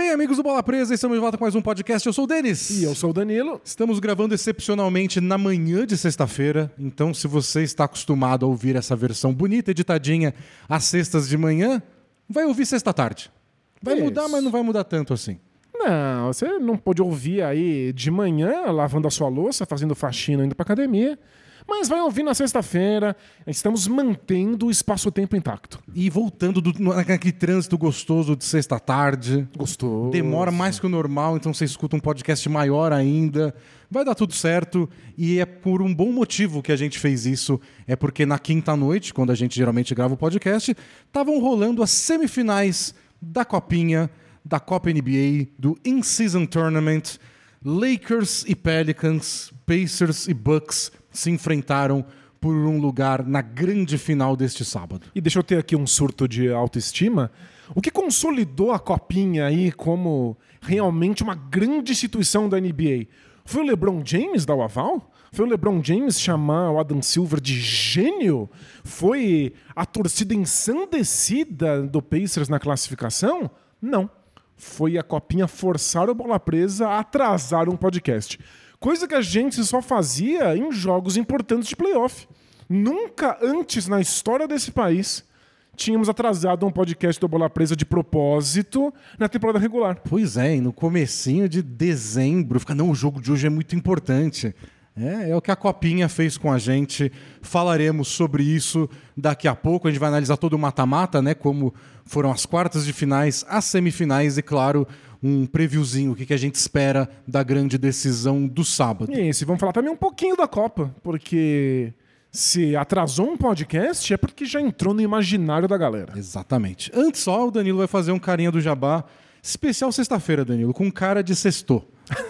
bem, amigos do Bola Presa? Estamos de volta com mais um podcast. Eu sou o Denis. E eu sou o Danilo. Estamos gravando excepcionalmente na manhã de sexta-feira. Então, se você está acostumado a ouvir essa versão bonita, editadinha, às sextas de manhã, vai ouvir sexta-tarde. Vai mudar, mas não vai mudar tanto assim. Não, você não pode ouvir aí de manhã, lavando a sua louça, fazendo faxina, indo pra academia. Mas vai ouvir na sexta-feira. Estamos mantendo o espaço-tempo intacto. E voltando naquele trânsito gostoso de sexta-tarde. Gostoso. Demora mais que o normal, então você escuta um podcast maior ainda. Vai dar tudo certo. E é por um bom motivo que a gente fez isso. É porque na quinta-noite, quando a gente geralmente grava o podcast, estavam rolando as semifinais da Copinha, da Copa NBA, do In-Season Tournament. Lakers e Pelicans, Pacers e Bucks se enfrentaram por um lugar na grande final deste sábado. E deixa eu ter aqui um surto de autoestima. O que consolidou a Copinha aí como realmente uma grande instituição da NBA? Foi o LeBron James dar o aval? Foi o LeBron James chamar o Adam Silver de gênio? Foi a torcida ensandecida do Pacers na classificação? Não. Foi a Copinha forçar o Bola Presa a atrasar um podcast. Coisa que a gente só fazia em jogos importantes de playoff. Nunca antes na história desse país tínhamos atrasado um podcast do Bola Presa de propósito na temporada regular. Pois é, e no comecinho de dezembro, o jogo de hoje é muito importante. É o que a Copinha fez com a gente. Falaremos sobre isso daqui a pouco. A gente vai analisar todo o mata-mata, né? Como foram as quartas de finais, as semifinais e, claro, um previewzinho, o que a gente espera da grande decisão do sábado. Isso, e vamos falar também um pouquinho da Copa, porque se atrasou um podcast é porque já entrou no imaginário da galera. Exatamente. Antes só, o Danilo vai fazer um carinha do Jabá especial sexta-feira, Danilo, com cara de sextou.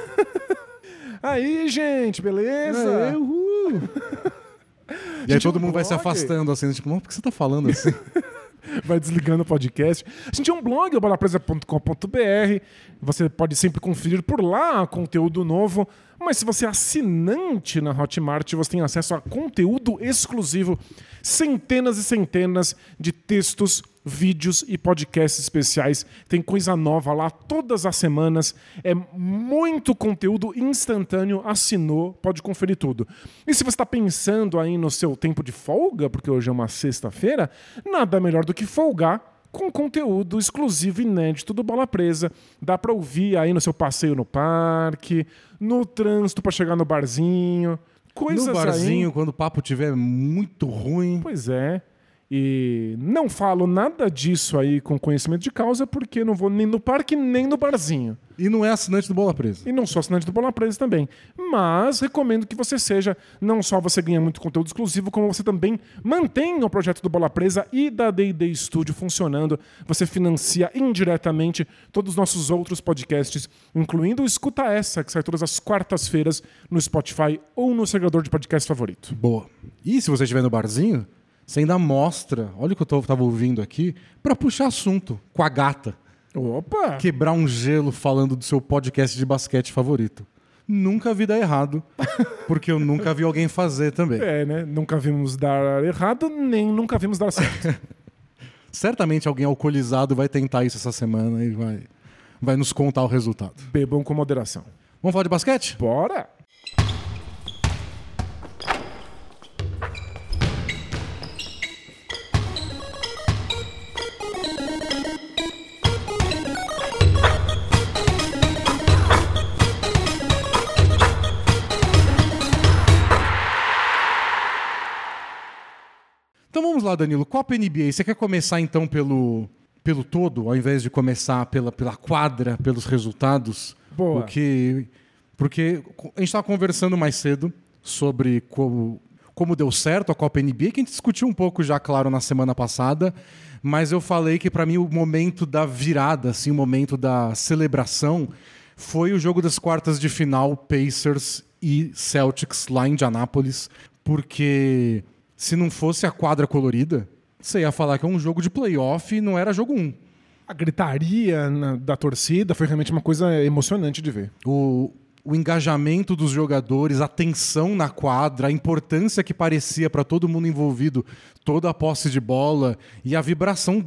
Aí, gente, beleza? Uhul. E aí todo mundo vai se afastando assim, tipo, por que você tá falando assim? Vai desligando o podcast. A gente tem um blog, bolapresa.com.br. Você pode sempre conferir por lá conteúdo novo. Mas se você é assinante na Hotmart, você tem acesso a conteúdo exclusivo. Centenas e centenas de textos, vídeos e podcasts especiais. Tem coisa nova lá todas as semanas. É muito conteúdo instantâneo. Assinou, pode conferir tudo. E se você está pensando aí no seu tempo de folga, porque hoje é uma sexta-feira, nada melhor do que folgar com conteúdo exclusivo inédito do Bola Presa. Dá pra ouvir aí no seu passeio no parque, no trânsito pra chegar no barzinho. Coisas no barzinho, aí, quando o papo estiver muito ruim. Pois é. E não falo nada disso aí com conhecimento de causa, porque não vou nem no parque nem no barzinho. E não é assinante do Bola Presa. E não sou assinante do Bola Presa também. Mas recomendo que você seja. Não só você ganha muito conteúdo exclusivo, como você também mantenha o projeto do Bola Presa e da D&D Studio funcionando. Você financia indiretamente todos os nossos outros podcasts, incluindo o Escuta Essa, que sai todas as quartas-feiras no Spotify ou no seu agregador de podcast favorito. Boa. E se você estiver no barzinho, você ainda mostra, olha o que eu tava ouvindo aqui, pra puxar assunto com a gata. Opa! Quebrar um gelo falando do seu podcast de basquete favorito. Nunca vi dar errado, porque eu nunca vi alguém fazer também. É, né? Nunca vimos dar errado, nem nunca vimos dar certo. Certamente alguém alcoolizado vai tentar isso essa semana e vai nos contar o resultado. Bebam com moderação. Vamos falar de basquete? Bora! Então vamos lá, Danilo. Copa NBA. Você quer começar então pelo todo, ao invés de começar pela quadra, pelos resultados? Boa. Porque a gente estava conversando mais cedo sobre como deu certo a Copa NBA, que a gente discutiu um pouco já, claro, na semana passada, mas eu falei que para mim o momento da virada, assim, o momento da celebração, foi o jogo das quartas de final Pacers e Celtics lá em Indianápolis, porque se não fosse a quadra colorida, você ia falar que é um jogo de playoff e não era jogo 1. A gritaria da torcida foi realmente uma coisa emocionante de ver. O engajamento dos jogadores, a tensão na quadra, a importância que parecia para todo mundo envolvido, toda a posse de bola e a vibração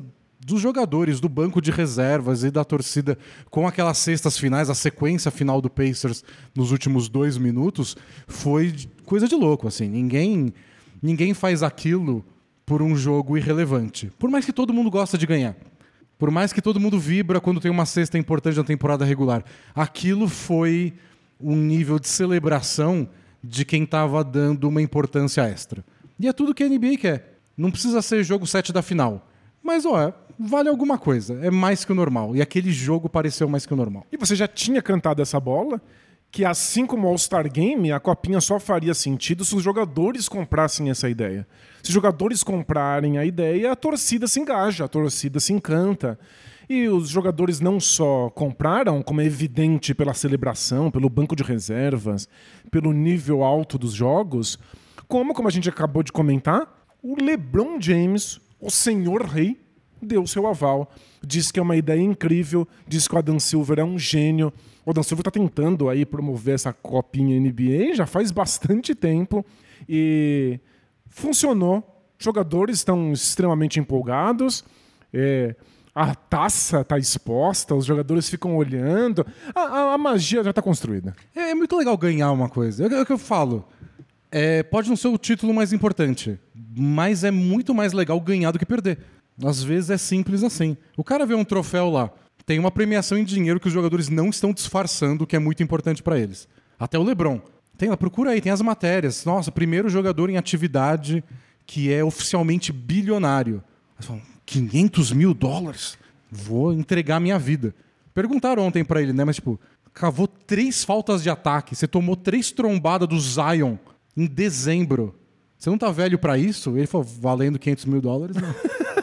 dos jogadores, do banco de reservas e da torcida com aquelas cestas finais, a sequência final do Pacers nos últimos 2 minutos, foi coisa de louco. Assim. Ninguém faz aquilo por um jogo irrelevante. Por mais que todo mundo gosta de ganhar. Por mais que todo mundo vibra quando tem uma cesta importante na temporada regular. Aquilo foi um nível de celebração de quem estava dando uma importância extra. E é tudo que a NBA quer. Não precisa ser jogo 7 da final. Mas, vale alguma coisa. É mais que o normal. E aquele jogo pareceu mais que o normal. E você já tinha cantado essa bola, que assim como o All-Star Game, a copinha só faria sentido se os jogadores comprassem essa ideia. Se os jogadores comprarem a ideia, a torcida se engaja, a torcida se encanta. E os jogadores não só compraram, como é evidente pela celebração, pelo banco de reservas, pelo nível alto dos jogos, como a gente acabou de comentar, o LeBron James, o senhor rei, deu seu aval. Diz que é uma ideia incrível, diz que o Adam Silver é um gênio. O Adam Silver está tentando aí promover essa copinha NBA já faz bastante tempo e funcionou. Os jogadores estão extremamente empolgados. A taça está exposta, os jogadores ficam olhando. A magia já está construída. É muito legal ganhar uma coisa. É o que eu falo. Pode não ser o título mais importante, mas é muito mais legal ganhar do que perder. Às vezes é simples assim. O cara vê um troféu lá, tem uma premiação em dinheiro que os jogadores não estão disfarçando, que é muito importante para eles. Até o LeBron. Procura aí, tem as matérias. Nossa, primeiro jogador em atividade que é oficialmente bilionário. Eles falam, $500 mil? Vou entregar minha vida. Perguntaram ontem para ele, né? Mas cavou 3 faltas de ataque. Você tomou 3 trombadas do Zion em dezembro. Você não tá velho para isso? Ele falou, valendo $500 mil? Não.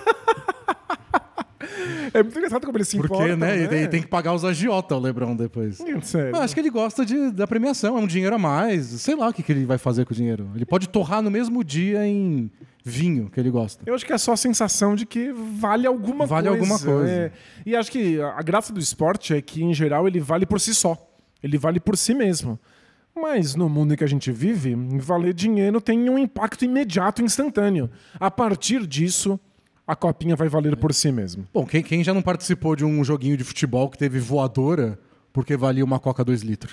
É muito engraçado como ele se importa. Porque, né? Ele tem que pagar os agiota, o LeBron, depois. Sério. Mas acho que ele gosta da premiação, é um dinheiro a mais. Sei lá o que ele vai fazer com o dinheiro. Ele pode torrar no mesmo dia em vinho que ele gosta. Eu acho que é só a sensação de que vale alguma coisa. Vale alguma coisa. E acho que a graça do esporte é que, em geral, ele vale por si só. Ele vale por si mesmo. Mas no mundo em que a gente vive, valer dinheiro tem um impacto imediato, instantâneo. A partir disso, a copinha vai valer por si mesmo. Bom, quem já não participou de um joguinho de futebol que teve voadora porque valia uma Coca 2 litros?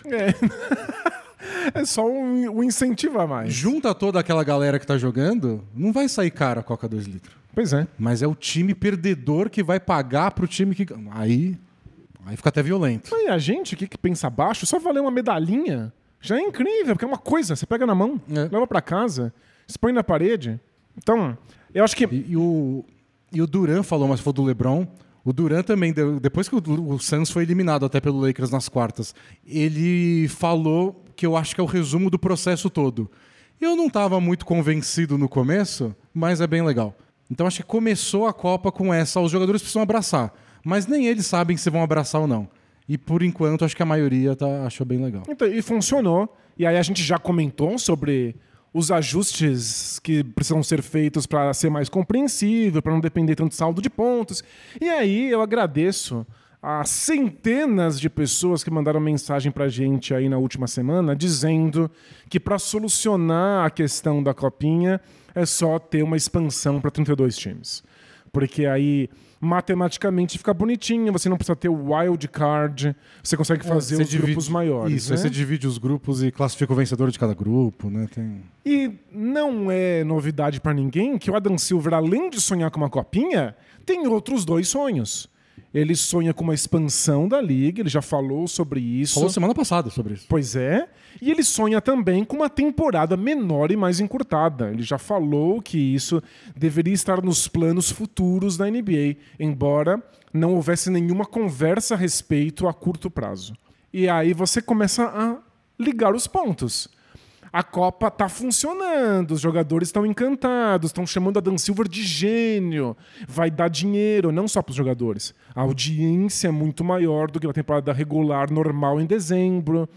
É só um incentivo a mais. Junta toda aquela galera que tá jogando, não vai sair cara a Coca 2 litros. Pois é. Mas é o time perdedor que vai pagar pro time que... Aí fica até violento. E a gente que pensa baixo, só valer uma medalhinha já é incrível, porque é uma coisa, você pega na mão, leva pra casa, expõe na parede. Então, eu acho que... E o Durant falou, mas foi do LeBron. O Durant também, depois que o Suns foi eliminado até pelo Lakers nas quartas, ele falou que eu acho que é o resumo do processo todo. Eu não estava muito convencido no começo, mas é bem legal. Então acho que começou a Copa com essa, os jogadores precisam abraçar, mas nem eles sabem se vão abraçar ou não. E por enquanto acho que a maioria achou bem legal. Então, e funcionou. E aí a gente já comentou sobre os ajustes que precisam ser feitos para ser mais compreensível, para não depender tanto de saldo de pontos. E aí eu agradeço a centenas de pessoas que mandaram mensagem para a gente aí na última semana dizendo que para solucionar a questão da copinha é só ter uma expansão para 32 times. Porque aí matematicamente fica bonitinho, você não precisa ter o wild card, você consegue fazer os grupos maiores. Isso, né? Aí você divide os grupos e classifica o vencedor de cada grupo, né? E não é novidade para ninguém que o Adam Silver, além de sonhar com uma copinha, tem outros 2 sonhos. Ele sonha com uma expansão da liga, ele já falou sobre isso. Falou semana passada sobre isso. Pois é. E ele sonha também com uma temporada menor e mais encurtada. Ele já falou que isso deveria estar nos planos futuros da NBA, embora não houvesse nenhuma conversa a respeito a curto prazo. E aí você começa a ligar os pontos. A Copa está funcionando, os jogadores estão encantados, estão chamando a Dan Silver de gênio. Vai dar dinheiro, não só para os jogadores. A audiência é muito maior do que a temporada regular normal em dezembro.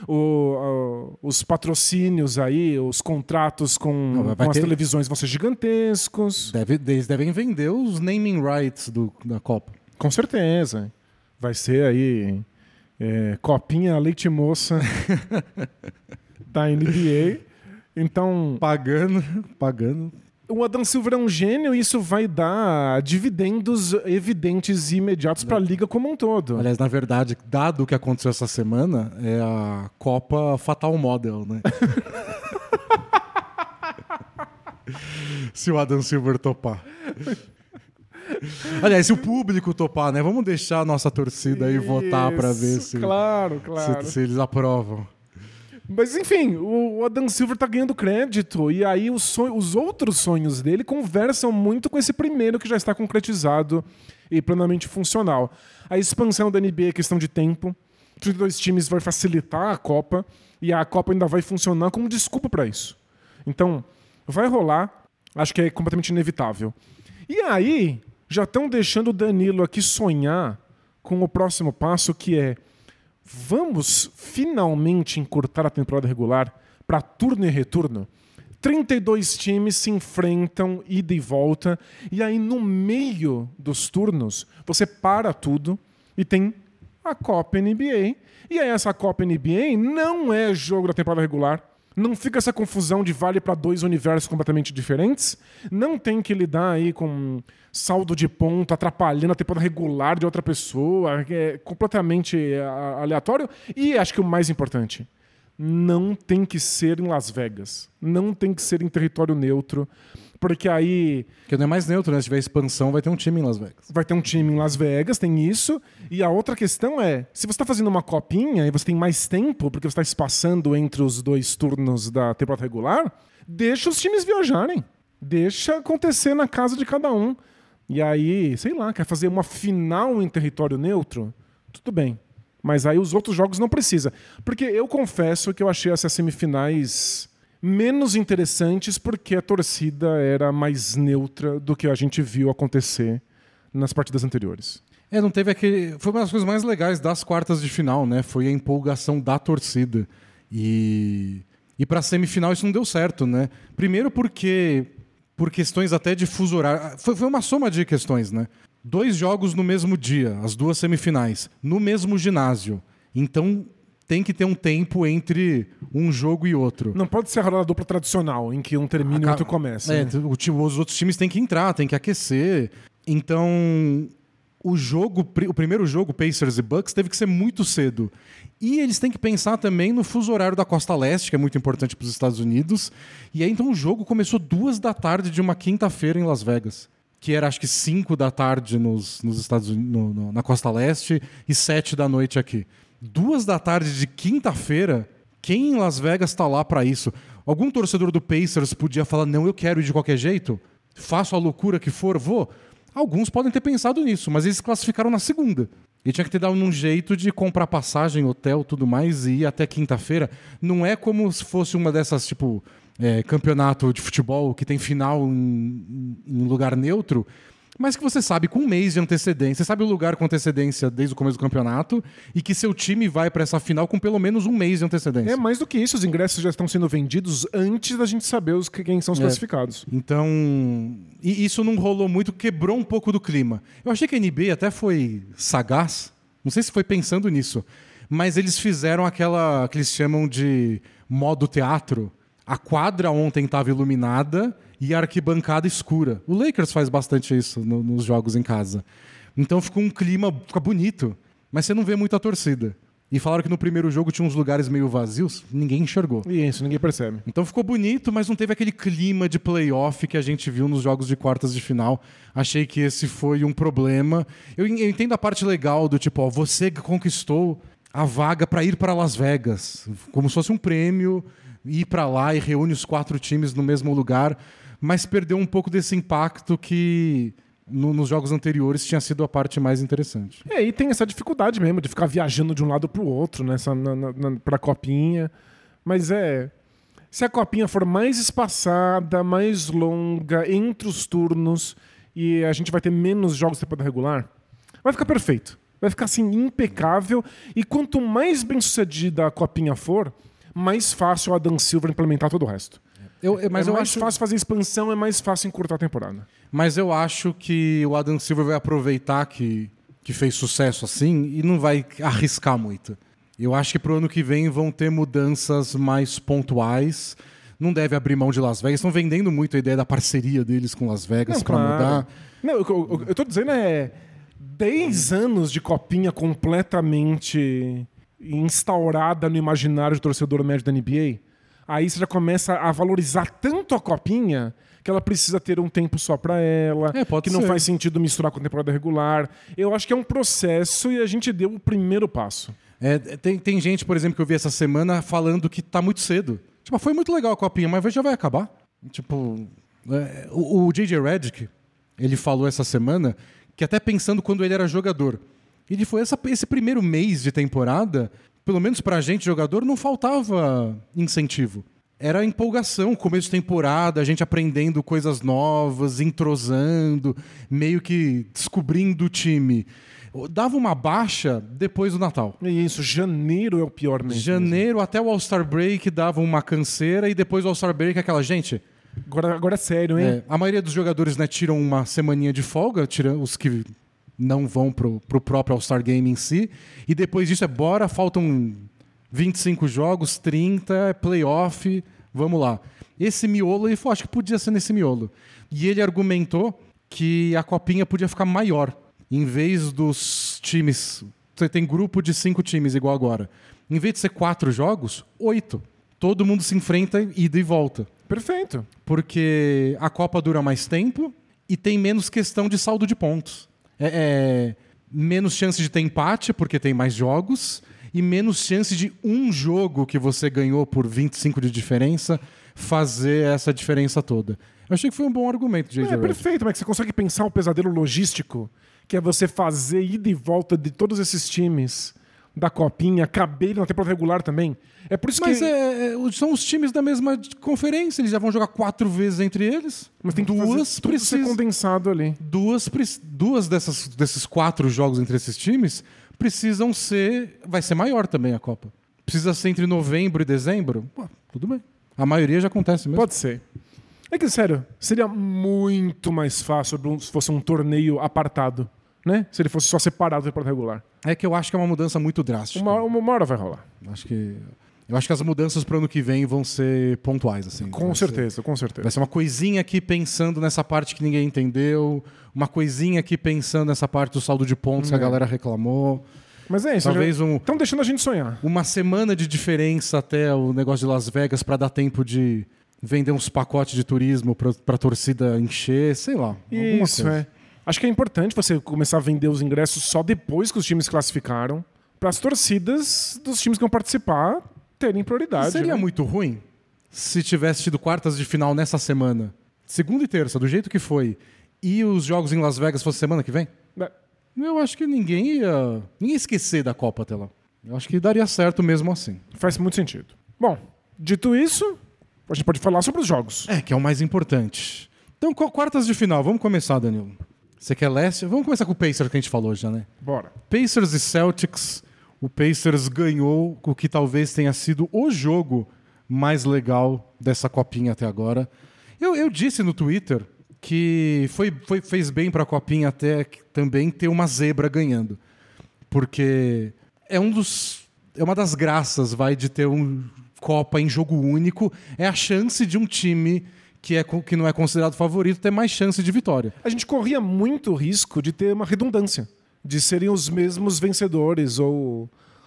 Os patrocínios aí, os contratos com as televisões vão ser gigantescos. Eles devem vender os naming rights da Copa. Com certeza. Vai ser aí Copinha Leite Moça da NBA. Então... Pagando. o Adam Silver é um gênio e isso vai dar dividendos evidentes e imediatos para a liga como um todo. Aliás, na verdade, dado o que aconteceu essa semana, é a Copa Fatal Model, né? Se o Adam Silver topar. Aliás, se o público topar, né? Vamos deixar a nossa torcida aí votar para ver se eles aprovam. Mas enfim, o Adam Silver tá ganhando crédito e aí os outros sonhos dele conversam muito com esse primeiro que já está concretizado e plenamente funcional. A expansão da NBA é questão de tempo. 32 times vai facilitar a Copa e a Copa ainda vai funcionar como desculpa para isso. Então, vai rolar. Acho que é completamente inevitável. E aí, já estão deixando o Danilo aqui sonhar com o próximo passo, que é: vamos finalmente encurtar a temporada regular para turno e retorno? 32 times se enfrentam, ida e volta, e aí no meio dos turnos você para tudo e tem a Copa NBA. E aí essa Copa NBA não é jogo da temporada regular. Não fica essa confusão de vale para 2 universos completamente diferentes. Não tem que lidar aí com saldo de ponto atrapalhando a temporada regular de outra pessoa. É completamente aleatório. E acho que o mais importante, não tem que ser em Las Vegas. Não tem que ser em território neutro. Porque aí... Porque não é mais neutro, né? Se tiver expansão, vai ter um time em Las Vegas. Vai ter um time em Las Vegas, tem isso. E a outra questão é, se você está fazendo uma copinha e você tem mais tempo, porque você está espaçando entre os 2 turnos da temporada regular, deixa os times viajarem. Deixa acontecer na casa de cada um. E aí, sei lá, quer fazer uma final em território neutro? Tudo bem. Mas aí os outros jogos não precisa. Porque eu confesso que eu achei essas semifinais menos interessantes porque a torcida era mais neutra do que a gente viu acontecer nas partidas anteriores. Não teve aquele... Foi uma das coisas mais legais das quartas de final, né? Foi a empolgação da torcida. E para a semifinal isso não deu certo, né? Primeiro porque, por questões até de fuso horário... Foi uma soma de questões, né? 2 jogos no mesmo dia, as 2 semifinais, no mesmo ginásio. Então... tem que ter um tempo entre um jogo e outro. Não pode ser a rodada dupla tradicional, em que um termina e o outro começa. Né? Os outros times têm que entrar, têm que aquecer. Então, o primeiro jogo, Pacers e Bucks, teve que ser muito cedo. E eles têm que pensar também no fuso horário da Costa Leste, que é muito importante para os Estados Unidos. E aí, então, o jogo começou 2 da tarde de uma quinta-feira em Las Vegas, que era, acho que 5 da tarde nos Estados Unidos, na Costa Leste, e 7 da noite aqui. 2 da tarde de quinta-feira, quem em Las Vegas tá lá para isso? Algum torcedor do Pacers podia falar, não, eu quero ir de qualquer jeito? Faço a loucura que for, vou? Alguns podem ter pensado nisso, mas eles classificaram na segunda. E tinha que ter dado um jeito de comprar passagem, hotel, tudo mais, e ir até quinta-feira. Não é como se fosse uma dessas, tipo, campeonato de futebol que tem final em lugar neutro, mas que você sabe com um mês de antecedência, você sabe o lugar com antecedência desde o começo do campeonato e que seu time vai para essa final com pelo menos um mês de antecedência. É mais do que isso, os ingressos já estão sendo vendidos antes da gente saber quem são os classificados. Então, e isso não rolou muito, quebrou um pouco do clima. Eu achei que a NBA até foi sagaz, não sei se foi pensando nisso, mas eles fizeram aquela que eles chamam de modo teatro. A quadra ontem estava iluminada e a arquibancada escura. O Lakers faz bastante isso nos jogos em casa. Então ficou um clima, fica bonito, mas você não vê muito a torcida. E falaram que no primeiro jogo tinha uns lugares meio vazios, ninguém enxergou. Isso, ninguém percebe. Então ficou bonito, mas não teve aquele clima de playoff que a gente viu nos jogos de quartas de final. Achei que esse foi um problema. Eu entendo a parte legal do tipo, você conquistou a vaga para ir para Las Vegas, como se fosse um prêmio, ir para lá e reúne os 4 times no mesmo lugar, mas perdeu um pouco desse impacto que nos jogos anteriores tinha sido a parte mais interessante. E tem essa dificuldade mesmo de ficar viajando de um lado para o outro, né, para a copinha. Mas se a copinha for mais espaçada, mais longa, entre os turnos, e a gente vai ter menos jogos de temporada regular, vai ficar perfeito. Vai ficar assim impecável. E quanto mais bem sucedida a copinha for, mais fácil o Adam Silver implementar todo o resto. Mas é mais fácil fazer expansão, é mais fácil encurtar a temporada. Mas eu acho que o Adam Silver vai aproveitar que fez sucesso assim e não vai arriscar muito. Eu acho que pro ano que vem vão ter mudanças mais pontuais. não deve abrir mão de Las Vegas. Estão vendendo muito a ideia da parceria deles com Las Vegas para mudar. Não, eu tô dizendo 10 anos de copinha completamente instaurada no imaginário do torcedor médio da NBA. Aí você já começa a valorizar tanto a copinha que ela precisa ter um tempo só pra ela, que não faz sentido misturar com a temporada regular. Eu acho que é um processo e a gente deu o primeiro passo. Tem gente, por exemplo, que eu vi essa semana falando que tá muito cedo. Tipo, foi muito legal a copinha, mas já vai acabar. Tipo, o J.J. Redick, ele falou essa semana que até pensando quando ele era jogador, ele foi esse primeiro mês de temporada, pelo menos pra gente, jogador, não faltava incentivo. Era empolgação, começo de temporada, a gente aprendendo coisas novas, entrosando, meio que descobrindo o time. Dava uma baixa depois do Natal. Isso, janeiro é o pior mês. Janeiro até o All-Star Break dava uma canseira e depois do All-Star Break aquela gente... Agora é sério, hein? A maioria dos jogadores, né, tiram uma semaninha de folga, tiram os que não vão pro próprio All-Star Game em si, e depois disso bora, faltam 25 jogos, 30, playoff, vamos lá. Esse miolo, ele falou, acho que podia ser nesse miolo. E ele argumentou que a copinha podia ficar maior. Em vez dos times... Você tem grupo de 5 times igual agora. Em vez de ser 4 jogos, 8. Todo mundo se enfrenta ida e volta. Perfeito. Porque a Copa dura mais tempo e tem menos questão de saldo de pontos. Menos chance de ter empate, porque tem mais jogos, e menos chance de um jogo que você ganhou por 25 de diferença fazer essa diferença toda. Eu achei que foi um bom argumento, J.J. Redick. Perfeito, mas você consegue pensar o pesadelo logístico, que é você fazer ida e volta de todos esses times da copinha, caber na temporada regular também. É por isso são os times da mesma conferência, eles já vão jogar 4 vezes entre eles. Mas tem que ser condensado ali. Duas desses 4 jogos entre esses times precisam ser... Vai ser maior também a Copa. Precisa ser entre novembro e dezembro? Pô, tudo bem. A maioria já acontece mesmo. Pode ser. É que, sério, seria muito mais fácil se fosse um torneio apartado, né? Se ele fosse só separado do temporada regular. É que eu acho que é uma mudança muito drástica. Uma hora vai rolar. Eu acho que as mudanças para o ano que vem vão ser pontuais, assim. Com certeza. Vai ser uma coisinha aqui pensando nessa parte que ninguém entendeu, uma coisinha aqui pensando nessa parte do saldo de pontos que a galera reclamou. Mas é isso. Talvez estão deixando a gente sonhar. Uma semana de diferença até o negócio de Las Vegas para dar tempo de vender uns pacotes de turismo para a torcida encher, sei lá. Isso, Acho que é importante você começar a vender os ingressos só depois que os times classificaram, para as torcidas dos times que vão participar terem prioridade. Seria muito ruim se tivesse tido quartas de final nessa semana, segunda e terça, do jeito que foi, e os jogos em Las Vegas fossem semana que vem? Eu acho que ninguém ia esquecer da Copa até lá. Eu acho que daria certo mesmo assim. Faz muito sentido. Bom, dito isso, a gente pode falar sobre os jogos. Que é o mais importante. Então, quartas de final. Vamos começar, Danilo. Você quer leste? Vamos começar com o Pacers, que a gente falou já, né? Bora. Pacers e Celtics. O Pacers ganhou o que talvez tenha sido o jogo mais legal dessa copinha até agora. Eu disse no Twitter que fez bem para a copinha até também ter uma zebra ganhando. Porque é uma das graças de ter um Copa em jogo único, é a chance de um time que não é considerado favorito ter mais chance de vitória. A gente corria muito risco de ter uma redundância, de serem os mesmos vencedores ou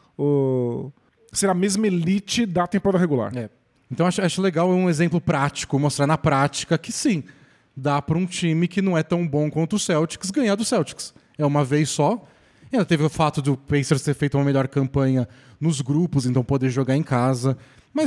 ser a mesma elite da temporada regular. Então acho legal um exemplo prático, mostrar na prática que sim, dá para um time que não é tão bom quanto o Celtics ganhar do Celtics. É uma vez só. E ainda teve o fato do Pacers ter feito uma melhor campanha nos grupos, então poder jogar em casa. Mas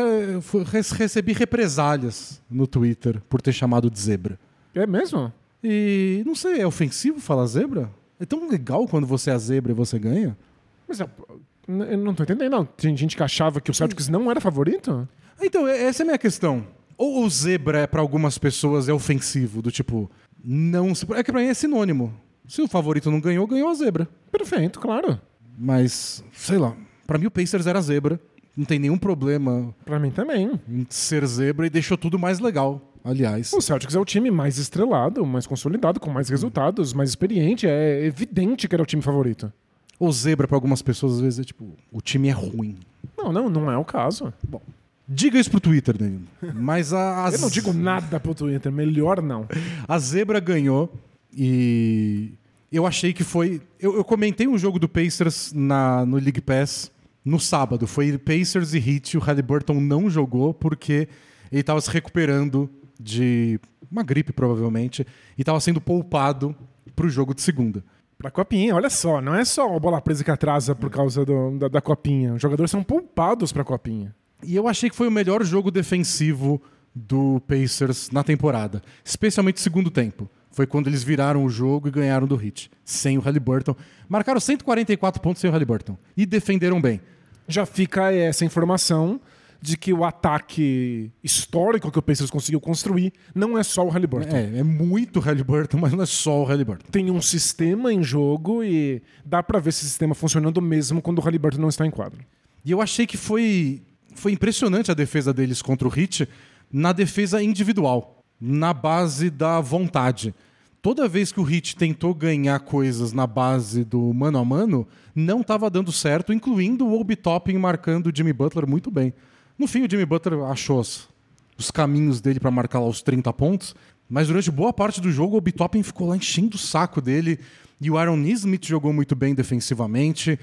recebi represálias no Twitter por ter chamado de zebra. É mesmo? E não sei, é ofensivo falar zebra? É tão legal quando você é a zebra e você ganha? Mas eu não tô entendendo, não. Tem gente que achava que o Celtics não era favorito? Então, essa é a minha questão. Ou o zebra para algumas pessoas é ofensivo, do tipo, não. É que pra mim é sinônimo. Se o favorito não ganhou, ganhou a zebra. Perfeito, claro. Mas, sei lá, pra mim o Pacers era zebra. Não tem nenhum problema. Pra mim também. Em ser zebra e deixou tudo mais legal, aliás. O Celtics é o time mais estrelado, mais consolidado, com mais resultados, mais experiente. É evidente que era o time favorito. Ou zebra pra algumas pessoas, às vezes, é tipo, o time é ruim. Não é o caso. Bom, Diga isso pro Twitter, Danilo. Mas Eu não digo nada pro Twitter, melhor não. A zebra ganhou e eu achei que foi... Eu comentei um jogo do Pacers no League Pass no sábado. Foi Pacers e Heat. O Haliburton não jogou porque ele estava se recuperando de uma gripe, provavelmente, e estava sendo poupado pro jogo de segunda. Pra Copinha, olha só, não é só a bola presa que atrasa por causa da Copinha. Os jogadores são poupados pra Copinha. E eu achei que foi o melhor jogo defensivo do Pacers na temporada, especialmente no segundo tempo. Foi quando eles viraram o jogo e ganharam do Heat, sem o Haliburton. Marcaram 144 pontos sem o Haliburton e defenderam bem. Já fica essa informação de que o ataque histórico que o Pacers conseguiu construir não é só o Haliburton. É muito Haliburton, mas não é só o Haliburton. Tem um sistema em jogo e dá pra ver esse sistema funcionando mesmo quando o Haliburton não está em quadro. E eu achei que foi impressionante a defesa deles contra o Heat na defesa individual, na base da vontade. Toda vez que o Heat tentou ganhar coisas na base do mano a mano, não estava dando certo, incluindo o Obi Toppin marcando o Jimmy Butler muito bem. No fim, o Jimmy Butler achou os caminhos dele para marcar lá os 30 pontos, mas durante boa parte do jogo o Obi Toppin ficou lá enchendo o saco dele, e o Aaron Nesmith jogou muito bem defensivamente,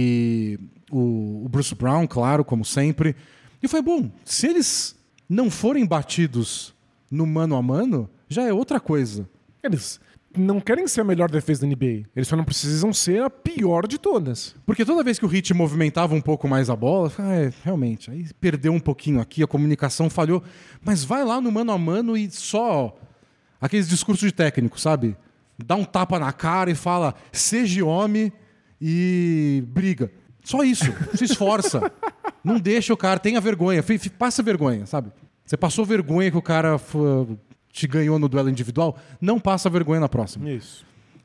e o Bruce Brown, claro, como sempre. E foi bom. Se eles não forem batidos no mano a mano, já é outra coisa. Eles não querem ser a melhor defesa da NBA. Eles só não precisam ser a pior de todas. Porque toda vez que o Heat movimentava um pouco mais a bola, realmente, aí perdeu um pouquinho aqui, a comunicação falhou. Mas vai lá no mano a mano e só aqueles discursos de técnico, sabe? Dá um tapa na cara e fala, seja homem e briga. Só isso, se esforça. Não deixa o cara, tenha vergonha, passa vergonha, sabe? Você passou vergonha que o cara te ganhou no duelo individual, não passa vergonha na próxima. Isso.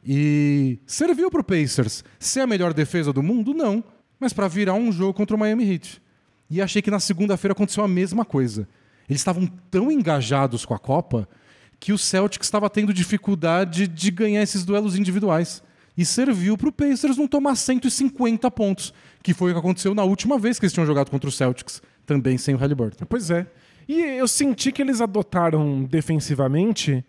E serviu pro Pacers ser a melhor defesa do mundo? Não. Mas para virar um jogo contra o Miami Heat. E achei que na segunda-feira aconteceu a mesma coisa. Eles estavam tão engajados com a Copa que o Celtics estava tendo dificuldade de ganhar esses duelos individuais. E serviu pro Pacers não tomar 150 pontos, que foi o que aconteceu na última vez que eles tinham jogado contra o Celtics, também sem o Haliburton. Pois é. E eu senti que eles adotaram defensivamente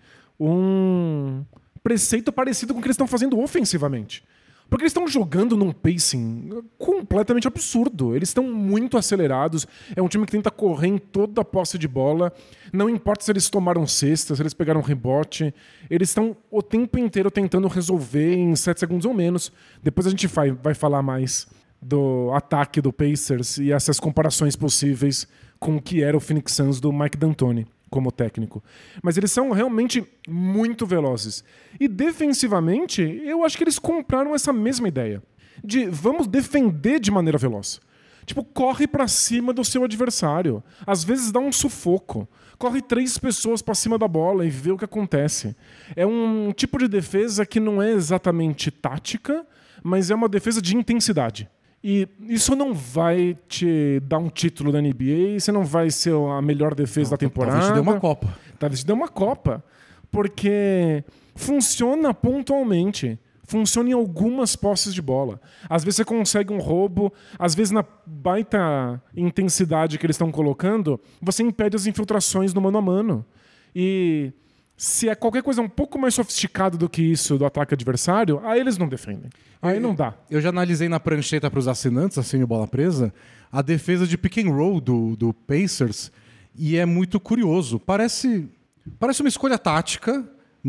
um preceito parecido com o que eles estão fazendo ofensivamente. Porque eles estão jogando num pacing completamente absurdo. Eles estão muito acelerados. É um time que tenta correr em toda a posse de bola. Não importa se eles tomaram cesta, se eles pegaram rebote. Eles estão o tempo inteiro tentando resolver em 7 segundos ou menos. Depois a gente vai falar mais do ataque do Pacers e essas comparações possíveis com o que era o Phoenix Suns do Mike D'Antoni como técnico. Mas eles são realmente muito velozes. E defensivamente, eu acho que eles compraram essa mesma ideia. De vamos defender de maneira veloz. Tipo, corre pra cima do seu adversário. Às vezes dá um sufoco. Corre 3 pessoas pra cima da bola e vê o que acontece. É um tipo de defesa que não é exatamente tática, mas é uma defesa de intensidade. E isso não vai te dar um título da NBA, você não vai ser a melhor defesa da temporada. Talvez te dê uma Copa. Talvez te dê uma Copa. Porque funciona pontualmente. Funciona em algumas posses de bola. Às vezes você consegue um roubo, às vezes na baita intensidade que eles estão colocando, você impede as infiltrações no mano a mano. E se é qualquer coisa um pouco mais sofisticada do que isso do ataque adversário, aí eles não defendem. Aí não dá. Eu já analisei na prancheta para os assinantes, assim, o Bola Presa, a defesa de pick and roll do Pacers, e é muito curioso. Parece uma escolha tática,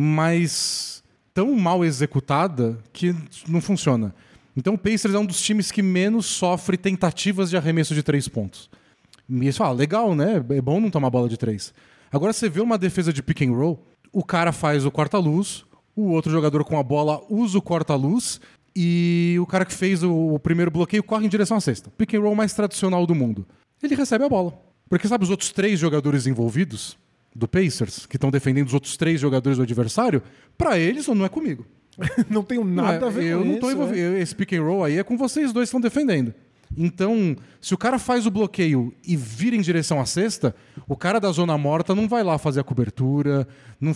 mas tão mal executada que não funciona. Então o Pacers é um dos times que menos sofre tentativas de arremesso de 3 pontos. E isso, legal, né? É bom não tomar bola de 3. Agora você vê uma defesa de pick and roll, o cara faz o corta-luz, o outro jogador com a bola usa o corta-luz e o cara que fez o primeiro bloqueio corre em direção à cesta. Pick and roll mais tradicional do mundo. Ele recebe a bola. Porque sabe os outros 3 jogadores envolvidos do Pacers, que estão defendendo os outros 3 jogadores do adversário? Pra eles, não é comigo. Não tenho nada a ver com isso. Eu não tô envolvido. Esse pick and roll aí é com vocês dois que estão defendendo. Então, se o cara faz o bloqueio e vira em direção à cesta, o cara da zona morta não vai lá fazer a cobertura,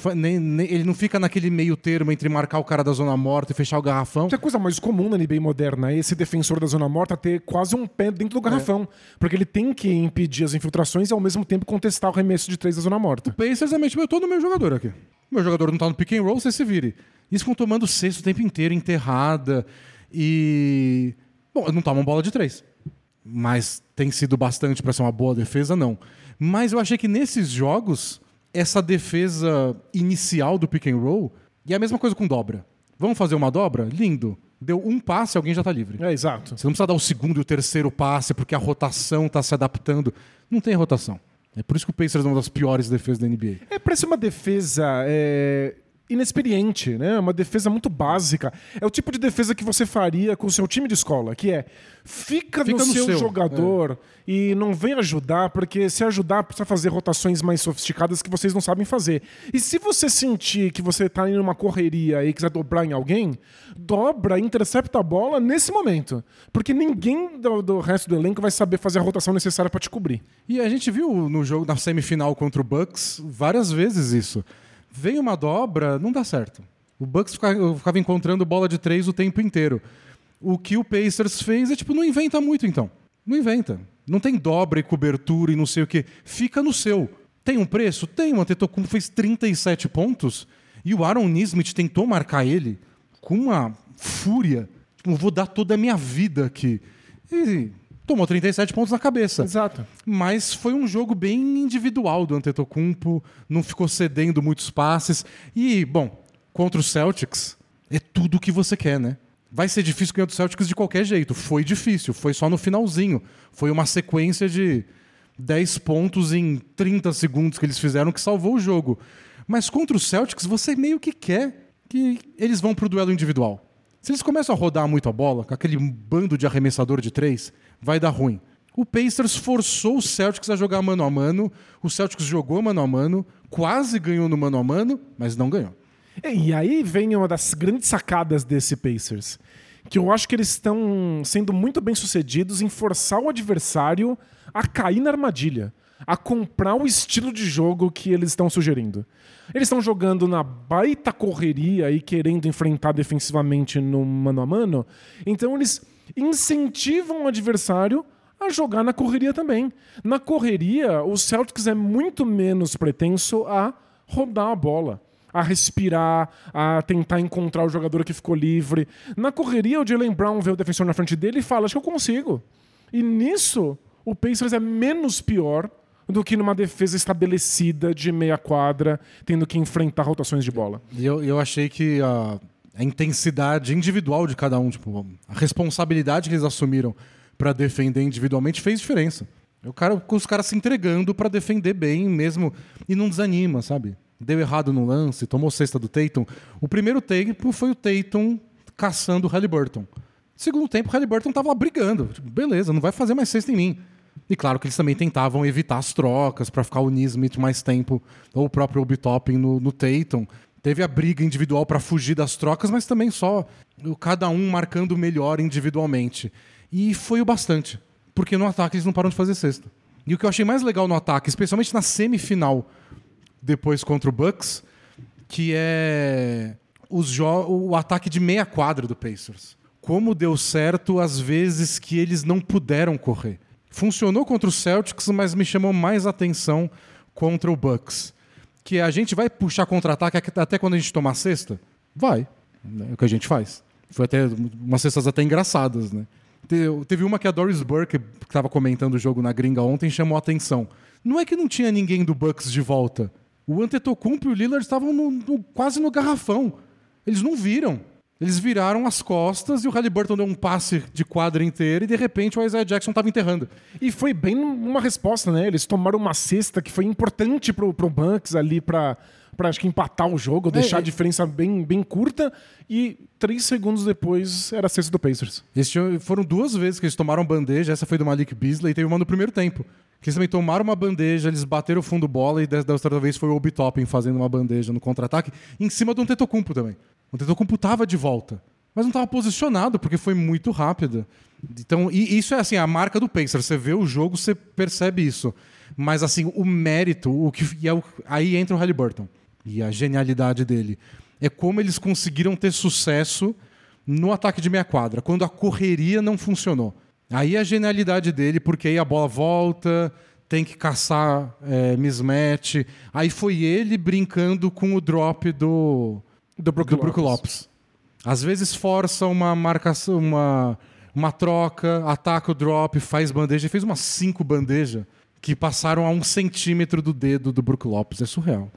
ele não fica naquele meio termo entre marcar o cara da zona morta e fechar o garrafão. Que é a coisa mais comum na NBA moderna, esse defensor da zona morta ter quase um pé dentro do garrafão. Porque ele tem que impedir as infiltrações e ao mesmo tempo contestar o arremesso de 3 da zona morta. O Pacers é tipo, eu tô no meu jogador aqui. Meu jogador não tá no pick and roll, você se vire. Eles ficam tomando cesto o tempo inteiro, enterrada. E... Bom, não tomam bola de 3. Mas tem sido bastante para ser uma boa defesa, não. Mas eu achei que nesses jogos, essa defesa inicial do pick and roll, e é a mesma coisa com dobra. Vamos fazer uma dobra? Lindo. Deu um passe, alguém já tá livre. É, exato. Você não precisa dar o segundo e o terceiro passe, porque a rotação tá se adaptando. Não tem rotação. É por isso que o Pacers é uma das piores defesas da NBA. Parece uma defesa inexperiente, né? Uma defesa muito básica. É o tipo de defesa que você faria com o seu time de escola, que é fica no seu jogador e não vem ajudar, porque se ajudar precisa fazer rotações mais sofisticadas que vocês não sabem fazer. E se você sentir que você está em uma correria e quiser dobrar em alguém, dobra, intercepta a bola nesse momento. Porque ninguém do resto do elenco vai saber fazer a rotação necessária para te cobrir. E a gente viu no jogo, na semifinal contra o Bucks, várias vezes isso. Vem uma dobra, não dá certo. O Bucks ficava encontrando bola de 3 o tempo inteiro. O que o Pacers fez é não inventa muito então. Não inventa. Não tem dobra e cobertura e não sei o quê. Fica no seu. Tem um preço? Tem. O Antetokounmpo fez 37 pontos e o Aaron Nesmith tentou marcar ele com uma fúria. Vou dar toda a minha vida aqui. E tomou 37 pontos na cabeça. Exato. Mas foi um jogo bem individual do Antetokounmpo, não ficou cedendo muitos passes. E, bom, contra o Celtics, é tudo o que você quer, né? Vai ser difícil ganhar do Celtics de qualquer jeito. Foi difícil, foi só no finalzinho. Foi uma sequência de 10 pontos em 30 segundos que eles fizeram que salvou o jogo. Mas contra o Celtics, você meio que quer que eles vão pro duelo individual. Se eles começam a rodar muito a bola, com aquele bando de arremessador de 3, vai dar ruim. O Pacers forçou o Celtics a jogar mano a mano, o Celtics jogou mano a mano, quase ganhou no mano a mano, mas não ganhou. E aí vem uma das grandes sacadas desse Pacers, que eu acho que eles estão sendo muito bem sucedidos em forçar o adversário a cair na armadilha, a comprar o estilo de jogo que eles estão sugerindo. Eles estão jogando na baita correria e querendo enfrentar defensivamente no mano a mano, então eles incentivam o adversário a jogar na correria também. Na correria, o Celtics é muito menos pretenso a rodar a bola, a respirar, a tentar encontrar o jogador que ficou livre. Na correria, o Jaylen Brown vê o defensor na frente dele e fala, acho que eu consigo. E nisso, o Pacers é menos pior do que numa defesa estabelecida de meia quadra, tendo que enfrentar rotações de bola. E eu achei que a intensidade individual de cada um, a responsabilidade que eles assumiram para defender individualmente fez diferença. Os caras se entregando para defender bem mesmo e não desanima, sabe? Deu errado no lance, tomou cesta do Tatum. O primeiro tempo foi o Tatum caçando o Haliburton. Segundo tempo, o Haliburton tava lá brigando. Beleza, não vai fazer mais cesta em mim. E claro que eles também tentavam evitar as trocas para ficar o Nesmith mais tempo, ou o próprio Obi-Toppin no Tatum. Teve a briga individual para fugir das trocas, mas também só cada um marcando melhor individualmente. E foi o bastante, porque no ataque eles não param de fazer cesta. E o que eu achei mais legal no ataque, especialmente na semifinal, depois contra o Bucks, que é o ataque de meia quadra do Pacers. Como deu certo às vezes que eles não puderam correr. Funcionou contra o Celtics, mas me chamou mais atenção contra o Bucks. Que a gente vai puxar contra-ataque até quando a gente tomar a cesta? Vai. É o que a gente faz. Foi até umas cestas até engraçadas, né? Teve uma que a Doris Burke, que estava comentando o jogo na gringa ontem, chamou a atenção. Não é que não tinha ninguém do Bucks de volta. O Antetokounmpo e o Lillard estavam quase no garrafão. Eles não viram. Eles viraram as costas e o Haliburton deu um passe de quadra inteira e de repente o Isaiah Jackson estava enterrando. E foi bem uma resposta, né? Eles tomaram uma cesta que foi importante pro Bucks ali pra acho que empatar o jogo, deixar a diferença bem curta, e 3 segundos depois era a cesta do Pacers. Foram 2 vezes que eles tomaram bandeja, essa foi do Malik Beasley, e teve uma no primeiro tempo. Que eles também tomaram uma bandeja, eles bateram o fundo bola, e da outra vez foi o Obi-Toppin fazendo uma bandeja no contra-ataque, em cima do Antetokounmpo também. O Antetokounmpo estava de volta, mas não estava posicionado, porque foi muito rápido. Então, e isso é assim, a marca do Pacers. Você vê o jogo, você percebe isso. Mas assim, o mérito, aí entra o Haliburton. E a genialidade dele. É como eles conseguiram ter sucesso no ataque de meia quadra, quando a correria não funcionou. Aí a genialidade dele, porque aí a bola volta, tem que caçar mismatch. Aí foi ele brincando com o drop do Brook Lopes. Às vezes força uma marcação, uma troca, ataca o drop, faz bandeja. Ele fez umas 5 bandejas que passaram a 1 centímetro do dedo do Brook Lopes. É surreal.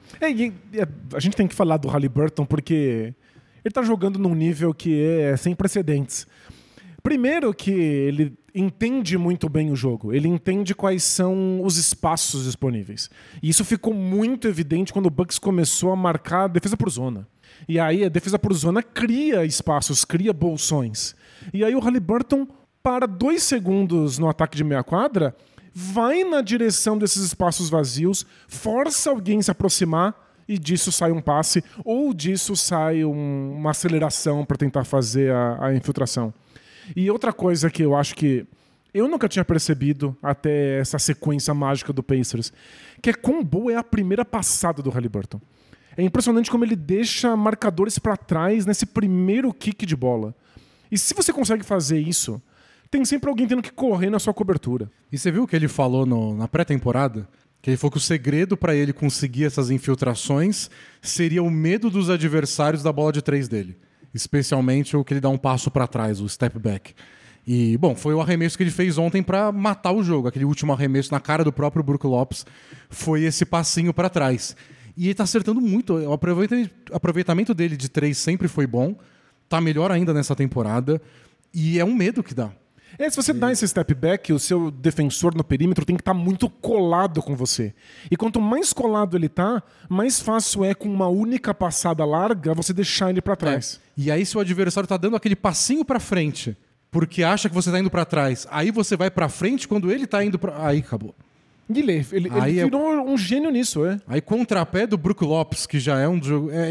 A gente tem que falar do Haliburton porque ele tá jogando num nível que é sem precedentes. Primeiro que ele entende muito bem o jogo. Ele entende quais são os espaços disponíveis. E isso ficou muito evidente quando o Bucks começou a marcar a defesa por zona. E aí a defesa por zona cria espaços, cria bolsões. E aí o Haliburton para 2 segundos no ataque de meia quadra, vai na direção desses espaços vazios, força alguém a se aproximar e disso sai um passe ou disso sai uma aceleração para tentar fazer a infiltração. E outra coisa que eu acho que eu nunca tinha percebido até essa sequência mágica do Pacers, que é quão boa é a primeira passada do Haliburton. É impressionante como ele deixa marcadores para trás nesse primeiro kick de bola. E se você consegue fazer isso, tem sempre alguém tendo que correr na sua cobertura. E você viu o que ele falou na pré-temporada? Que ele falou que o segredo para ele conseguir essas infiltrações seria o medo dos adversários da bola de 3 dele. Especialmente o que ele dá um passo para trás, o step back. E, bom, foi o arremesso que ele fez ontem para matar o jogo. Aquele último arremesso na cara do próprio Brook Lopes foi esse passinho para trás. E ele tá acertando muito. O aproveitamento dele de 3 sempre foi bom. Tá melhor ainda nessa temporada. E é um medo que dá. Se você dá esse step back, o seu defensor no perímetro tem que estar muito colado com você. E quanto mais colado ele tá, mais fácil é com uma única passada larga você deixar ele para trás. E aí se o adversário tá dando aquele passinho para frente, porque acha que você tá indo para trás, aí você vai para frente quando ele tá indo para... Aí acabou. Ele virou um gênio nisso, Aí contrapé do Brook Lopes, que já é um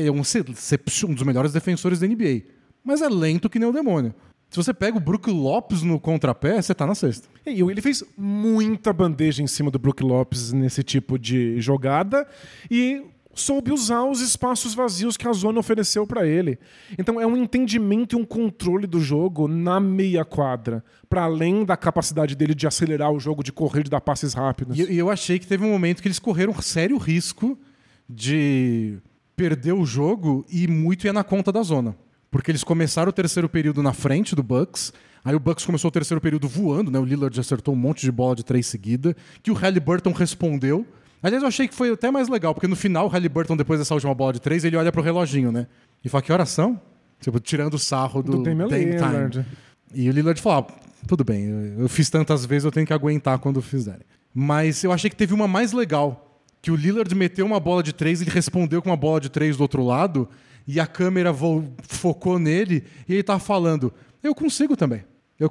dos melhores defensores da NBA. Mas é lento que nem o demônio. Se você pega o Brook Lopes no contrapé, você tá na cesta. E ele fez muita bandeja em cima do Brook Lopes nesse tipo de jogada e soube usar os espaços vazios que a zona ofereceu para ele. Então é um entendimento e um controle do jogo na meia quadra, para além da capacidade dele de acelerar o jogo, de correr, de dar passes rápidos. E eu achei que teve um momento que eles correram um sério risco de perder o jogo e muito ia na conta da zona. Porque eles começaram o terceiro período na frente do Bucks, aí o Bucks começou o terceiro período voando, né? O Lillard acertou um monte de bola de 3 seguida, que o Haliburton respondeu. Aliás, eu achei que foi até mais legal, porque no final o Haliburton, depois dessa última bola de 3, ele olha pro reloginho, né? E fala, que horas são? Tipo, tirando o sarro do Dame Time. E o Lillard falou, tudo bem, eu fiz tantas vezes, eu tenho que aguentar quando fizerem. Mas eu achei que teve uma mais legal, que o Lillard meteu uma bola de 3, ele respondeu com uma bola de 3 do outro lado, e a câmera focou nele, e ele tava falando, eu consigo também.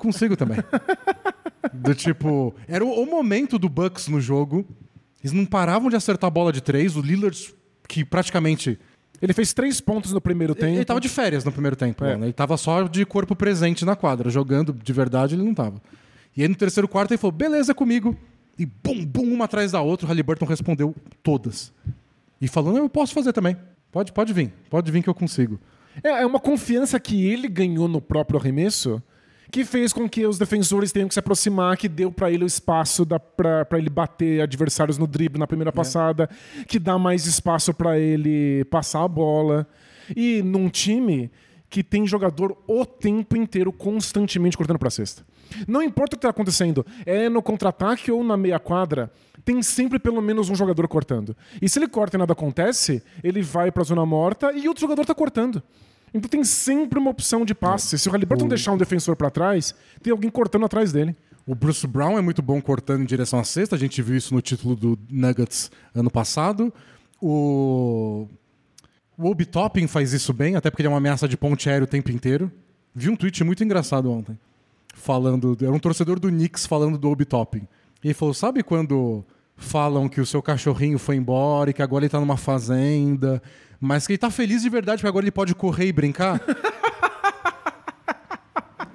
Do tipo, era o momento do Bucks no jogo, eles não paravam de acertar a bola de 3, o Lillard, que praticamente... Ele fez 3 pontos no primeiro tempo. Ele tava de férias no primeiro tempo, né? Ele tava só de corpo presente na quadra, jogando de verdade ele não tava. E aí no terceiro quarto ele falou, beleza, comigo. E bum, bum, uma atrás da outra, o Haliburton respondeu todas. E falou, eu posso fazer também. Pode vir que eu consigo. É uma confiança que ele ganhou no próprio arremesso que fez com que os defensores tenham que se aproximar, que deu para ele o espaço para ele bater adversários no drible na primeira passada, que dá mais espaço para ele passar a bola. E num time que tem jogador o tempo inteiro constantemente cortando para a cesta. Não importa o que está acontecendo, é no contra-ataque ou na meia quadra, tem sempre pelo menos um jogador cortando. E se ele corta e nada acontece, ele vai para a zona morta e outro jogador está cortando. Então tem sempre uma opção de passe. Se o Haliburton deixar um defensor para trás, tem alguém cortando atrás dele. O Bruce Brown é muito bom cortando em direção à cesta, a gente viu isso no título do Nuggets ano passado. O Obi Toppin faz isso bem, até porque ele é uma ameaça de ponte aérea o tempo inteiro. Vi um tweet muito engraçado ontem. Era um torcedor do Knicks falando do Obi Toppin. E ele falou, sabe quando falam que o seu cachorrinho foi embora e que agora ele tá numa fazenda, mas que ele tá feliz de verdade porque agora ele pode correr e brincar?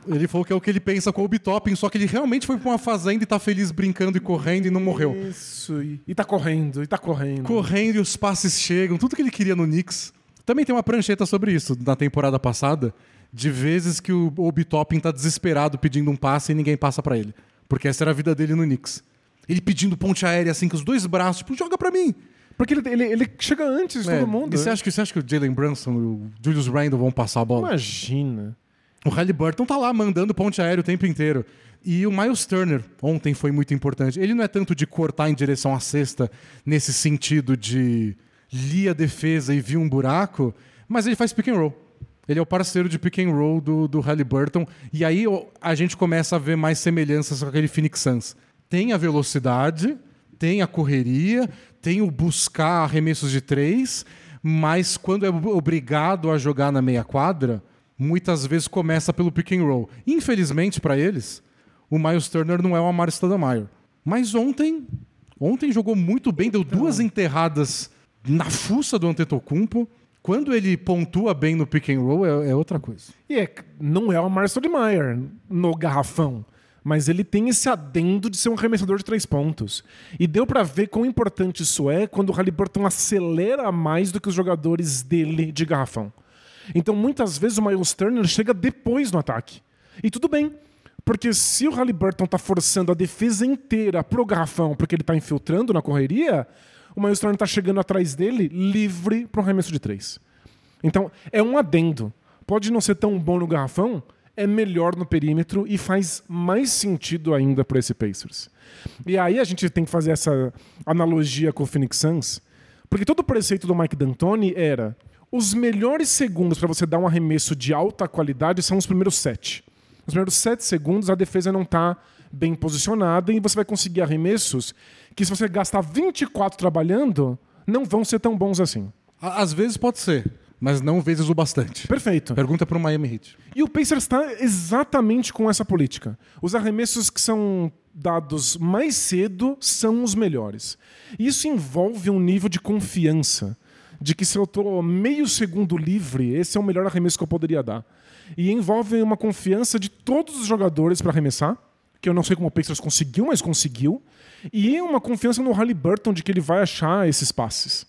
Ele falou que é o que ele pensa com o Obi Toppin, só que ele realmente foi pra uma fazenda e tá feliz brincando e correndo e não morreu. Isso, e tá correndo, e tá correndo. Correndo e os passes chegam, tudo que ele queria no Knicks. Também tem uma prancheta sobre isso na temporada passada, de vezes que o Obi Toppin tá desesperado pedindo um passe e ninguém passa pra ele. Porque essa era a vida dele no Knicks. Ele pedindo ponte aérea assim com os dois braços, tipo, joga pra mim. Porque ele chega antes de todo mundo. E você acha que o Jalen Brunson e o Julius Randle vão passar a bola? Imagina. O Haliburton tá lá mandando ponte aérea o tempo inteiro. E o Miles Turner ontem foi muito importante. Ele não é tanto de cortar em direção à cesta, nesse sentido de lia a defesa e viu um buraco, mas ele faz pick and roll. Ele é o parceiro de pick and roll do Haliburton. E aí a gente começa a ver mais semelhanças com aquele Phoenix Suns. Tem a velocidade, tem a correria, tem o buscar arremessos de 3, mas quando é obrigado a jogar na meia quadra, muitas vezes começa pelo pick and roll. Infelizmente para eles, o Miles Turner não é o Amar'e Stoudemire. Mas ontem jogou muito bem, deu 2 enterradas na fuça do Antetokounmpo. Quando ele pontua bem no pick and roll, é outra coisa. E não é o Amar'e Stoudemire no garrafão, mas ele tem esse adendo de ser um arremessador de 3 pontos. E deu pra ver quão importante isso é quando o Haliburton acelera mais do que os jogadores dele de garrafão. Então, muitas vezes, o Miles Turner chega depois no ataque. E tudo bem, porque se o Haliburton tá forçando a defesa inteira pro garrafão porque ele tá infiltrando na correria, o Miles Turner tá chegando atrás dele livre pro arremesso de 3. Então, é um adendo. Pode não ser tão bom no garrafão, é melhor no perímetro e faz mais sentido ainda para esse Pacers. E aí a gente tem que fazer essa analogia com o Phoenix Suns, porque todo o preceito do Mike D'Antoni era: os melhores segundos para você dar um arremesso de alta qualidade são os primeiros 7. Nos primeiros 7 segundos a defesa não está bem posicionada e você vai conseguir arremessos que, se você gastar 24 trabalhando, não vão ser tão bons assim. Às vezes pode ser, mas não vezes o bastante. Perfeito. Pergunta para o Miami Heat. E o Pacers está exatamente com essa política. Os arremessos que são dados mais cedo são os melhores. E isso envolve um nível de confiança, de que se eu estou meio segundo livre, esse é o melhor arremesso que eu poderia dar. E envolve uma confiança de todos os jogadores para arremessar, que eu não sei como o Pacers conseguiu, mas conseguiu. E uma confiança no Haliburton de que ele vai achar esses passes.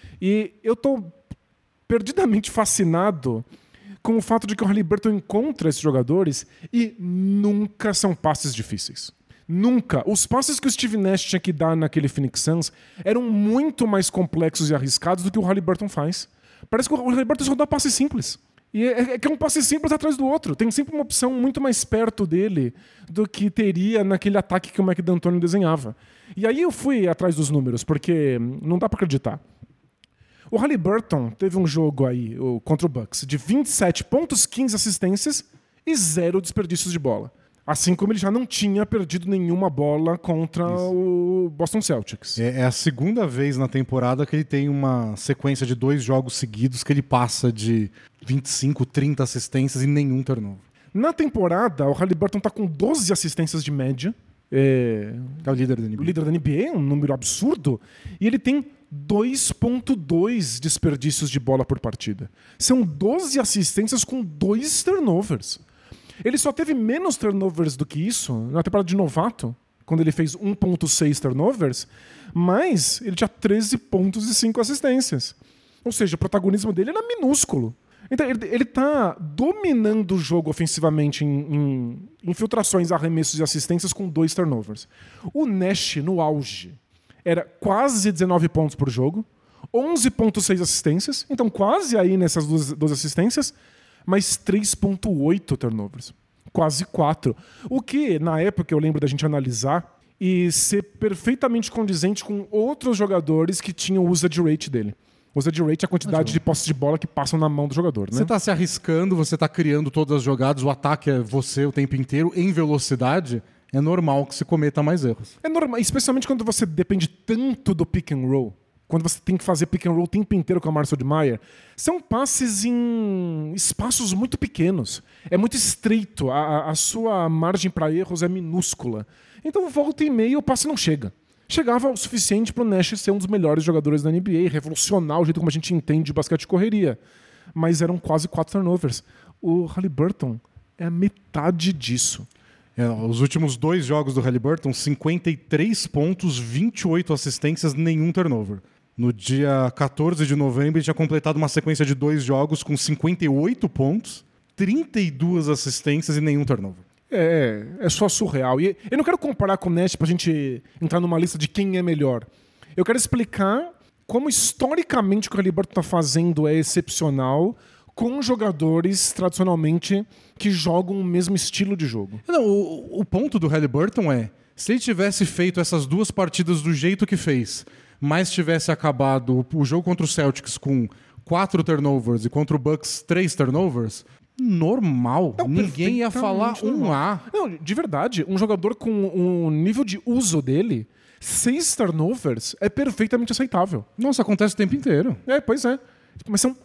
E eu estou perdidamente fascinado com o fato de que o Haliburton encontra esses jogadores e nunca são passes difíceis. Nunca. Os passes que o Steve Nash tinha que dar naquele Phoenix Suns eram muito mais complexos e arriscados do que o Haliburton faz. Parece que o Haliburton só dá passe simples. E é que é um passe simples atrás do outro. Tem sempre uma opção muito mais perto dele do que teria naquele ataque que o Mike D'Antoni desenhava. E aí eu fui atrás dos números, porque não dá pra acreditar. O Haliburton teve um jogo aí, contra o Bucks, de 27 pontos, 15 assistências e 0 desperdícios de bola. Assim como ele já não tinha perdido nenhuma bola contra o Boston Celtics. É a segunda vez na temporada que ele tem uma sequência de 2 jogos seguidos que ele passa de 25, 30 assistências e nenhum turnover. Na temporada, o Haliburton tá com 12 assistências de média. É o líder da NBA. O líder da NBA, um número absurdo. E ele tem 2,2 desperdícios de bola por partida. São 12 assistências com 2 turnovers. Ele só teve menos turnovers do que isso na temporada de novato, quando ele fez 1,6 turnovers, mas ele tinha 13 pontos e 5 assistências. Ou seja, o protagonismo dele era minúsculo. Então ele tá dominando o jogo ofensivamente em infiltrações, arremessos e assistências com 2 turnovers. O Nash, no auge, era quase 19 pontos por jogo, 11,6 assistências, então quase aí nessas duas assistências, mas 3,8 turnovers. Quase 4. O que, na época, eu lembro da gente analisar e ser perfeitamente condizente com outros jogadores que tinham o usage rate dele. O usage rate é a quantidade de posses de bola que passam na mão do jogador. Né? Você está se arriscando, você está criando todas as jogadas, o ataque é você o tempo inteiro, em velocidade, é normal que se cometa mais erros. É normal, especialmente quando você depende tanto do pick and roll. Quando você tem que fazer pick and roll o tempo inteiro com a Amar'e Stoudemire, são passes em espaços muito pequenos. É muito estreito. A sua margem para erros é minúscula. Então, volta e meia, o passe não chega. Chegava o suficiente para o Nash ser um dos melhores jogadores da NBA, revolucionar o jeito como a gente entende o basquete de correria. Mas eram quase 4 turnovers. O Haliburton É a metade disso. Os últimos 2 jogos do Haliburton, 53 pontos, 28 assistências, nenhum turnover. No dia 14 de novembro, ele tinha completado uma sequência de 2 jogos com 58 pontos, 32 assistências e nenhum turnover. É só surreal. E eu não quero comparar com o Nash pra gente entrar numa lista de quem é melhor. Eu quero explicar como historicamente o que o Haliburton tá fazendo é excepcional com jogadores, tradicionalmente, que jogam o mesmo estilo de jogo. Não, o ponto do Haliburton é, se ele tivesse feito essas 2 partidas do jeito que fez, mas tivesse acabado o jogo contra o Celtics com 4 turnovers e contra o Bucks 3 turnovers, normal. Não, ninguém ia falar normal. Não, de verdade, um jogador com o nível de uso dele, 6 turnovers é perfeitamente aceitável. Nossa, acontece o tempo inteiro. Pois é. Mas são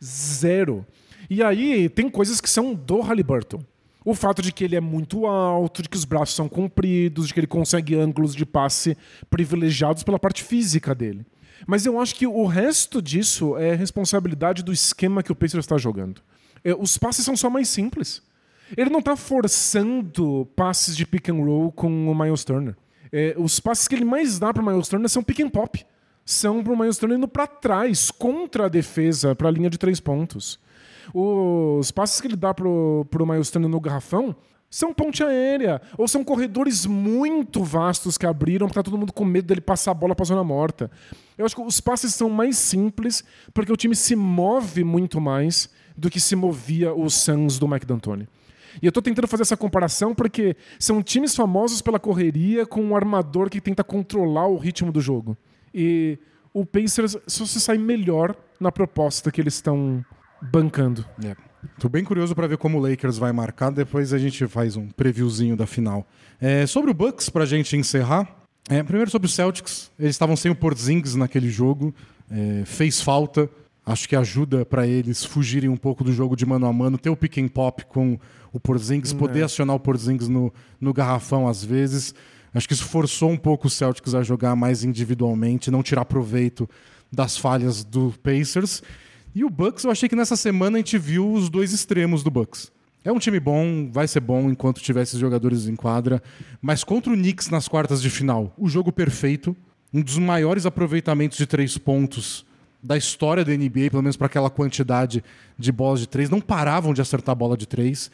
0. E aí tem coisas que são do Haliburton. O fato de que ele é muito alto, de que os braços são compridos, de que ele consegue ângulos de passe privilegiados pela parte física dele. Mas eu acho que o resto disso é responsabilidade do esquema que o Pacers está jogando. Os passes são só mais simples. Ele não está forçando passes de pick and roll com o Miles Turner. Os passes que ele mais dá para o Miles Turner são pick and pop. São para o Miles Turner indo para trás, contra a defesa, para a linha de 3 pontos. Os passes que ele dá para o Miles Turner no garrafão são ponte aérea, ou são corredores muito vastos que abriram para todo mundo com medo dele passar a bola para a zona morta. Eu acho que os passes são mais simples porque o time se move muito mais do que se movia os Suns do Mike D'Antoni. E eu tô tentando fazer essa comparação porque são times famosos pela correria com um armador que tenta controlar o ritmo do jogo. E o Pacers só se sai melhor na proposta que eles estão bancando. Tô bem curioso para ver como o Lakers vai marcar, depois a gente faz um previewzinho da final. Sobre o Bucks, pra gente encerrar, primeiro sobre o Celtics, eles estavam sem o Porzingis naquele jogo, fez falta. Acho que ajuda para eles fugirem um pouco do jogo de mano a mano, ter o pick and pop com o Porzingis, poder acionar o Porzingis no garrafão às vezes. Acho que isso forçou um pouco o Celtics a jogar mais individualmente, não tirar proveito das falhas do Pacers. E o Bucks, eu achei que nessa semana a gente viu os 2 extremos do Bucks. É um time bom, vai ser bom enquanto tiver esses jogadores em quadra, mas contra o Knicks nas quartas de final, o jogo perfeito, um dos maiores aproveitamentos de 3 pontos da história da NBA, pelo menos para aquela quantidade de bolas de 3, não paravam de acertar a bola de 3.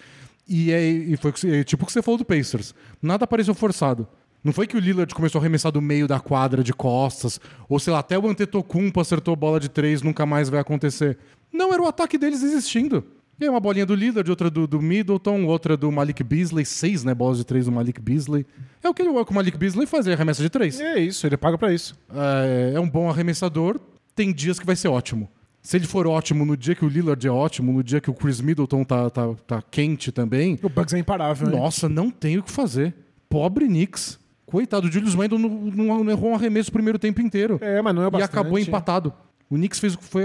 E foi tipo o que você falou do Pacers. Nada pareceu forçado. Não foi que o Lillard começou a arremessar do meio da quadra de costas, ou sei lá, até o Antetokounmpo acertou bola de 3, nunca mais vai acontecer. Não, era o ataque deles existindo. E aí uma bolinha do Lillard, outra do Middleton, outra do Malik Beasley, 6, né, bolas de 3 do Malik Beasley. É o que o Malik Beasley faz, arremessa de 3. É isso, ele paga pra isso. É um bom arremessador, tem dias que vai ser ótimo. Se ele for ótimo no dia que o Lillard é ótimo, no dia que o Chris Middleton tá quente também... O Bucks é imparável, né? Nossa, não tem o que fazer. Pobre Knicks. Coitado, o Julius Randle não errou um arremesso o primeiro tempo inteiro. Mas não é bastante. E acabou empatado. O Knicks foi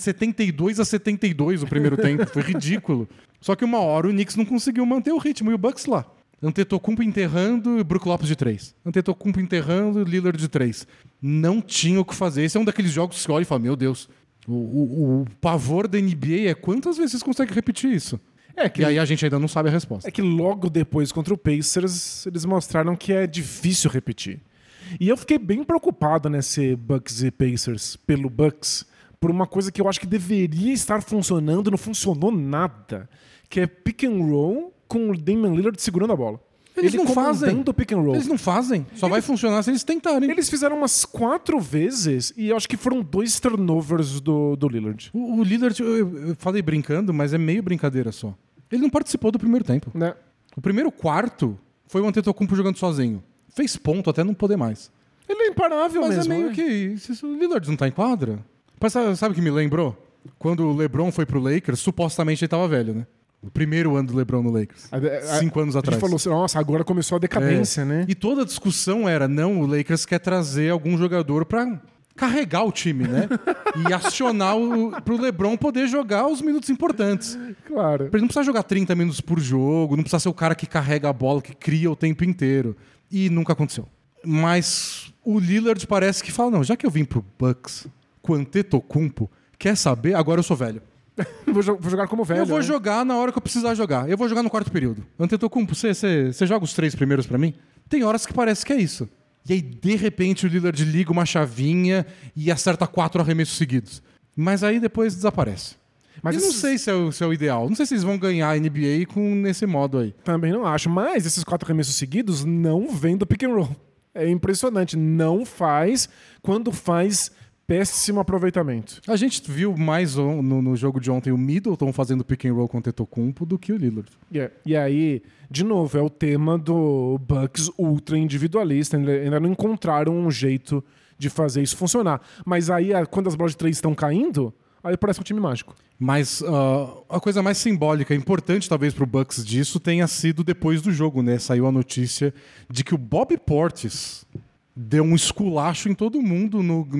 72-72 o primeiro tempo. Foi ridículo. Só que uma hora o Knicks não conseguiu manter o ritmo. E o Bucks lá. Antetokounmpo enterrando e Brook Lopes de 3. Antetokounmpo enterrando e Lillard de 3. Não tinha o que fazer. Esse é um daqueles jogos que você olha e fala, meu Deus, o pavor da NBA é quantas vezes vocês conseguem repetir isso? E aí a gente ainda não sabe a resposta. É que logo depois contra o Pacers, eles mostraram que é difícil repetir. E eu fiquei bem preocupado nesse Bucks e Pacers, pelo Bucks, por uma coisa que eu acho que deveria estar funcionando e não funcionou nada, que é pick and roll com o Damian Lillard segurando a bola. Eles não fazem. O pick and roll. Eles não fazem. Só vai funcionar se eles tentarem. Eles fizeram umas 4 vezes e eu acho que foram 2 turnovers do Lillard. O Lillard, eu falei brincando, mas é meio brincadeira só. Ele não participou do primeiro tempo. Né? O primeiro quarto foi o Antetokounmpo jogando sozinho. Fez ponto até não poder mais. Ele é imparável mas mesmo. Mas é meio que... O Lillard não tá em quadra? Mas sabe o que me lembrou? Quando o LeBron foi pro Lakers, supostamente ele tava velho, né? O primeiro ano do LeBron no Lakers. 5 anos atrás. A gente falou assim, nossa, agora começou a decadência, né? E toda a discussão era, não, o Lakers quer trazer algum jogador pra carregar o time, né? E acionar pro LeBron poder jogar os minutos importantes. Claro. Ele não precisa jogar 30 minutos por jogo, não precisa ser o cara que carrega a bola, que cria o tempo inteiro. E nunca aconteceu. Mas o Lillard parece que fala, não, já que eu vim pro Bucks com o Antetokounmpo, quer saber? Agora eu sou velho. Vou jogar como velho. Eu vou jogar na hora que eu precisar jogar. Eu vou jogar no quarto período. Antetokounmpo, você joga os 3 primeiros pra mim? Tem horas que parece que é isso. E aí, de repente, o Lillard liga uma chavinha e acerta 4 arremessos seguidos. Mas aí depois desaparece. Mas eu não sei se é o ideal. Não sei se eles vão ganhar a NBA nesse modo aí. Também não acho. Mas esses 4 arremessos seguidos não vêm do pick and roll. É impressionante. Não faz. Quando faz, péssimo aproveitamento. A gente viu mais no jogo de ontem o Middleton fazendo pick and roll com o Antetokounmpo do que o Lillard. E aí, de novo, é o tema do Bucks ultra individualista. Ainda não encontraram um jeito de fazer isso funcionar. Mas aí, quando as bolas de 3 estão caindo, aí parece um time mágico. Mas a coisa mais simbólica, importante talvez pro Bucks disso, tenha sido depois do jogo, né? Saiu a notícia de que o Bobby Portis deu um esculacho em todo mundo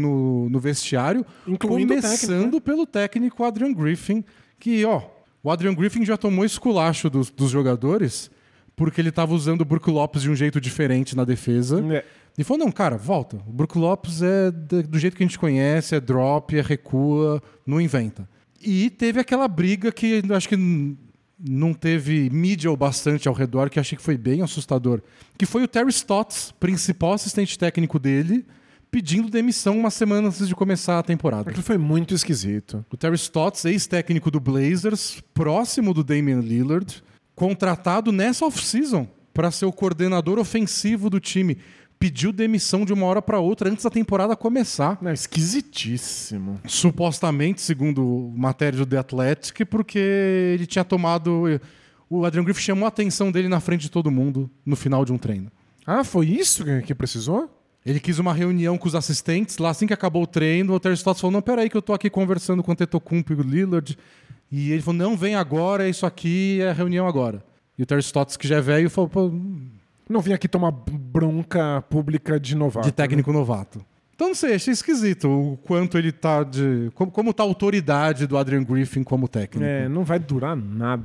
no vestiário, incluindo começando o técnico, né? pelo técnico Adrian Griffin, que, o Adrian Griffin já tomou esculacho dos jogadores porque ele estava usando o Brook Lopes de um jeito diferente na defesa. E falou, não, cara, volta. O Brook Lopes é do jeito que a gente conhece, é drop, é recua, não inventa. E teve aquela briga que acho que não teve mídia o bastante ao redor, que achei que foi bem assustador, que foi o Terry Stotts, principal assistente técnico dele, pedindo demissão uma semana antes de começar a temporada. Aquilo foi muito esquisito. O Terry Stotts, ex-técnico do Blazers, próximo do Damian Lillard, contratado nessa off-season para ser o coordenador ofensivo do time, pediu demissão de uma hora para outra antes da temporada começar. Não, esquisitíssimo. Supostamente, segundo matéria do The Athletic, porque ele tinha tomado... O Adrian Griffin chamou a atenção dele na frente de todo mundo no final de um treino. Ah, foi isso que precisou? Ele quis uma reunião com os assistentes, lá assim que acabou o treino, o Terry Stotts falou, não, peraí que eu tô aqui conversando com o Antetokounmpo e o Lillard. E ele falou, não, vem agora, isso aqui é a reunião agora. E o Terry Stotts, que já é velho, falou, pô... Não vim aqui tomar bronca pública de novato. De técnico novato. Então, não sei, achei esquisito o quanto ele tá de... Como tá a autoridade do Adrian Griffin como técnico. Não vai durar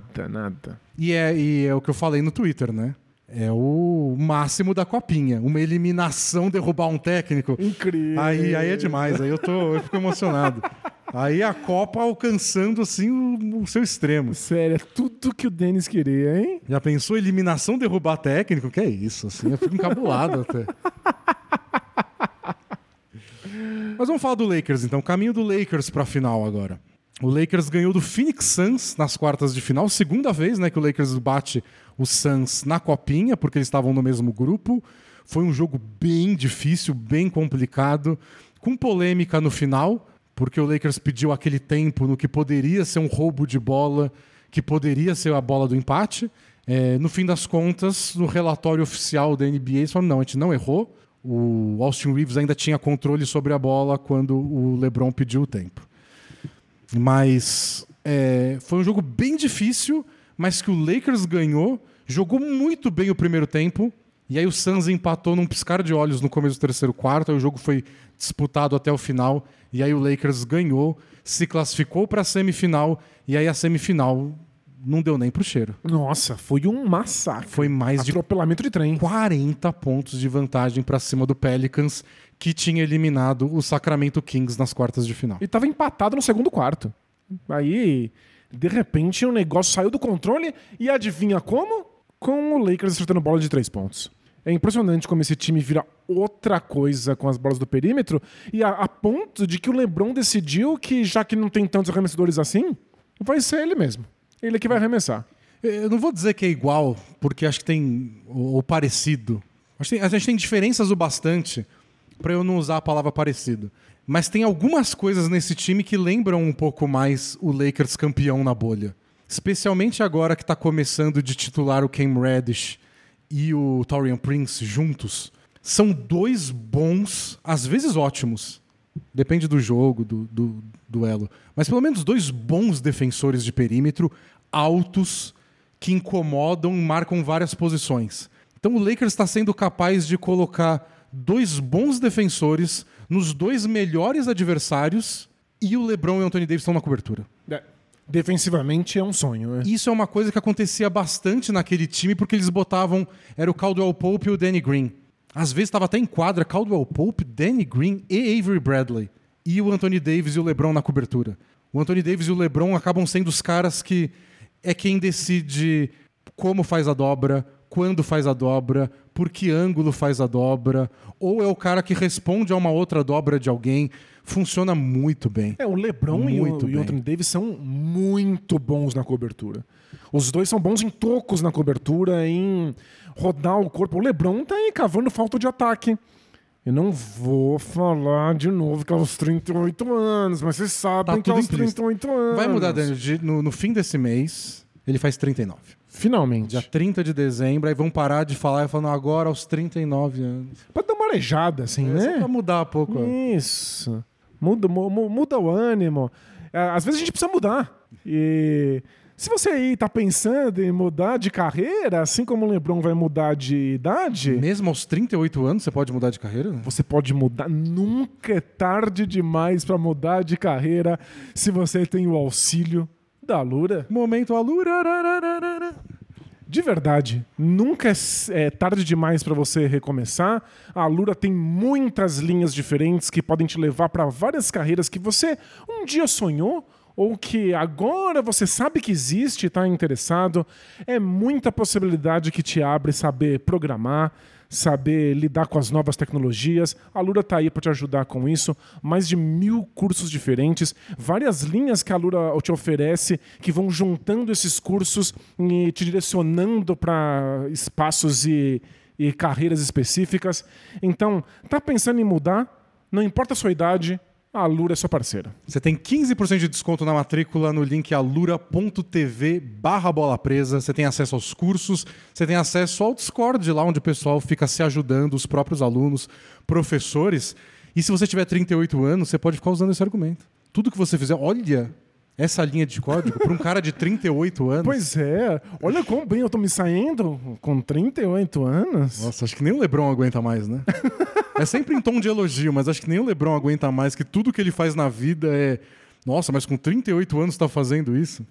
nada. E é o que eu falei no Twitter, né? É o máximo da copinha. Uma eliminação, derrubar um técnico. Incrível. Aí é demais, aí eu fico emocionado. Aí a Copa alcançando, assim, o seu extremo. Sério, é tudo que o Dennis queria, hein? Já pensou eliminação, derrubar técnico? Que é isso, assim, eu fico encabulado até. Mas vamos falar do Lakers, então. Caminho do Lakers pra final agora. O Lakers ganhou do Phoenix Suns nas quartas de final. Segunda vez, né, que o Lakers bate o Suns na copinha, porque eles estavam no mesmo grupo. Foi um jogo bem difícil, bem complicado, com polêmica no final, porque o Lakers pediu aquele tempo no que poderia ser um roubo de bola, que poderia ser a bola do empate. No fim das contas, no relatório oficial da NBA, eles falaram, não, a gente não errou. O Austin Reeves ainda tinha controle sobre a bola quando o LeBron pediu o tempo. Mas foi um jogo bem difícil, mas que o Lakers ganhou, jogou muito bem o primeiro tempo, e aí o Suns empatou num piscar de olhos no começo do terceiro quarto, aí o jogo foi disputado até o final, e aí o Lakers ganhou, se classificou para a semifinal, e aí a semifinal não deu nem pro cheiro. Nossa, foi um massacre. Foi mais de atropelamento de trem. 40 pontos de vantagem para cima do Pelicans, que tinha eliminado o Sacramento Kings nas quartas de final. E tava empatado no segundo quarto. Aí, de repente, o negócio saiu do controle e adivinha como? Com o Lakers acertando bola de 3 pontos. É impressionante como esse time vira outra coisa com as bolas do perímetro e a ponto de que o LeBron decidiu que, já que não tem tantos arremessadores assim, vai ser ele mesmo. Ele que vai arremessar. Eu não vou dizer que é igual, porque acho que tem ou parecido. A gente tem diferenças o bastante para eu não usar a palavra parecido. Mas tem algumas coisas nesse time que lembram um pouco mais o Lakers campeão na bolha. Especialmente agora que está começando de titular o Cam Reddish e o Taurean Prince juntos. São 2 bons, às vezes ótimos. Depende do jogo, do duelo. Mas pelo menos 2 bons defensores de perímetro, altos, que incomodam e marcam várias posições. Então o Lakers está sendo capaz de colocar 2 bons defensores nos 2 melhores adversários e o LeBron e o Anthony Davis estão na cobertura. Defensivamente é um sonho, né? Isso é uma coisa que acontecia bastante naquele time, porque eles botavam... Era o Caldwell Pope e o Danny Green. Às vezes estava até em quadra Caldwell Pope, Danny Green e Avery Bradley. E o Anthony Davis e o LeBron na cobertura. O Anthony Davis e o LeBron acabam sendo os caras que é quem decide como faz a dobra, quando faz a dobra, por que ângulo faz a dobra, ou é o cara que responde a uma outra dobra de alguém. Funciona muito bem. O LeBron e o Anthony Davis são muito bons na cobertura. Os dois são bons em tocos na cobertura, em rodar o corpo. O LeBron tá aí cavando falta de ataque. Eu não vou falar de novo que é aos 38 anos, mas vocês sabem que é aos 38 anos. Vai mudar, Daniel. No fim desse mês, ele faz 39. Finalmente. Dia 30 de dezembro, aí vão parar de falar e falando agora aos 39 anos. Pra dar uma arejada, assim, né? Pra mudar um pouco. Isso. Muda o ânimo. Às vezes a gente precisa mudar. E se você aí tá pensando em mudar de carreira, assim como o LeBron vai mudar de idade... Mesmo aos 38 anos você pode mudar de carreira? Você pode mudar. Nunca é tarde demais pra mudar de carreira se você tem o auxílio da Alura. Momento Alura. De verdade, nunca é tarde demais para você recomeçar. A Alura tem muitas linhas diferentes que podem te levar para várias carreiras que você um dia sonhou ou que agora você sabe que existe e está interessado. É muita possibilidade que te abre saber programar, saber lidar com as novas tecnologias. A Alura está aí para te ajudar com isso. Mais de 1000 cursos diferentes, várias linhas que a Alura te oferece que vão juntando esses cursos e te direcionando para espaços e carreiras específicas. Então, tá pensando em mudar? Não importa a sua idade, a Alura é sua parceira. Você tem 15% de desconto na matrícula no link alura.tv/bola presa. Você tem acesso aos cursos, você tem acesso ao Discord, lá onde o pessoal fica se ajudando, os próprios alunos, professores. E se você tiver 38 anos, você pode ficar usando esse argumento. Tudo que você fizer, olha essa linha de código para um cara de 38 anos. Pois é, olha quão bem eu tô me saindo com 38 anos. Nossa, acho que nem o LeBron aguenta mais, né? É sempre em tom de elogio, mas acho que nem o LeBron aguenta mais, que tudo que ele faz na vida é... Nossa, mas com 38 anos tá fazendo isso?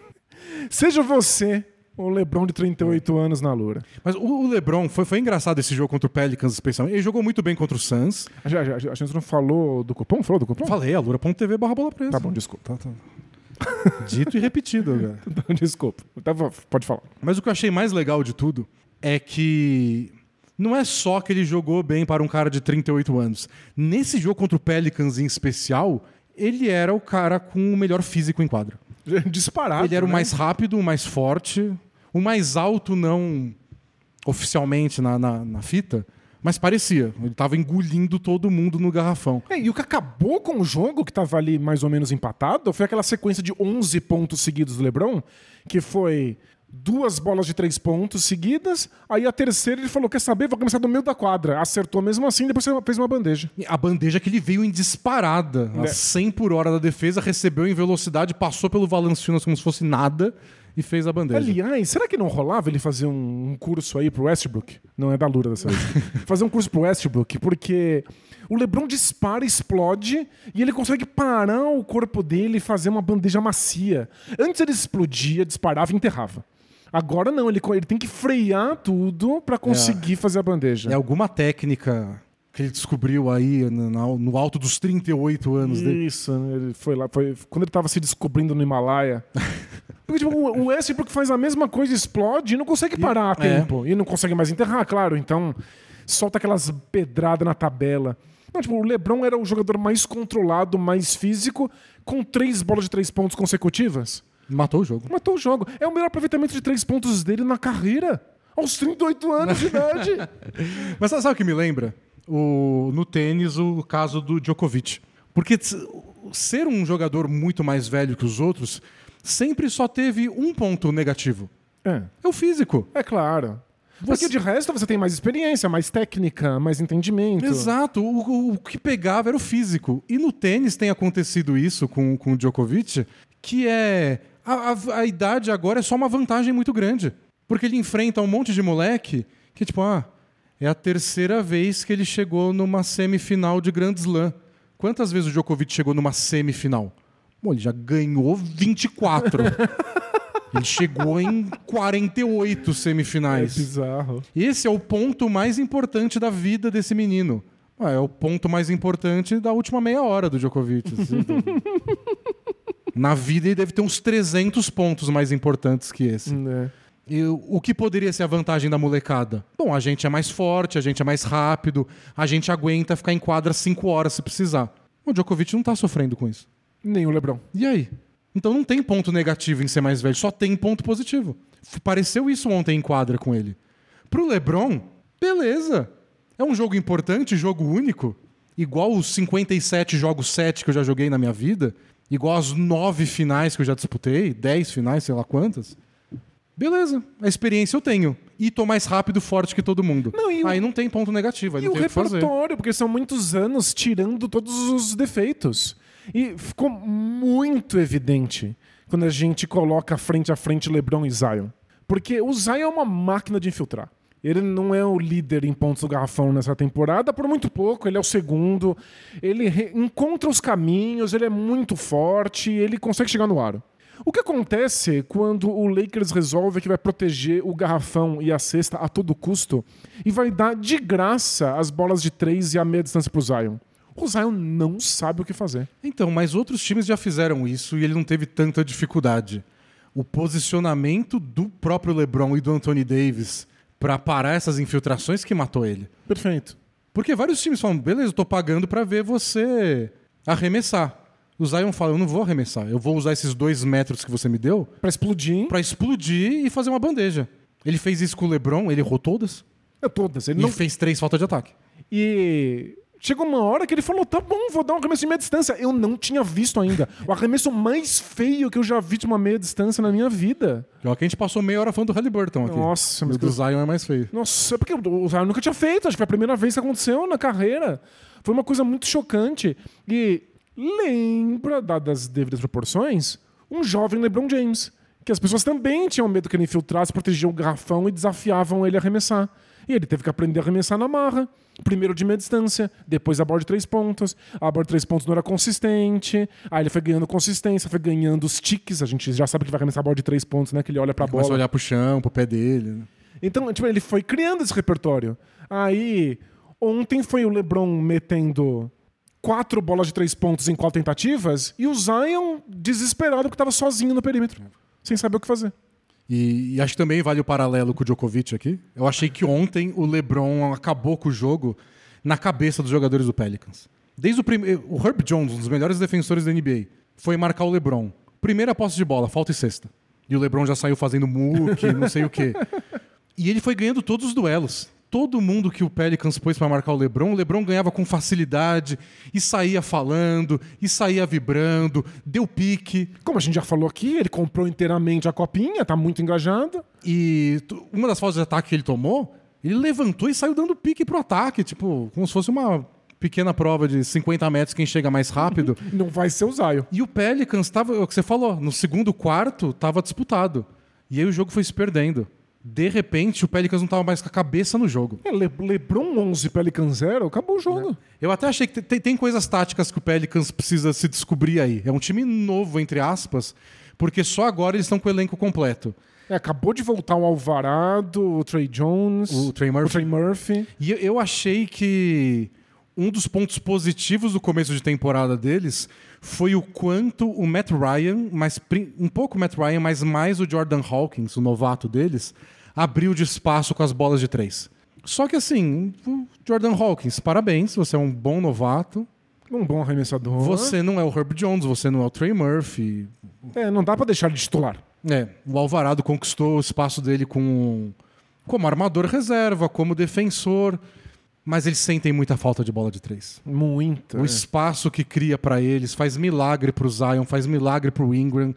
Seja você o LeBron de 38 anos na Alura. Mas o LeBron, foi engraçado esse jogo contra o Pelicans, especialmente. Ele jogou muito bem contra o Suns. A gente não falou do cupom? Falou do cupom? Falei, alura.tv/bola presa. Tá bom, desculpa. Tá. Dito e repetido, cara. Desculpa. Pode falar. Mas o que eu achei mais legal de tudo é que não é só que ele jogou bem para um cara de 38 anos. Nesse jogo contra o Pelicans em especial, ele era o cara com o melhor físico em quadra. Disparado. Ele era o mais rápido, o mais forte, o mais alto, não oficialmente na fita, mas parecia. Ele estava engolindo todo mundo no garrafão. E o que acabou com o jogo, que estava ali mais ou menos empatado, foi aquela sequência de 11 pontos seguidos do LeBron, que foi 2 bolas de 3 pontos seguidas, aí a terceira ele falou, quer saber, vou começar do meio da quadra. Acertou mesmo assim, depois fez uma bandeja. A bandeja que ele veio em disparada, a 100 por hora da defesa, recebeu em velocidade, passou pelo Valanciunas como se fosse nada e fez a bandeja. Aliás, será que não rolava ele fazer um curso aí pro Westbrook? Não é da Alura dessa vez. Fazer um curso pro Westbrook, porque o LeBron dispara, explode e ele consegue parar o corpo dele e fazer uma bandeja macia. Antes ele explodia, disparava e enterrava. Agora não, ele tem que frear tudo pra conseguir fazer a bandeja. É alguma técnica que ele descobriu aí no alto dos 38 anos dele. Isso, ele foi lá, quando ele tava se descobrindo no Himalaia. Porque tipo, o Westbrook faz a mesma coisa, explode e não consegue parar a tempo. E não consegue mais enterrar, claro. Então, solta aquelas pedradas na tabela. Não, tipo, o LeBron era o jogador mais controlado, mais físico, com 3 bolas de 3 pontos consecutivas. Matou o jogo. Matou o jogo. É o melhor aproveitamento de 3 pontos dele na carreira. Aos 38 anos de idade. Mas sabe o que me lembra? No tênis, o caso do Djokovic. Porque ser um jogador muito mais velho que os outros sempre só teve um ponto negativo. É o físico. É claro. Porque de resto você tem mais experiência, mais técnica, mais entendimento. Exato. O que pegava era o físico. E no tênis tem acontecido isso com o Djokovic, que é... A idade agora é só uma vantagem muito grande. Porque ele enfrenta um monte de moleque que, tipo, é a terceira vez que ele chegou numa semifinal de Grand Slam. Quantas vezes o Djokovic chegou numa semifinal? Bom, ele já ganhou 24. Ele chegou em 48 semifinais. É bizarro. Esse é o ponto mais importante da vida desse menino. É o ponto mais importante da última meia hora do Djokovic. Na vida ele deve ter uns 300 pontos mais importantes que esse. E o que poderia ser a vantagem da molecada? Bom, a gente é mais forte, a gente é mais rápido, a gente aguenta ficar em quadra 5 horas se precisar. O Djokovic não tá sofrendo com isso. Nem o LeBron. E aí? Então não tem ponto negativo em ser mais velho, só tem ponto positivo. Pareceu isso ontem em quadra com ele. Pro LeBron, beleza. É um jogo importante, jogo único. Igual os 57 jogos 7 que eu já joguei na minha vida. Igual as 9 finais que eu já disputei. 10 finais, sei lá quantas. Beleza, a experiência eu tenho. E tô mais rápido e forte que todo mundo. Aí não tem ponto negativo, aí e não o tem o que fazer. repertório, porque são muitos anos tirando todos os defeitos. E ficou muito evidente quando a gente coloca frente a frente LeBron e Zion. Porque o Zion é uma máquina de infiltrar. Ele não é o líder em pontos do garrafão nessa temporada, por muito pouco, ele é o segundo. Ele encontra os caminhos, ele é muito forte, ele consegue chegar no aro. O que acontece quando o Lakers resolve que vai proteger o garrafão e a cesta a todo custo e vai dar de graça as bolas de 3 e a meia distância pro Zion? O Zion não sabe o que fazer. Então, mas outros times já fizeram isso e ele não teve tanta dificuldade. O posicionamento do próprio LeBron e do Anthony Davis para parar essas infiltrações que matou ele. Perfeito. Porque vários times falam, beleza, eu tô pagando para ver você arremessar. O Zion fala, eu não vou arremessar, eu vou usar esses 2 metros que você me deu Pra explodir e fazer uma bandeja. Ele fez isso com o LeBron, ele errou todas. Todas. Ele E não fez 3 faltas de ataque. E chegou uma hora que ele falou, tá bom, vou dar um arremesso de meia distância. Eu não tinha visto ainda. O arremesso mais feio que eu já vi de uma meia distância na minha vida. Ó, que a gente passou meia hora falando do Halliburton aqui. Nossa, mas o do Zion é mais feio. Nossa, porque o Zion nunca tinha feito. Acho que foi a primeira vez que aconteceu na carreira. Foi uma coisa muito chocante. E lembra, dadas as devidas proporções, um jovem LeBron James. Que as pessoas também tinham medo que ele infiltrasse, protegiam o garrafão e desafiavam ele a arremessar. E ele teve que aprender a arremessar na marra. Primeiro de meia distância, depois a bola de 3 pontos. A bola de 3 pontos não era consistente. Aí ele foi ganhando consistência, foi ganhando os tiques. A gente já sabe que vai arremessar a bola de 3 pontos, né? Que ele olha pra bola. Começa a olhar pro chão, pro pé dele. Né? Então, tipo, ele foi criando esse repertório. Aí, ontem foi o LeBron metendo 4 bolas de 3 pontos em 4 tentativas e o Zion desesperado porque estava sozinho no perímetro, sem saber o que fazer. E acho que também vale o paralelo com o Djokovic aqui. Eu achei que ontem o LeBron acabou com o jogo na cabeça dos jogadores do Pelicans. Desde o Herb Jones, um dos melhores defensores da NBA, foi marcar o LeBron. Primeira posse de bola, falta e cesta. E o LeBron já saiu fazendo muque, não sei o quê. E ele foi ganhando todos os duelos. Todo mundo que o Pelicans pôs para marcar o LeBron ganhava com facilidade e saía falando, e saía vibrando, deu pique. Como a gente já falou aqui, ele comprou inteiramente a copinha, tá muito engajado. E uma das faltas de ataque que ele tomou, ele levantou e saiu dando pique pro ataque, tipo, como se fosse uma pequena prova de 50 metros, quem chega mais rápido. Não vai ser o Zion. E o Pelicans tava, o que você falou, no segundo quarto tava disputado. E aí o jogo foi se perdendo. De repente, o Pelicans não estava mais com a cabeça no jogo. LeBron 11, Pelicans 0, acabou o jogo. Eu até achei que tem coisas táticas que o Pelicans precisa se descobrir aí. É um time novo, entre aspas, porque só agora eles estão com o elenco completo. Acabou de voltar o Alvarado, o Trey Jones, o Trey Murphy. E eu achei que um dos pontos positivos do começo de temporada deles foi o quanto o Matt Ryan, um pouco o Matt Ryan, mas mais o Jordan Hawkins, o novato deles, abriu de espaço com as bolas de 3. Só que assim, o Jordan Hawkins, parabéns, você é um bom novato. Um bom arremessador. Você não é o Herb Jones, você não é o Trey Murphy. Não dá pra deixar de titular. O Alvarado conquistou o espaço dele como armador reserva, como defensor. Mas eles sentem muita falta de bola de 3. Muita. O espaço que cria para eles faz milagre pro Zion, faz milagre pro Ingram.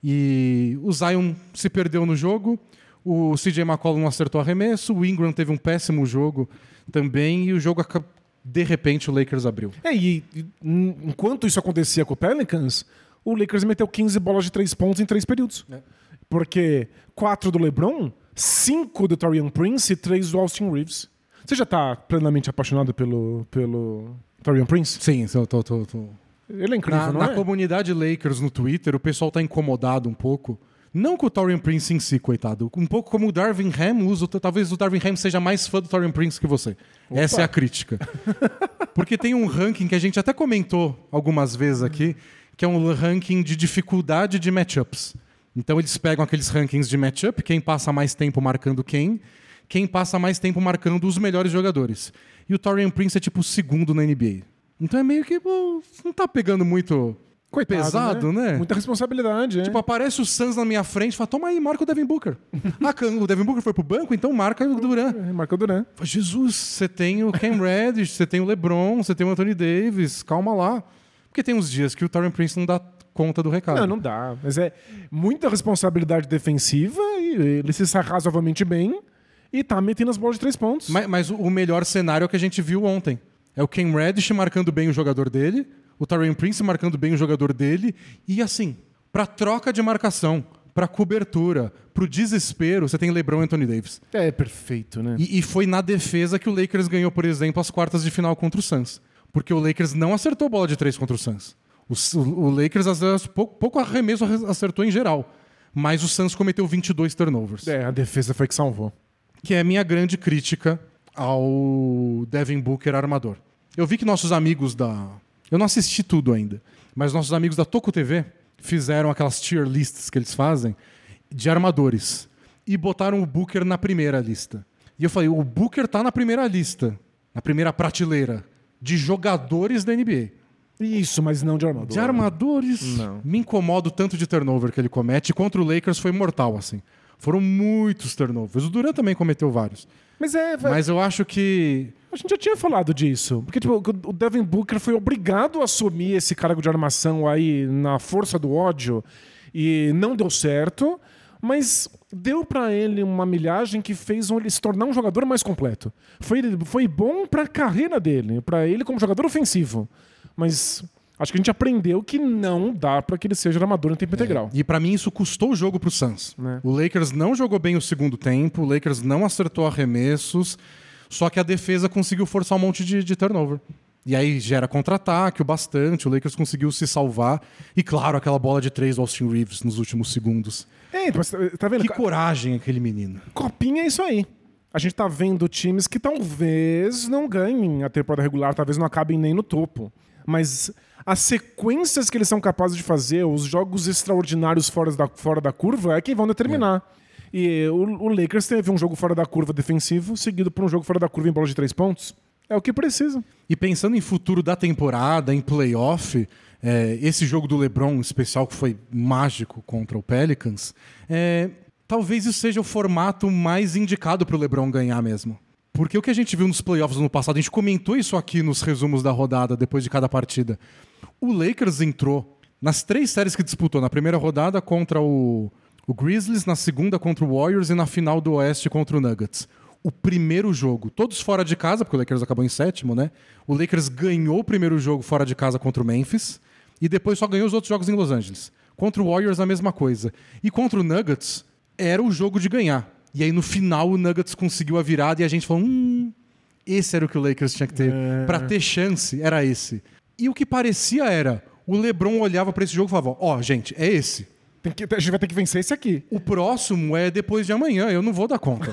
E o Zion se perdeu no jogo, o CJ McCollum não acertou arremesso, o Ingram teve um péssimo jogo também, e o jogo, de repente, o Lakers abriu. E enquanto isso acontecia com o Pelicans, o Lakers meteu 15 bolas de 3 pontos em 3 períodos. Porque 4 do LeBron, 5 do Taurean Prince e 3 do Austin Reeves. Você já tá plenamente apaixonado pelo Taurean Prince? Sim, eu tô. Ele é incrível, não é? Na comunidade Lakers no Twitter, o pessoal tá incomodado um pouco. Não com o Taurean Prince em si, coitado. Um pouco como o Darvin Ham usa. Talvez o Darvin Ham seja mais fã do Taurean Prince que você. Opa. Essa é a crítica. Porque tem um ranking que a gente até comentou algumas vezes aqui, que é um ranking de dificuldade de matchups. Então eles pegam aqueles rankings de matchup, quem passa mais tempo marcando quem passa mais tempo marcando os melhores jogadores. E o Taurean Prince é tipo o segundo na NBA. Então é meio que, não tá pegando muito Coitado, pesado, né? Muita responsabilidade, Tipo, aparece o Suns na minha frente e fala, toma aí, marca o Devin Booker. O Devin Booker foi pro banco, então marca o Durant. Marca o Durant. Jesus, você tem o Cam Reddish, você tem o LeBron, você tem o Anthony Davis, calma lá. Porque tem uns dias que o Taurean Prince não dá conta do recado. Não dá. Mas é muita responsabilidade defensiva e ele se sai razoavelmente bem e tá metendo as bolas de 3 pontos. Mas o melhor cenário é o que a gente viu ontem. É o Cam Reddish marcando bem o jogador dele, o Taurean Prince marcando bem o jogador dele, e assim, pra troca de marcação, pra cobertura, pro desespero, você tem LeBron e Anthony Davis. É perfeito, né? E foi na defesa que o Lakers ganhou, por exemplo, as quartas de final contra o Suns. Porque o Lakers não acertou bola de 3 contra o Suns. O Lakers pouco arremesso acertou em geral. Mas o Suns cometeu 22 turnovers. A defesa foi que salvou. Que é a minha grande crítica ao Devin Booker armador. Eu vi que nossos amigos da... Eu não assisti tudo ainda, mas nossos amigos da Toco TV fizeram aquelas tier lists que eles fazem de armadores e botaram o Booker na primeira lista. E eu falei, o Booker tá na primeira lista, na primeira prateleira de jogadores da NBA. Isso, mas não de armador. De armadores, não. Me incomoda o tanto de turnover que ele comete. Contra o Lakers foi mortal, assim. Foram muitos turnovers. O Durant também cometeu vários. Mas eu acho que... A gente já tinha falado disso. Porque tipo, o Devin Booker foi obrigado a assumir esse cargo de armação aí na força do ódio e não deu certo, mas deu pra ele uma milhagem que fez ele se tornar um jogador mais completo. Foi bom pra carreira dele, pra ele como jogador ofensivo. Mas acho que a gente aprendeu que não dá pra que ele seja armador em tempo integral. E pra mim isso custou o jogo pro Suns. O Lakers não jogou bem o segundo tempo, o Lakers não acertou arremessos, só que a defesa conseguiu forçar um monte de turnover. E aí gera contra-ataque o bastante, o Lakers conseguiu se salvar. E claro, aquela bola de 3 do Austin Reeves nos últimos segundos. Mas tá vendo? Que coragem aquele menino. Copinha é isso aí. A gente tá vendo times que talvez não ganhem a temporada regular, talvez não acabem nem no topo. Mas as sequências que eles são capazes de fazer, os jogos extraordinários fora da curva, é quem vão determinar. E o Lakers teve um jogo fora da curva defensivo, seguido por um jogo fora da curva em bola de 3 pontos. É o que precisa. E pensando em futuro da temporada, em playoff, esse jogo do LeBron especial que foi mágico contra o Pelicans, talvez isso seja o formato mais indicado para o LeBron ganhar mesmo. Porque o que a gente viu nos playoffs no passado, a gente comentou isso aqui nos resumos da rodada, depois de cada partida. O Lakers entrou nas 3 séries que disputou, na primeira rodada contra o Grizzlies, na segunda contra o Warriors e na final do Oeste contra o Nuggets. O primeiro jogo, todos fora de casa, porque o Lakers acabou em 7º, né? O Lakers ganhou o primeiro jogo fora de casa contra o Memphis e depois só ganhou os outros jogos em Los Angeles. Contra o Warriors, a mesma coisa. E contra o Nuggets, era o jogo de ganhar. E aí, no final, o Nuggets conseguiu a virada e a gente falou, esse era o que o Lakers tinha que ter. Pra ter chance, era esse. E o que parecia era, o LeBron olhava pra esse jogo e falava, gente, é esse. A gente vai ter que vencer esse aqui. O próximo é depois de amanhã, eu não vou dar conta.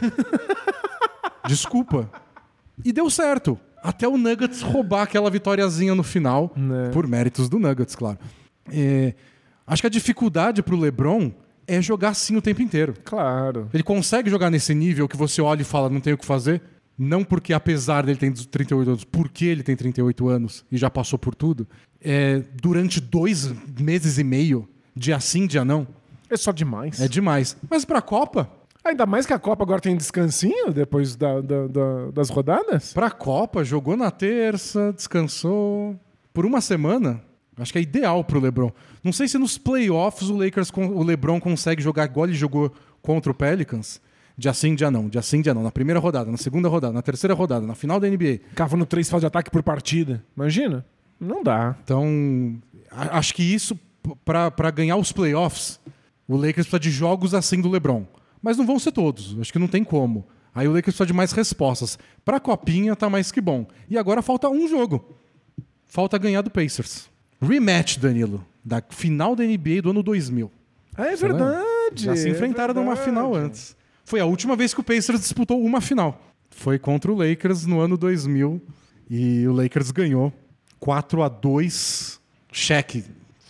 Desculpa. E deu certo. Até o Nuggets roubar aquela vitóriazinha no final, por méritos do Nuggets, claro. Acho que a dificuldade pro LeBron é jogar assim o tempo inteiro. Claro. Ele consegue jogar nesse nível que você olha e fala, não tem o que fazer? Não porque, apesar dele ter 38 anos, porque ele tem 38 anos e já passou por tudo, durante 2 meses e meio, dia sim, dia não. É só demais. É demais. Mas pra Copa... Ainda mais que a Copa agora tem descansinho depois das rodadas. Pra Copa, jogou na terça, descansou por uma semana. Acho que é ideal pro LeBron. Não sei se nos playoffs o LeBron consegue jogar igual ele jogou contra o Pelicans. Dia sim, dia não. Dia sim, dia não. Na primeira rodada, na segunda rodada, na terceira rodada, na final da NBA. Cavando 3 fases de ataque por partida. Imagina? Não dá. Então, acho que isso, pra ganhar os playoffs, o Lakers precisa de jogos assim do LeBron. Mas não vão ser todos. Acho que não tem como. Aí o Lakers precisa de mais respostas. Pra Copinha tá mais que bom. E agora falta um jogo. Falta ganhar do Pacers. Rematch, Danilo, da final da NBA do ano 2000. É verdade. Já se enfrentaram numa final antes. Foi a última vez que o Pacers disputou uma final. Foi contra o Lakers no ano 2000 e o Lakers ganhou 4-2. Shaq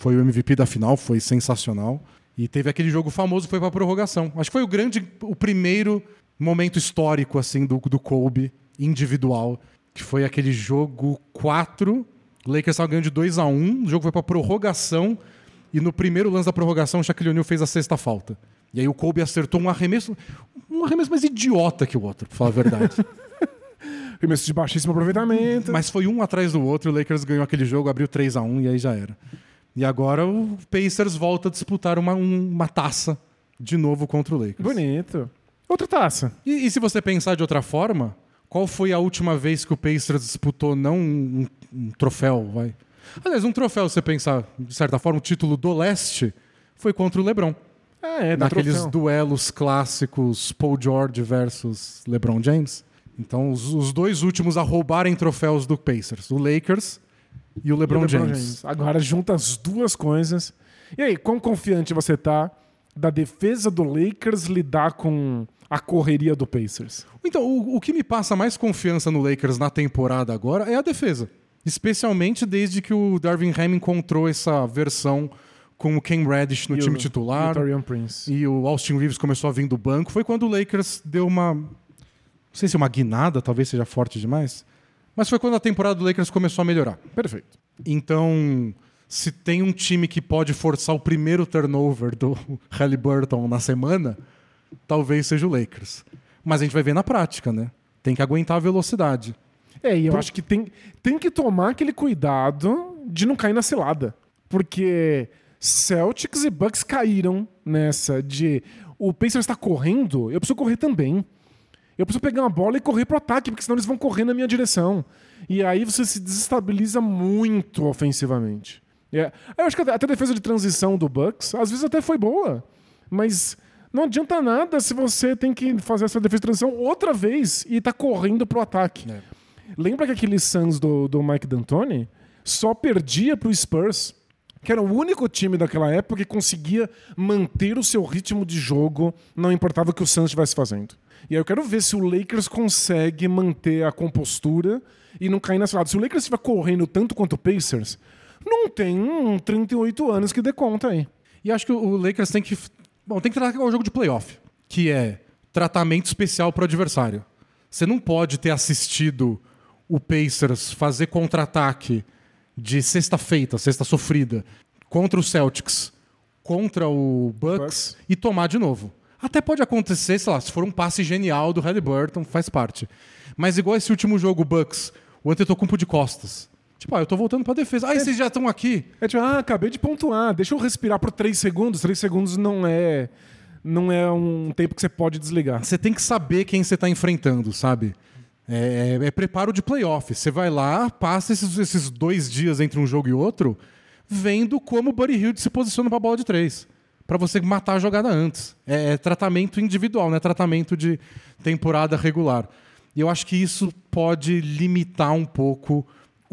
foi o MVP da final, foi sensacional. E teve aquele jogo famoso que foi pra prorrogação. Acho que foi o primeiro momento histórico assim do Kobe individual, que foi aquele jogo 4, o Lakers estava ganhando de 2-1, o jogo foi pra prorrogação e no primeiro lance da prorrogação o Shaquille O'Neal fez a sexta falta. E aí o Kobe acertou um arremesso mais idiota que o outro, pra falar a verdade. Arremesso de baixíssimo aproveitamento. Mas foi um atrás do outro, o Lakers ganhou aquele jogo, abriu 3-1 e aí já era. E agora o Pacers volta a disputar uma taça de novo contra o Lakers. Bonito. Outra taça. E se você pensar de outra forma, qual foi a última vez que o Pacers disputou não um troféu, vai? Aliás, um troféu, se você pensar, de certa forma, o título do leste foi contra o LeBron. Naqueles duelos clássicos Paul George versus LeBron James. Então, os dois últimos a roubarem troféus do Pacers, o Lakers e o LeBron James. Agora junta as duas coisas. E aí, quão confiante você tá da defesa do Lakers lidar com a correria do Pacers? Então, o que me passa mais confiança no Lakers na temporada agora é a defesa. Especialmente desde que o Darvin Ham encontrou essa versão com o Cam Reddish no time titular. E o Taurean Prince. E o Austin Reeves começou a vir do banco. Foi quando o Lakers deu uma... Não sei se uma guinada, talvez seja forte demais. Mas foi quando a temporada do Lakers começou a melhorar. Perfeito. Então, se tem um time que pode forçar o primeiro turnover do Haliburton na semana, talvez seja o Lakers. Mas a gente vai ver na prática, né? Tem que aguentar a velocidade. E eu acho que tem que tomar aquele cuidado de não cair na cilada. Porque Celtics e Bucks caíram nessa de o Pacers está correndo, eu preciso correr também. Eu preciso pegar uma bola e correr pro ataque, porque senão eles vão correr na minha direção. E aí você se desestabiliza muito ofensivamente. Eu acho que até a defesa de transição do Bucks, às vezes até foi boa. Mas não adianta nada se você tem que fazer essa defesa de transição outra vez e tá correndo pro ataque. Lembra que aquele Suns do Mike D'Antoni só perdia pro Spurs, que era o único time daquela época que conseguia manter o seu ritmo de jogo, não importava o que o Suns estivesse fazendo. E aí eu quero ver se o Lakers consegue manter a compostura e não cair nessa lado. Se o Lakers estiver correndo tanto quanto o Pacers, não tem 38 anos que dê conta aí. E acho que o Lakers tem que tratar o jogo de playoff, que é tratamento especial para o adversário. Você não pode ter assistido o Pacers fazer contra-ataque de sexta sofrida, contra o Celtics, contra o Bucks e tomar de novo. Até pode acontecer, sei lá, se for um passe genial do Haliburton, faz parte. Mas igual esse último jogo, o Bucks, o Antetokounmpo de costas. Tipo, eu tô voltando pra defesa. Vocês já estão aqui. Acabei de pontuar, deixa eu respirar por 3 segundos. 3 segundos não é um tempo que você pode desligar. Você tem que saber quem você tá enfrentando, sabe? É preparo de playoff. Você vai lá, passa esses 2 dias entre um jogo e outro, vendo como o Buddy Hield se posiciona pra bola de 3. Para você matar a jogada antes. É tratamento individual, não é tratamento de temporada regular. E eu acho que isso pode limitar um pouco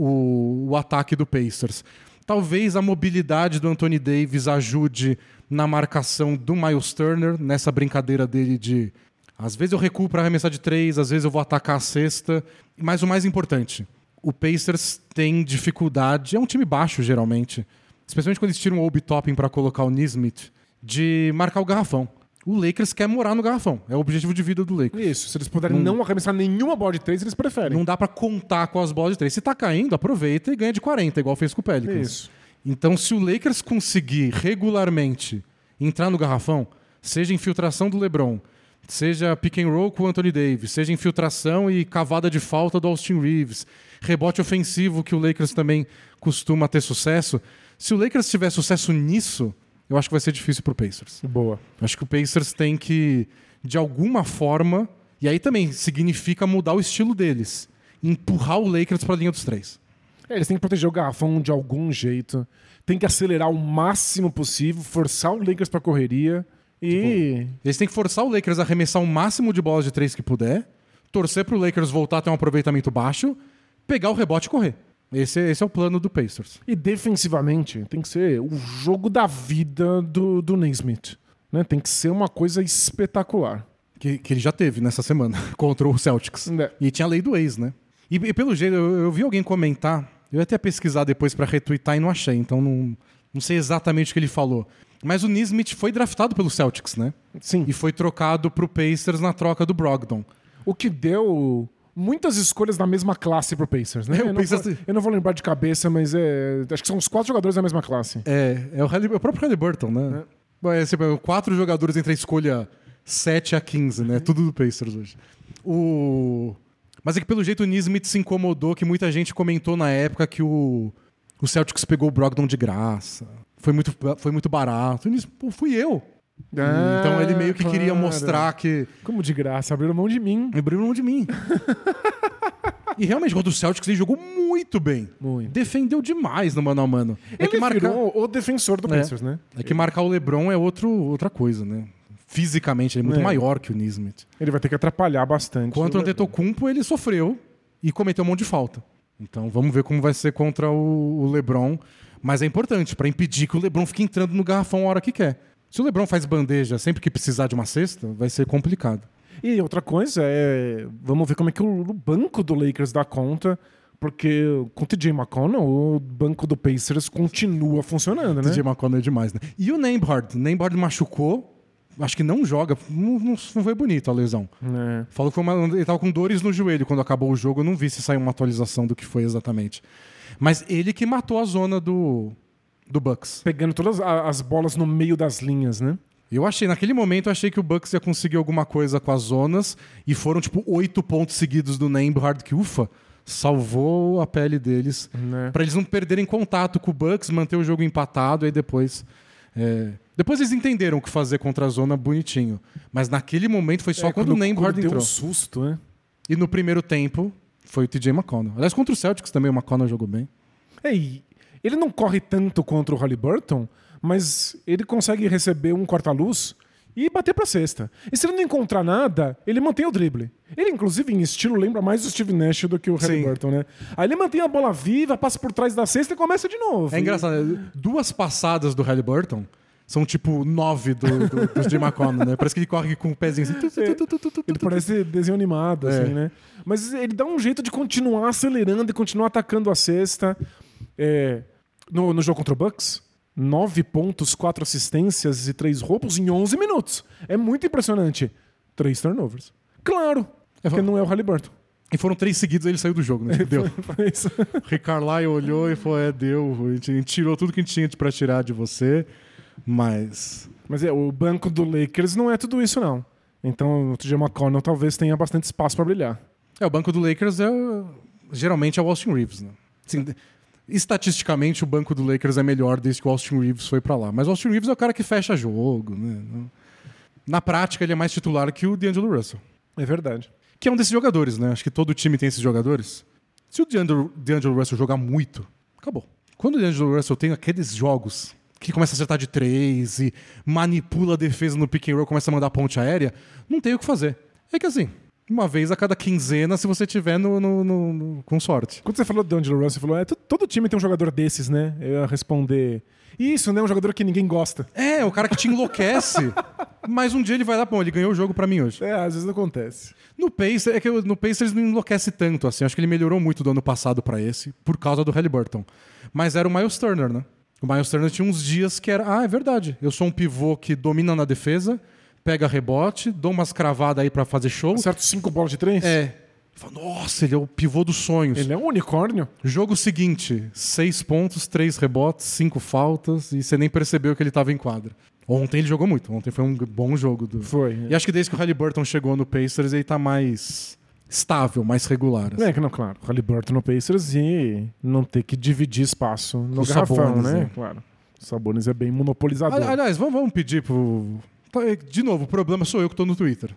o ataque do Pacers. Talvez a mobilidade do Anthony Davis ajude na marcação do Miles Turner, nessa brincadeira dele de às vezes eu recuo para arremessar de 3, às vezes eu vou atacar a cesta. Mas o mais importante, o Pacers tem dificuldade, é um time baixo geralmente, especialmente quando eles tiram o Obi Toppin para colocar o Nesmith, de marcar o garrafão. O Lakers quer morar no garrafão. É o objetivo de vida do Lakers. Isso. Se eles puderem não arremessar nenhuma bola de 3, eles preferem. Não dá pra contar com as bolas de 3. Se tá caindo, aproveita e ganha de 40, igual fez com o Pelicans. Isso. Então, se o Lakers conseguir regularmente entrar no garrafão, seja infiltração do LeBron, seja pick and roll com o Anthony Davis, seja infiltração e cavada de falta do Austin Reeves, rebote ofensivo que o Lakers também costuma ter sucesso, se o Lakers tiver sucesso nisso, eu acho que vai ser difícil pro Pacers. Boa. Acho que o Pacers tem que, de alguma forma, e aí também significa mudar o estilo deles, empurrar o Lakers pra linha dos 3. Eles têm que proteger o garrafão de algum jeito, tem que acelerar o máximo possível, forçar o Lakers pra correria e... Eles têm que forçar o Lakers a arremessar o máximo de bolas de 3 que puder, torcer pro Lakers voltar a ter um aproveitamento baixo, pegar o rebote e correr. Esse é o plano do Pacers. E defensivamente tem que ser o jogo da vida do Nesmith. Né? Tem que ser uma coisa espetacular. Que ele já teve nessa semana contra o Celtics. E tinha a lei do ex, né? E pelo jeito, eu vi alguém comentar, eu ia até pesquisar depois pra retweetar e não achei, então Não sei exatamente o que ele falou. Mas o Nesmith foi draftado pelo Celtics, né? Sim. E foi trocado pro Pacers na troca do Brogdon. O que deu muitas escolhas da mesma classe pro Pacers, né? Eu não vou lembrar de cabeça, mas acho que são os 4 jogadores da mesma classe. É o próprio Haliburton, né? É 4 jogadores entre a escolha 7 a 15, né? Tudo do Pacers hoje. Mas é que pelo jeito o Nesmith se incomodou, que muita gente comentou na época que o Celtics pegou o Brogdon de graça. Foi muito barato. O Nesmith, fui eu. Então ele meio que queria mostrar que... Como de graça? Abriram mão de mim. Abriram mão de mim. E realmente, contra o Celtics, ele jogou muito bem. Muito. Defendeu demais no mano a mano. Ele virou o defensor do Pacers, né? É que marcar o LeBron é outra coisa, né? Fisicamente, ele é muito maior que o Nesmith. Ele vai ter que atrapalhar bastante. Contra o Antetokounmpo, ele sofreu e cometeu um monte de falta. Então vamos ver como vai ser contra o LeBron. Mas é importante, para impedir que o LeBron fique entrando no garrafão a hora que quer. Se o LeBron faz bandeja sempre que precisar de uma cesta, vai ser complicado. E outra coisa vamos ver como é que o banco do Lakers dá conta, porque com o TJ McConnell, o banco do Pacers continua funcionando, né? TJ McConnell é demais, né? E o Nembhard machucou, acho que não joga, não foi bonito a lesão. Falou que ele tava com dores no joelho quando acabou o jogo, eu não vi se saiu uma atualização do que foi exatamente. Mas ele que matou a zona do Bucks. Pegando todas as bolas no meio das linhas, né? Naquele momento, eu achei que o Bucks ia conseguir alguma coisa com as zonas e foram, 8 pontos seguidos do Nembhard, que, salvou a pele deles. Pra eles não perderem contato com o Bucks, manter o jogo empatado, aí depois... Depois eles entenderam o que fazer contra a zona bonitinho. Mas naquele momento foi só quando o Nembhard entrou. Deu um susto, né? E no primeiro tempo, foi o TJ McConnell. Aliás, contra o Celtics também o McConnell jogou bem. Ele não corre tanto contra o Haliburton, mas ele consegue receber um corta-luz e bater pra cesta. E se ele não encontrar nada, ele mantém o drible. Ele, inclusive, em estilo, lembra mais do Steve Nash do que o Haliburton, né? Aí ele mantém a bola viva, passa por trás da cesta e começa de novo. É engraçado. 2 passadas do Haliburton são 9 dos de McConnell, né? Parece que ele corre com o pezinho assim. Ele parece desenho animado, assim, né? Mas ele dá um jeito de continuar acelerando e continuar atacando a cesta. No jogo contra o Bucks, 9 pontos, 4 assistências e 3 roubos em 11 minutos. É muito impressionante. 3 turnovers. Claro, porque não é o Haliburton. E foram 3 seguidos, aí ele saiu do jogo, né? Deu. Rick Carlisle olhou e falou, deu. A gente tirou tudo que a gente tinha pra tirar de você, mas o banco do Lakers não é tudo isso, não. Então o TJ McConnell talvez tenha bastante espaço pra brilhar. O banco do Lakers geralmente é o Austin Reeves, né? Assim, estatisticamente, o banco do Lakers é melhor desde que o Austin Reeves foi pra lá. Mas o Austin Reeves é o cara que fecha jogo, né? Na prática, ele é mais titular que o D'Angelo Russell. É verdade. Que é um desses jogadores, né? Acho que todo time tem esses jogadores. Se o D'Angelo Russell jogar muito, acabou. Quando o D'Angelo Russell tem aqueles jogos que começa a acertar de 3 e manipula a defesa no pick and roll, começa a mandar ponte aérea, não tem o que fazer. É que assim, uma vez a cada quinzena, se você tiver com sorte. Quando você falou do D'Angelo Russell, você falou, todo time tem um jogador desses, né? Eu ia responder, isso, né? Um jogador que ninguém gosta. O cara que te enlouquece. Mas um dia ele vai lá, ele ganhou o jogo pra mim hoje. Às vezes acontece. No Pacers não enlouquece tanto, assim. Acho que ele melhorou muito do ano passado pra esse, por causa do Haliburton. Mas era o Miles Turner, né? O Miles Turner tinha uns dias que era, é verdade, eu sou um pivô que domina na defesa, pega rebote, dou umas cravadas aí pra fazer show. Acerta 5 bolas de 3? Nossa, ele é o pivô dos sonhos. Ele é um unicórnio. Jogo seguinte, 6 pontos, 3 rebotes, 5 faltas, e você nem percebeu que ele tava em quadra. Ontem ele jogou muito. Ontem foi um bom jogo. Foi. E acho que desde que o Haliburton chegou no Pacers, ele tá mais estável, mais regular. Assim. Claro. O Haliburton no Pacers e não ter que dividir espaço no garrafão, Sabonis, né? Claro. O Sabonis é bem monopolizador. Aliás, vamos pedir pro... De novo, o problema sou eu que tô no Twitter.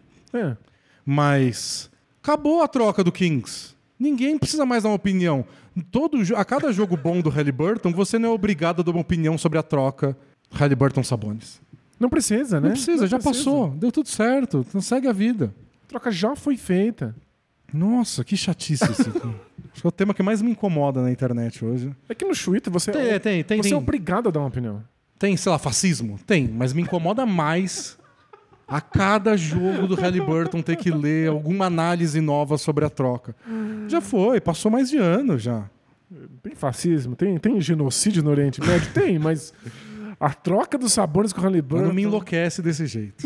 Mas acabou a troca do Kings. Ninguém precisa mais dar uma opinião. A cada jogo bom do Haliburton, você não é obrigado a dar uma opinião sobre a troca Haliburton-Sabonis. Não precisa, né? Não precisa, já passou. Deu tudo certo. Então segue a vida. A troca já foi feita. Nossa, que chatice esse aqui. Acho que é o tema que mais me incomoda na internet hoje. É que no Twitter você é obrigado a dar uma opinião. Tem, sei lá, fascismo? Tem, mas me incomoda mais a cada jogo do Haliburton ter que ler alguma análise nova sobre a troca. Já foi, passou mais de ano já. Tem fascismo, tem genocídio no Oriente Médio? Tem, mas a troca dos Sabonis com o Haliburton... Não me enlouquece desse jeito.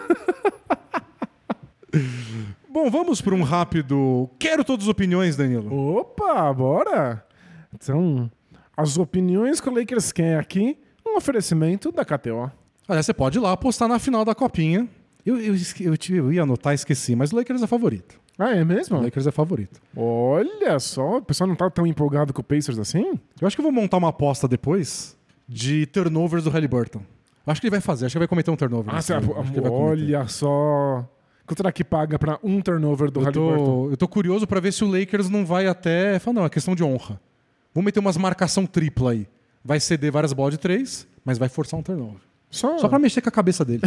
Bom, vamos para um rápido... Quero todas as opiniões, Danilo. Opa, bora! Então, as opiniões que o Lakers quer aqui, um oferecimento da KTO. Aliás, você pode ir lá apostar na final da Copinha. Eu ia anotar e esqueci, mas o Lakers é favorito. Ah, é mesmo? O Lakers é favorito. Olha só, o pessoal não tá tão empolgado com o Pacers assim? Eu acho que eu vou montar uma aposta depois de turnovers do Haliburton. Acho que ele vai fazer, acho que ele vai cometer um turnover. Olha só... Quanto será que paga pra um turnover do Haliburton? Eu tô curioso pra ver se o Lakers não vai até... Fala, não, é questão de honra. Vamos meter umas marcação tripla aí. Vai ceder várias bolas de 3, mas vai forçar um turnover. Só pra mexer com a cabeça dele.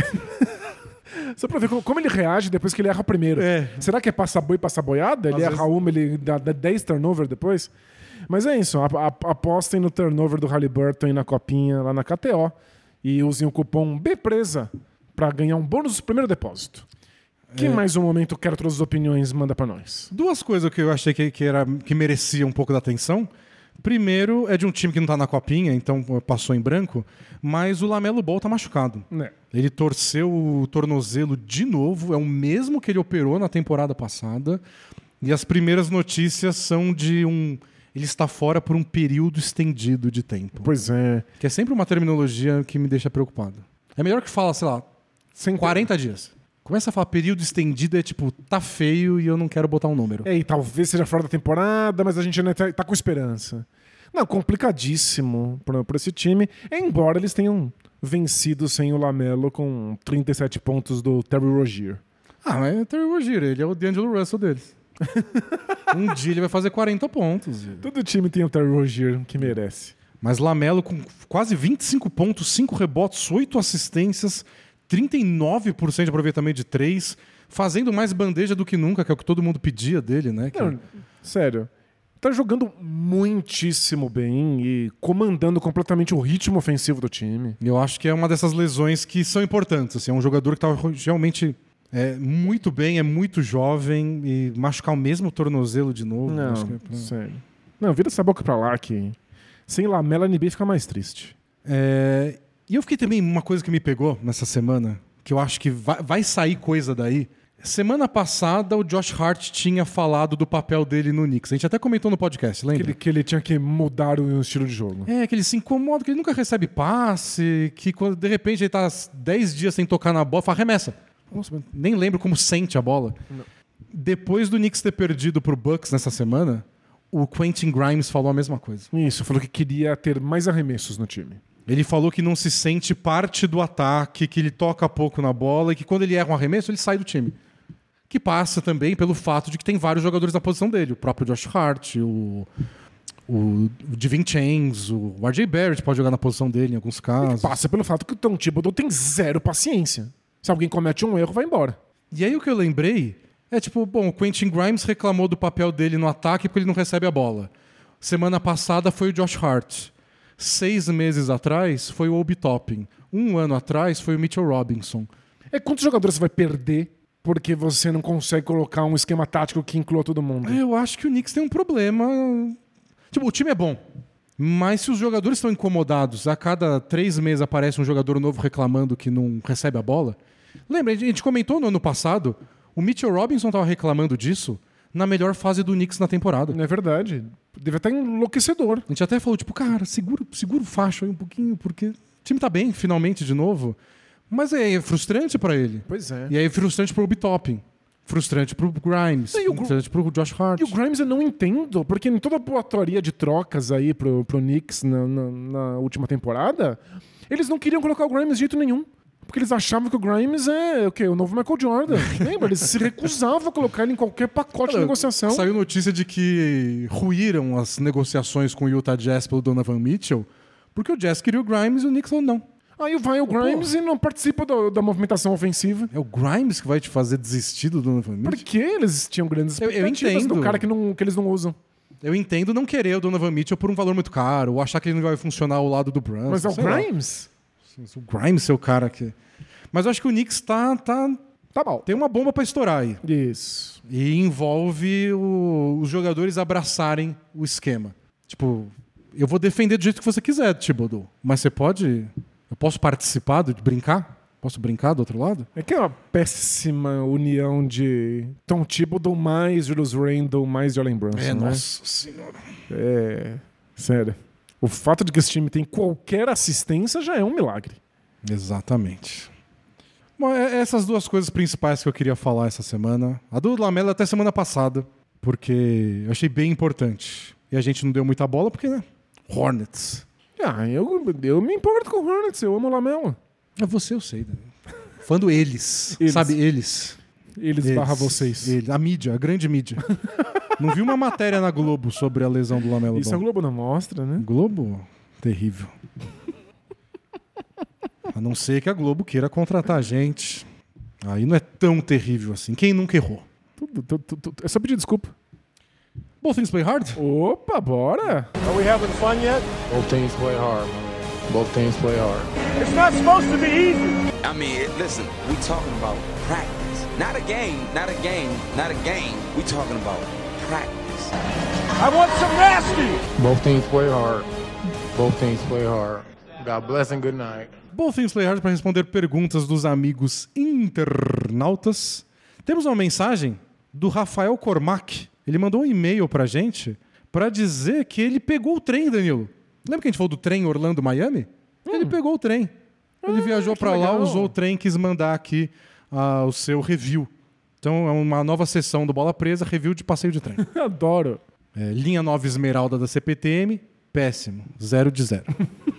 Só pra ver como ele reage depois que ele erra o primeiro. Será que é passa boi, passa boiada? Ele erra uma, ele dá 10 turnover depois? Mas é isso, apostem no turnover do Haliburton e na copinha lá na KTO e usem o cupom BPRESA pra ganhar um bônus do primeiro depósito. Que mais um momento Quero Todas as Opiniões manda pra nós? Duas coisas que eu achei que merecia um pouco da atenção. Primeiro é de um time que não tá na copinha, então passou em branco, mas o LaMelo Ball tá machucado. Ele torceu o tornozelo de novo, é o mesmo que ele operou na temporada passada, e as primeiras notícias são de ele está fora por um período estendido de tempo. Pois é. Que é sempre uma terminologia que me deixa preocupado. É melhor que fala, sei lá, 40 dias. Começa a falar período estendido, é tipo, tá feio e eu não quero botar um número. E talvez seja fora da temporada, mas a gente ainda tá com esperança. Não, complicadíssimo por esse time, embora eles tenham vencido sem o LaMelo com 37 pontos do Terry Rozier. Mas é o Terry Rozier, ele é o D'Angelo Russell deles. Um dia ele vai fazer 40 pontos. Todo time tem o Terry Rozier que merece. Mas LaMelo com quase 25 pontos, 5 rebotes, 8 assistências... 39% de aproveitamento de 3, fazendo mais bandeja do que nunca, que é o que todo mundo pedia dele, né? Não, sério. Tá jogando muitíssimo bem e comandando completamente o ritmo ofensivo do time. Eu acho que é uma dessas lesões que são importantes. Assim, é um jogador que tá realmente muito bem, é muito jovem e machucar o mesmo tornozelo de novo. Não, acho que sério. Não, vira essa boca pra lá que sem LaMelo a NBA fica mais triste. E eu fiquei também, uma coisa que me pegou nessa semana, que eu acho que vai sair coisa daí. Semana passada, o Josh Hart tinha falado do papel dele no Knicks. A gente até comentou no podcast, lembra? Que ele tinha que mudar o estilo de jogo. Que ele se incomoda, que ele nunca recebe passe, que quando de repente ele tá 10 dias sem tocar na bola, fala, arremessa. Nossa, nem lembro como sente a bola. Não. Depois do Knicks ter perdido pro Bucks nessa semana, o Quentin Grimes falou a mesma coisa. Isso, falou que queria ter mais arremessos no time. Ele falou que não se sente parte do ataque, que ele toca pouco na bola e que quando ele erra um arremesso, ele sai do time. Que passa também pelo fato de que tem vários jogadores na posição dele. O próprio Josh Hart, o DiVincenzo, o RJ Barrett pode jogar na posição dele em alguns casos. Passa pelo fato que o Tom Thibodeau tem zero paciência. Se alguém comete um erro, vai embora. E aí o que eu lembrei o Quentin Grimes reclamou do papel dele no ataque porque ele não recebe a bola. Semana passada foi o Josh Hart. 6 meses atrás foi o Obi Toppin. 1 ano atrás foi o Mitchell Robinson. Quantos jogadores você vai perder porque você não consegue colocar um esquema tático que inclua todo mundo? Eu acho que o Knicks tem um problema. Tipo, o time é bom, mas se os jogadores estão incomodados, a cada 3 meses aparece um jogador novo reclamando que não recebe a bola. Lembra, a gente comentou no ano passado, o Mitchell Robinson estava reclamando disso na melhor fase do Knicks na temporada. Não é verdade. Deve estar enlouquecedor. A gente até falou, tipo, cara, segura o facho aí um pouquinho, porque o time tá bem, finalmente, de novo. Mas é frustrante pra ele. Pois é. E aí é frustrante pro Obi Toppin. Frustrante pro Grimes. Frustrante pro Josh Hart. E o Grimes eu não entendo, porque em toda a boatoria de trocas aí pro Knicks na última temporada, eles não queriam colocar o Grimes de jeito nenhum. Porque eles achavam que o Grimes é o novo Michael Jordan. Lembra? Eles se recusavam a colocar ele em qualquer pacote de negociação. Saiu notícia de que ruíram as negociações com o Utah Jazz pelo Donovan Mitchell, porque o Jazz queria o Grimes e o Knicks falou não. Aí vai o Grimes e não participa da movimentação ofensiva. É o Grimes que vai te fazer desistir do Donovan Mitchell? Porque eles tinham grandes expectativas do cara que eles não usam. Eu entendo não querer o Donovan Mitchell por um valor muito caro, ou achar que ele não vai funcionar ao lado do Brunson. Mas é o Grimes? O Grimes é o cara que... Mas eu acho que o Knicks tá mal. Tem uma bomba pra estourar aí. Isso. E envolve os jogadores abraçarem o esquema. Tipo, eu vou defender do jeito que você quiser, Thibodeau. Mas você pode... Eu posso participar de brincar? Posso brincar do outro lado? É que é uma péssima união de Tom Thibodeau mais Julius Randle mais Jalen Brunson, né? Nossa senhora. Sério. O fato de que esse time tem qualquer assistência já é um milagre. Exatamente. Bom, essas duas coisas principais que eu queria falar essa semana. A do Lamelo até semana passada, porque eu achei bem importante. E a gente não deu muita bola porque, né? Hornets. Eu me importo com o Hornets, eu amo o Lamelo. É você, eu sei. Né? Falando eles. Sabe, eles. Eles barra vocês. A mídia, a grande mídia. Não vi uma matéria na Globo sobre a lesão do Lamelo Ball. Isso a Globo não mostra, né? Globo? Terrível. A não ser que a Globo queira contratar a gente. Aí não é tão terrível assim. Quem nunca errou? É só pedir desculpa. Both things play hard? Opa, bora! Are we having fun yet? Both teams play hard, man. Both teams play hard. It's not supposed to be easy. I mean, listen, we talking about practice. Not a game, not a game, not a game. We talking about practice. I want some nasty. Both teams play hard. Both teams play hard. God bless and good night. Both things play hard para responder perguntas dos amigos internautas. Temos uma mensagem do Rafael Cormac. Ele mandou um e-mail pra gente pra dizer que ele pegou o trem, Danilo. Lembra que a gente falou do trem Orlando-Miami? Ele pegou o trem. Ele viajou pra lá, usou o trem, quis mandar aqui o seu review. Então é uma nova sessão do Bola Presa, review de passeio de trem. Adoro. Linha 9 Esmeralda da CPTM, péssimo. 0 de 0.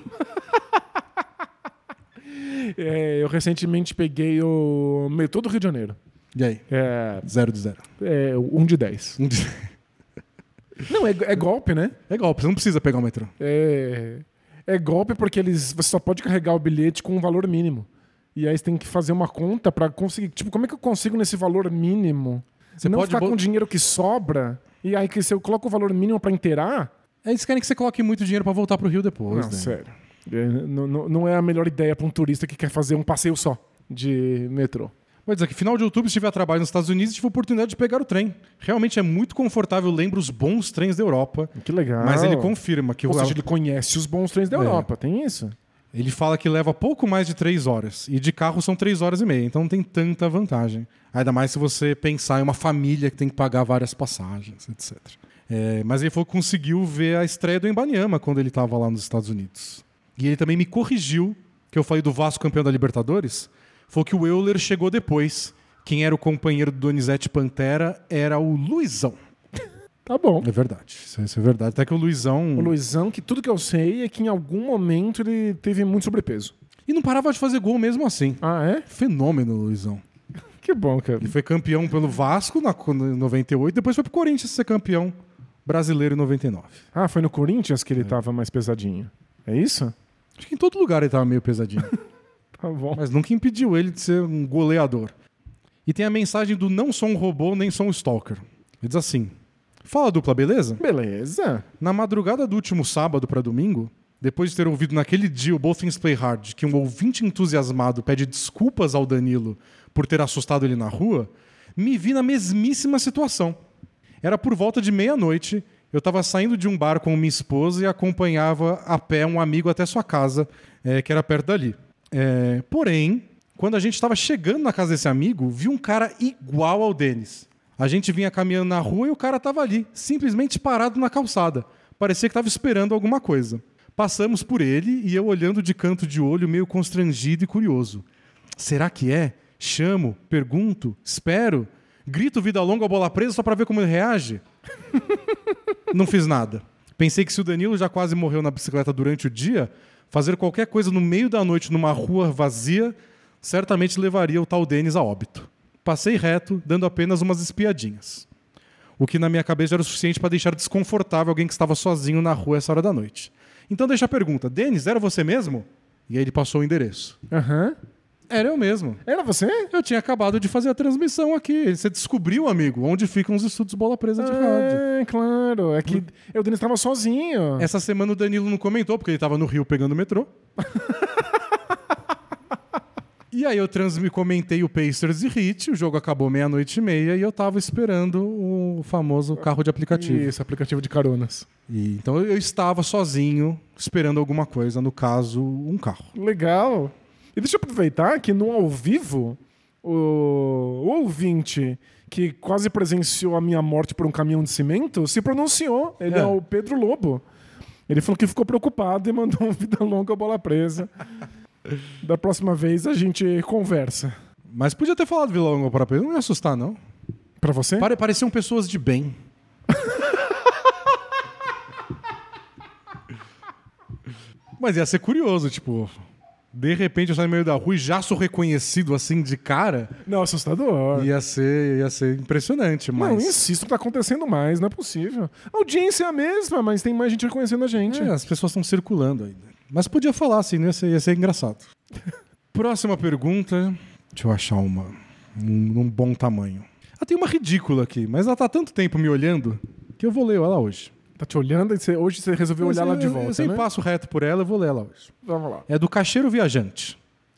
Eu recentemente peguei o metrô do Rio de Janeiro. E aí? 0 de 0. 1 de 10. Não, é golpe, né? É golpe, você não precisa pegar o metrô. É golpe porque você só pode carregar o bilhete com um valor mínimo. E aí você tem que fazer uma conta pra conseguir. Tipo, como é que eu consigo nesse valor mínimo? Você não ficar com dinheiro que sobra, e aí que se eu coloco o valor mínimo pra inteirar... Eles querem que você coloque muito dinheiro pra voltar pro Rio depois. Não, né? sério. Não é a melhor ideia pra um turista que quer fazer um passeio só de metrô. Vou dizer que final de outubro estive a trabalho nos Estados Unidos e tive a oportunidade de pegar o trem. Realmente é muito confortável, lembra os bons trens da Europa. Que legal. Mas ele confirma que... Ou seja, ele conhece os bons trens da Europa, tem isso? Ele fala que leva pouco mais de 3 horas. E de carro são 3 horas e meia, então não tem tanta vantagem. Ainda mais se você pensar em uma família que tem que pagar várias passagens, etc. Mas ele falou que conseguiu ver a estreia do Embanyama quando ele estava lá nos Estados Unidos. E ele também me corrigiu, que eu falei do Vasco campeão da Libertadores... Foi que o Euler chegou depois. Quem era o companheiro do Donizete Pantera era o Luizão. Tá bom. É verdade. Isso é verdade. Até que o Luizão... O Luizão, que tudo que eu sei é que em algum momento ele teve muito sobrepeso. E não parava de fazer gol mesmo assim. Ah, é? Fenômeno, Luizão. Que bom, cara. Ele foi campeão pelo Vasco em 98, depois foi pro Corinthians ser campeão brasileiro em 99. Ah, foi no Corinthians que ele tava mais pesadinho. É isso? Acho que em todo lugar ele tava meio pesadinho. Tá bom. Mas nunca impediu ele de ser um goleador. E tem a mensagem do não sou um robô, nem sou um stalker. Ele diz assim: fala, dupla, beleza? Beleza. Na madrugada do último sábado para domingo, depois de ter ouvido naquele dia o Both Things Play Hard que um ouvinte entusiasmado pede desculpas ao Danilo por ter assustado ele na rua, me vi na mesmíssima situação. Era por volta de meia-noite, eu estava saindo de um bar com minha esposa e acompanhava a pé um amigo até sua casa, que era perto dali. Porém, quando a gente estava chegando na casa desse amigo, vi um cara igual ao Denis. A gente vinha caminhando na rua e o cara estava ali, simplesmente parado na calçada. Parecia que estava esperando alguma coisa. Passamos por ele e eu olhando de canto de olho, meio constrangido e curioso. Será que é? Chamo, pergunto, espero, grito vida longa ou bola presa só para ver como ele reage? Não fiz nada. Pensei que se o Danilo já quase morreu na bicicleta durante o dia, fazer qualquer coisa no meio da noite numa rua vazia certamente levaria o tal Denis a óbito. Passei reto, dando apenas umas espiadinhas. O que na minha cabeça já era o suficiente para deixar desconfortável alguém que estava sozinho na rua essa hora da noite. Então deixa a pergunta: Denis, era você mesmo? E aí ele passou o endereço. Aham. Era eu mesmo. Era você? Eu tinha acabado de fazer a transmissão aqui. Você descobriu, amigo, onde ficam os estúdios Bola Presa de rádio. É, claro. É que o Denis estava sozinho. Essa semana o Danilo não comentou, porque ele estava no Rio pegando o metrô. E aí eu comentei o Pacers e Heat, o jogo acabou 00:30 e eu tava esperando o o famoso carro de aplicativo. Isso, aplicativo de caronas. Então eu estava sozinho, esperando alguma coisa, no caso, um carro. Legal. E deixa eu aproveitar que no ao vivo, o ouvinte que quase presenciou a minha morte por um caminhão de cimento se pronunciou. Ele é o Pedro Lobo. Ele falou que ficou preocupado e mandou um vida longa, bola presa. Da próxima vez a gente conversa. Mas podia ter falado Vida Longa Bola Presa, não ia assustar, não. Pra você? Pareciam pessoas de bem. Mas ia ser curioso, tipo... De repente eu saio no meio da rua e já sou reconhecido assim de cara. Não, assustador. Ia ser impressionante, mas... Não, insisto que tá acontecendo mais, não é possível. A audiência é a mesma, mas tem mais gente reconhecendo a gente. As pessoas estão circulando ainda. Mas podia falar assim, ia ser engraçado. Próxima pergunta. Deixa eu achar uma. Num bom tamanho. Tem uma ridícula aqui, mas ela tá há tanto tempo me olhando que eu vou ler ela hoje. Tá te olhando e hoje você resolveu olhar lá de volta, eu sempre né? passo reto por ela, eu vou ler ela hoje. Vamos lá. É do Cacheiro Viajante.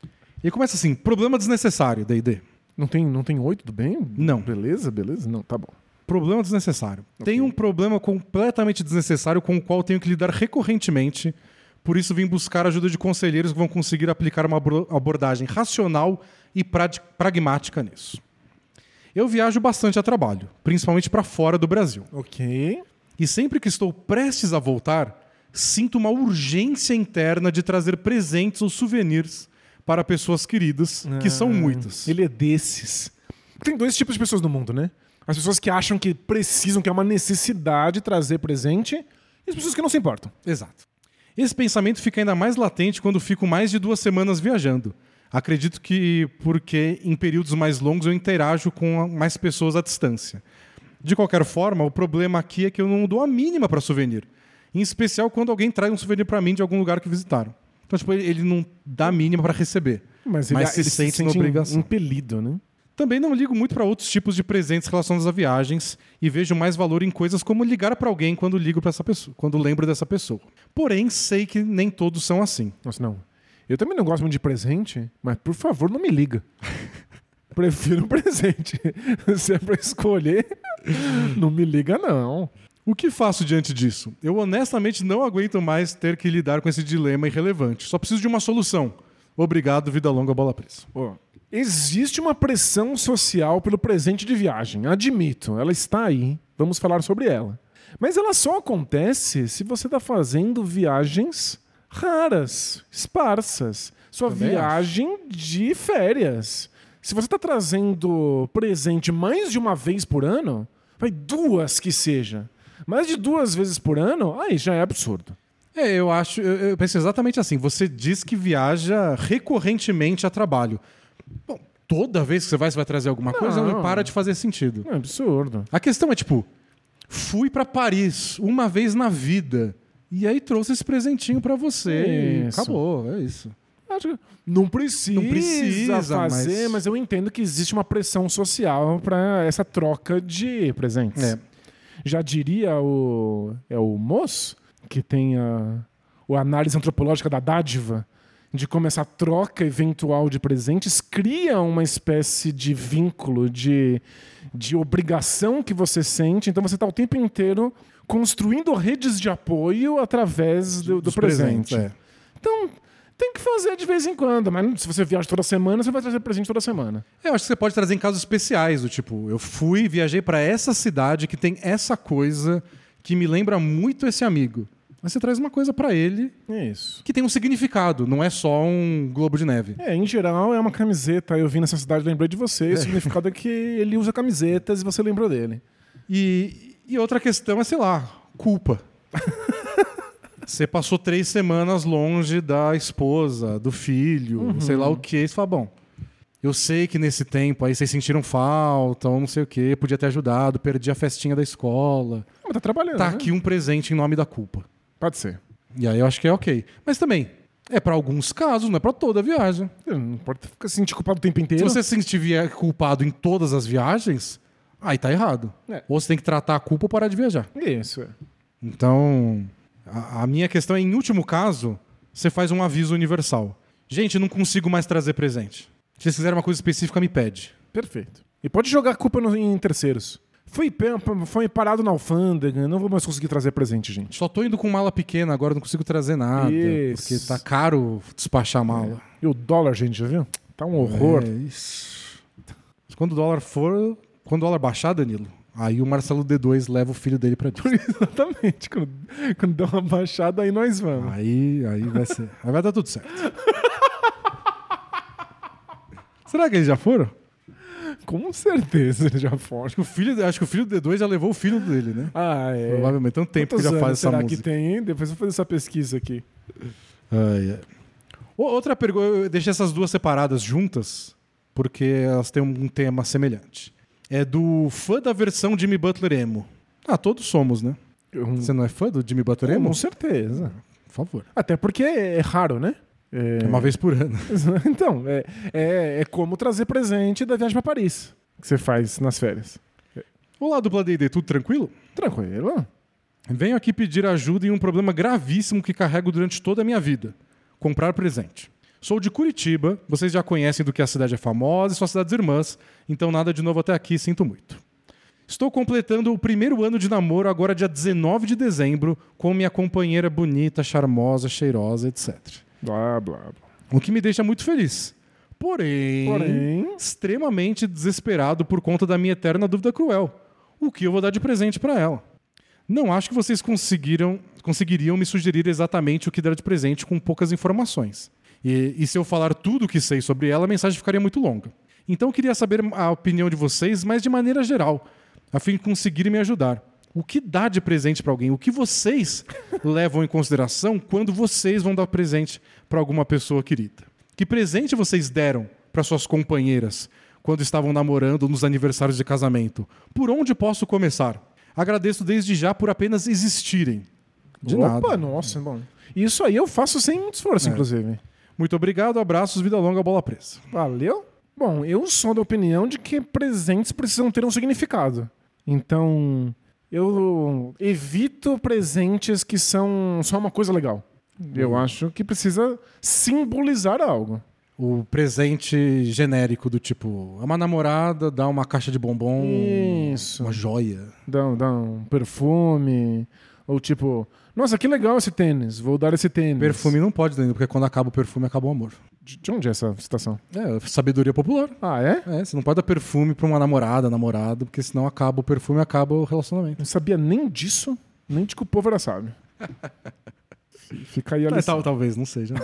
E começa assim, problema desnecessário, D&D. Não tem 8, tudo bem? Não. Beleza? Não, tá bom. Problema desnecessário. Tem um problema completamente desnecessário com o qual tenho que lidar recorrentemente, por isso vim buscar a ajuda de conselheiros que vão conseguir aplicar uma abordagem racional e pragmática nisso. Eu viajo bastante a trabalho, principalmente para fora do Brasil. Ok. E sempre que estou prestes a voltar, sinto uma urgência interna de trazer presentes ou souvenirs para pessoas queridas, que são muitas. Ele é desses. Tem 2 tipos de pessoas no mundo, né? As pessoas que acham que precisam, que é uma necessidade trazer presente, e as pessoas que não se importam. Exato. Esse pensamento fica ainda mais latente quando fico mais de 2 semanas viajando. Acredito que porque em períodos mais longos eu interajo com mais pessoas à distância. De qualquer forma, o problema aqui é que eu não dou a mínima para souvenir. Em especial quando alguém traz um souvenir para mim de algum lugar que visitaram. Então, tipo, ele não dá a mínima para receber. Mas ele se sente na obrigação. Impelido, né? Também não ligo muito para outros tipos de presentes relacionados a viagens e vejo mais valor em coisas como ligar para alguém quando ligo para essa pessoa, quando lembro dessa pessoa. Porém, sei que nem todos são assim. Nossa, não. Eu também não gosto muito de presente, mas por favor, não me liga. Prefiro um presente. Se é pra escolher, não me liga, não. O que faço diante disso? Eu honestamente não aguento mais ter que lidar com esse dilema irrelevante. Só preciso de uma solução. Obrigado, vida longa, bola presa. Existe uma pressão social pelo presente de viagem. Admito, ela está aí. Vamos falar sobre ela. Mas ela só acontece se você está fazendo viagens raras, esparsas. Sua Também viagem de férias. Se você está trazendo presente mais de uma vez por ano, vai 2 que seja. Mais de 2 vezes por ano, aí já é absurdo. Eu penso exatamente assim. Você diz que viaja recorrentemente a trabalho. Bom, toda vez que você vai trazer alguma coisa, não para de fazer sentido. É absurdo. A questão é, tipo, fui para Paris uma vez na vida e aí trouxe esse presentinho para você. Isso. Acabou, é isso. Não precisa fazer, mas mas eu entendo que existe uma pressão social para essa troca de presentes. É. Já diria o Moss, que tem a análise antropológica da dádiva, de como essa troca eventual de presentes cria uma espécie de vínculo, de obrigação que você sente. Então você está o tempo inteiro construindo redes de apoio através do presente. Então tem que fazer de vez em quando, mas se você viaja toda semana, você vai trazer presente toda semana. Eu acho que você pode trazer em casos especiais, do tipo, eu viajei para essa cidade que tem essa coisa que me lembra muito esse amigo. Mas você traz uma coisa para ele Isso. que tem um significado, não é só um globo de neve. Em geral é uma camiseta. Eu vim nessa cidade e lembrei de você. O significado é que ele usa camisetas e você lembrou dele. E outra questão é, sei lá, culpa. Você passou 3 semanas longe da esposa, do filho, sei lá o quê. Você fala, bom, eu sei que nesse tempo aí vocês sentiram falta, ou não sei o quê, podia ter ajudado, perdi a festinha da escola. Mas tá trabalhando, Tá né? aqui um presente em nome da culpa. Pode ser. E aí eu acho que é ok. Mas também, é pra alguns casos, não é pra toda a viagem. Não pode ficar se sentir culpado o tempo inteiro. Se você se sentir culpado em todas as viagens, aí tá errado. Ou você tem que tratar a culpa ou parar de viajar. Isso. Então, a minha questão é, em último caso, você faz um aviso universal. Gente, não consigo mais trazer presente. Se vocês quiserem uma coisa específica, me pede. Perfeito. E pode jogar a culpa em terceiros. Foi parado na alfândega, não vou mais conseguir trazer presente, gente. Só tô indo com mala pequena, agora não consigo trazer nada. Isso. Porque tá caro despachar a mala. E o dólar, gente, já viu? Tá um horror. Isso. Quando o dólar baixar, Danilo, aí o Marcelo D2 leva o filho dele pra Disney. Exatamente. Quando der uma baixada, aí nós vamos. Aí vai ser. Aí vai dar tudo certo. Será que eles já foram? Com certeza ele já foram. Acho que o filho do D2 já levou o filho dele, né? Ah, é. Provavelmente. Tanto tempo Quantos que já faz anos essa será música. que tem, hein? Depois eu vou fazer essa pesquisa aqui. Outra pergunta, eu deixei essas duas separadas juntas, porque elas têm um tema semelhante. É do fã da versão Jimmy Butler emo. Todos somos, né? Você não é fã do Jimmy Butler emo? Com certeza. Por favor. Até porque é raro, né? É uma vez por ano. Então, é como trazer presente da viagem pra Paris, que você faz nas férias. Olá, dupla D&D, tudo tranquilo? Tranquilo. Venho aqui pedir ajuda em um problema gravíssimo que carrego durante toda a minha vida. Comprar presente. Sou de Curitiba, vocês já conhecem do que a cidade é famosa e suas cidades irmãs, então nada de novo até aqui, sinto muito. Estou completando o primeiro ano de namoro agora dia 19 de dezembro com minha companheira bonita, charmosa, cheirosa, etc. Blá, blá, blá. O que me deixa muito feliz. Porém, extremamente desesperado por conta da minha eterna dúvida cruel. O que eu vou dar de presente para ela? Não acho que vocês conseguiriam me sugerir exatamente o que dar de presente com poucas informações. E se eu falar tudo o que sei sobre ela, a mensagem ficaria muito longa. Então eu queria saber a opinião de vocês, mas de maneira geral, a fim de conseguirem me ajudar. O que dá de presente para alguém? O que vocês levam em consideração quando vocês vão dar presente para alguma pessoa querida? Que presente vocês deram para suas companheiras quando estavam namorando nos aniversários de casamento? Por onde posso começar? Agradeço desde já por apenas existirem. De nada. Nossa, bom. Isso aí eu faço sem muito esforço, inclusive. Muito obrigado, abraços, vida longa, bola presa. Valeu. Bom, eu sou da opinião de que presentes precisam ter um significado. Então, eu evito presentes que são só uma coisa legal. Eu acho que precisa simbolizar algo. O presente genérico do tipo, uma namorada dá uma caixa de bombom, Isso. uma joia. Dá um perfume. Ou tipo, nossa, que legal esse tênis, vou dar esse tênis. Perfume não pode, Danilo, porque quando acaba o perfume, acaba o amor. De onde é essa citação? É, sabedoria popular. Ah, é? Você não pode dar perfume pra uma namorado, porque senão acaba o perfume e acaba o relacionamento. Não sabia nem disso, nem de que o povo era sábio. Fica aí a lição. Talvez, não seja.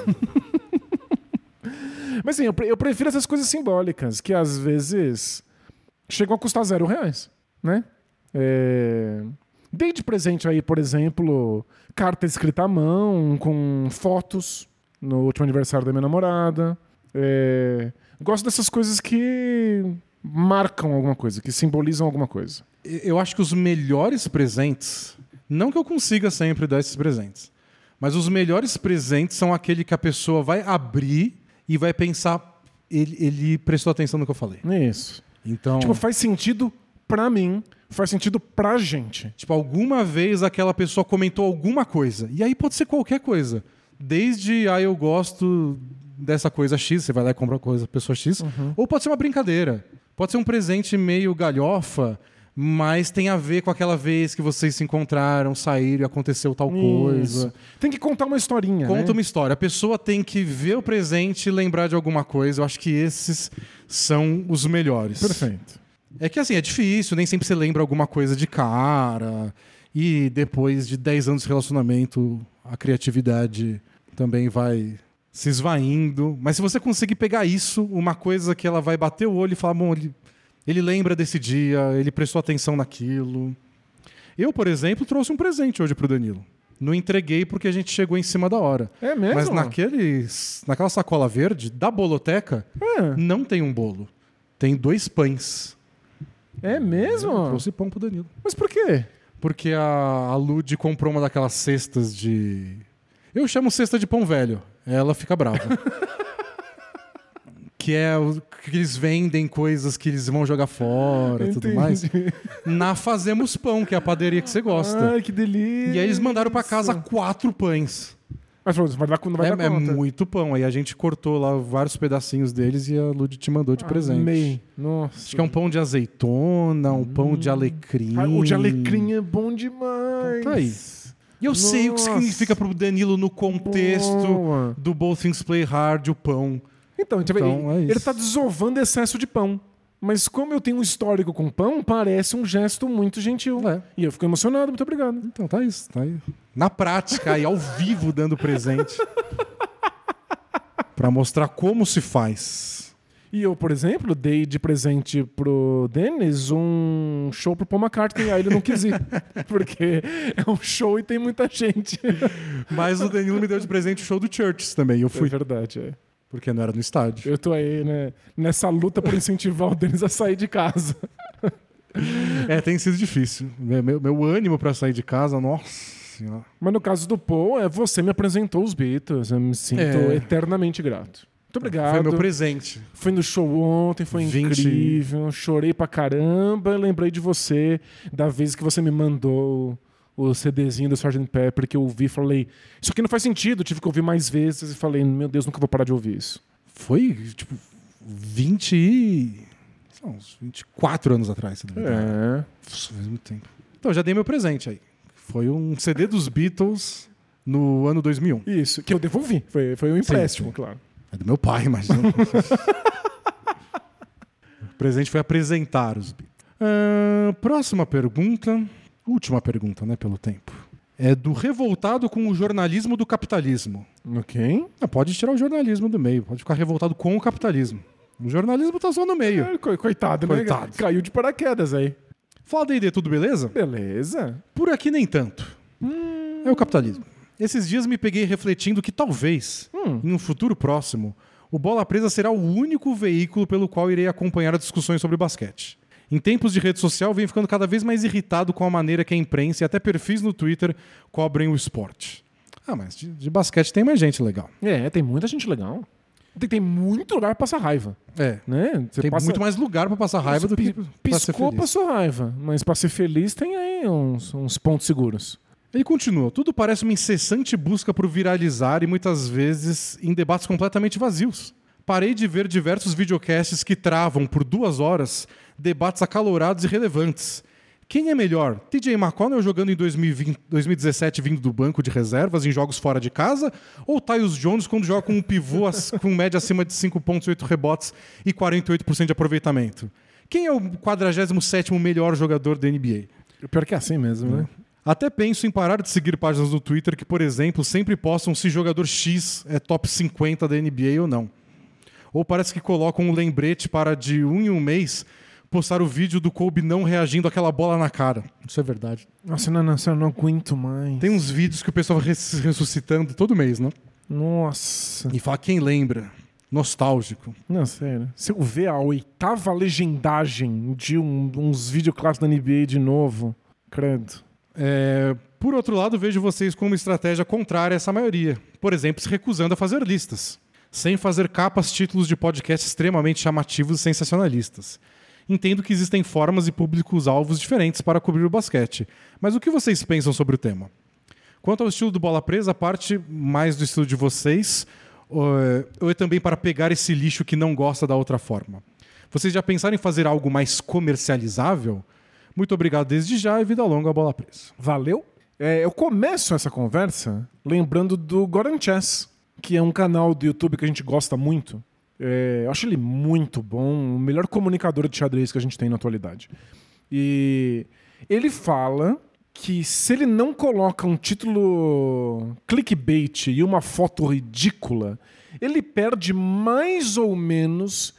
Mas sim, eu prefiro essas coisas simbólicas, que às vezes chegam a custar R$0, né? Dei de presente aí, por exemplo, carta escrita à mão, com fotos, no último aniversário da minha namorada. Gosto dessas coisas que marcam alguma coisa, que simbolizam alguma coisa. Eu acho que os melhores presentes, não que eu consiga sempre dar esses presentes, mas os melhores presentes são aquele que a pessoa vai abrir e vai pensar, ele prestou atenção no que eu falei. Isso. Então, Tipo, faz sentido pra mim, faz sentido pra gente. tipo, alguma vez aquela pessoa comentou alguma coisa. E aí pode ser qualquer coisa. Desde, eu gosto dessa coisa X, você vai lá e compra uma coisa, pessoa X. Ou pode ser uma brincadeira. Pode ser um presente meio galhofa, mas tem a ver com aquela vez que vocês se encontraram, saíram e aconteceu tal coisa. Isso. Tem que contar uma historinha, Conta né? uma história. A pessoa tem que ver o presente e lembrar de alguma coisa. Eu acho que esses são os melhores. Perfeito. É que assim, é difícil, nem sempre você lembra alguma coisa de cara. E depois de 10 anos de relacionamento, a criatividade também vai se esvaindo. Mas se você conseguir pegar isso, uma coisa que ela vai bater o olho e falar, bom, ele lembra desse dia, ele prestou atenção naquilo. Eu, por exemplo, trouxe um presente hoje pro Danilo. Não entreguei porque a gente chegou em cima da hora. É mesmo? Mas naquela sacola verde da boloteca, não tem um bolo. Tem 2 pães. É mesmo? Eu trouxe pão pro Danilo. Mas por quê? Porque a Lud comprou uma daquelas cestas de... Eu chamo cesta de pão velho. Ela fica brava. Que é o que eles vendem coisas que eles vão jogar fora e tudo mais. Na Fazemos Pão, que é a padaria que você gosta. Ai, que delícia. E aí eles mandaram pra casa 4 pães. Mas falou, vai dar conta. É muito pão. Aí a gente cortou lá vários pedacinhos deles e a Lud te mandou de presente. Amei. Nossa. Acho que é um pão de azeitona, um pão de alecrim. O de alecrim é bom demais. Tá aí. E eu sei o que significa pro Danilo no contexto do Both Things Play Hard, o pão. Então é ele isso. tá desovando excesso de pão. Mas como eu tenho um histórico com pão, parece um gesto muito gentil. É. E eu fico emocionado, muito obrigado. Então tá isso, tá aí. Na prática, aí, ao vivo, dando presente. Pra mostrar como se faz. E eu, por exemplo, dei de presente pro Dennis um show pro Paul McCartney, aí ele não quis ir. Porque é um show e tem muita gente. Mas o Danilo me deu de presente o show do Churches também. E eu fui. É verdade, Porque não era no estádio. Eu tô aí, né, nessa luta por incentivar o Dennis a sair de casa. Tem sido difícil. Meu ânimo pra sair de casa, nossa senhora. Mas no caso do Paul, você me apresentou os Beatles. Eu me sinto eternamente grato. Muito obrigado. Foi meu presente. Fui no show ontem, foi incrível. Chorei pra caramba. Lembrei de você, da vez que você me mandou o CDzinho do Sgt. Pepper, que eu ouvi e falei, isso aqui não faz sentido, tive que ouvir mais vezes. E falei, meu Deus, nunca vou parar de ouvir isso. Foi, tipo, 24 anos atrás. Faz muito tempo. Então, já dei meu presente aí. Foi um CD dos Beatles no ano 2001. Isso, que eu devolvi. Foi um empréstimo, claro. É do meu pai, imagina. O presente foi apresentar os Beatles. Próxima pergunta. Última pergunta, né, pelo tempo. É do revoltado com o jornalismo do capitalismo. Ok. Pode tirar o jornalismo do meio. Pode ficar revoltado com o capitalismo. O jornalismo tá só no meio. Coitado, né? Caiu de paraquedas aí. Fala, D&D, tudo beleza? Beleza. Por aqui nem tanto. É o capitalismo. Esses dias me peguei refletindo que talvez, em um futuro próximo, o Bola Presa será o único veículo pelo qual irei acompanhar as discussões sobre basquete. Em tempos de rede social, venho ficando cada vez mais irritado com a maneira que a imprensa e até perfis no Twitter cobrem o esporte. Mas de basquete tem mais gente legal. Tem muita gente legal. Tem muito lugar pra passar raiva. Né? Tem muito mais lugar pra passar raiva do que pra ser piscou, feliz. passou raiva. Mas pra ser feliz tem aí uns pontos seguros. Ele continua. Tudo parece uma incessante busca por viralizar e muitas vezes em debates completamente vazios. Parei de ver diversos videocasts que travam por 2 horas debates acalorados e relevantes. Quem é melhor? TJ McConnell jogando em 2017 vindo do banco de reservas em jogos fora de casa? Ou Tyus Jones quando joga com um pivô com média acima de 5,8 rebotes e 48% de aproveitamento? Quem é o 47º melhor jogador da NBA? O pior que é assim mesmo, né? Até penso em parar de seguir páginas no Twitter que, por exemplo, sempre postam se jogador X é top 50 da NBA ou não. Ou parece que colocam um lembrete para de 1 em 1 mês postar o vídeo do Kobe não reagindo àquela bola na cara. Isso é verdade. Nossa, eu não aguento mais. Tem uns vídeos que o pessoal vai ressuscitando todo mês, né? Nossa. E fala quem lembra. Nostálgico. Não, sério. Se eu ver a 8ª legendagem de uns videoclassicos da NBA de novo, credo. Por outro lado, vejo vocês com uma estratégia contrária a essa maioria. Por exemplo, se recusando a fazer listas. Sem fazer capas, títulos de podcast extremamente chamativos e sensacionalistas. Entendo que existem formas e públicos-alvos diferentes para cobrir o basquete. Mas o que vocês pensam sobre o tema? Quanto ao estilo do Bola Presa, parte mais do estilo de vocês, ou é também para pegar esse lixo que não gosta da outra forma? Vocês já pensaram em fazer algo mais comercializável? Muito obrigado desde já e vida longa a Bola Presa. Valeu. Eu começo essa conversa lembrando do Goran Chess, que é um canal do YouTube que a gente gosta muito. Eu acho ele muito bom, o melhor comunicador de xadrez que a gente tem na atualidade. E ele fala que se ele não coloca um título clickbait e uma foto ridícula, ele perde mais ou menos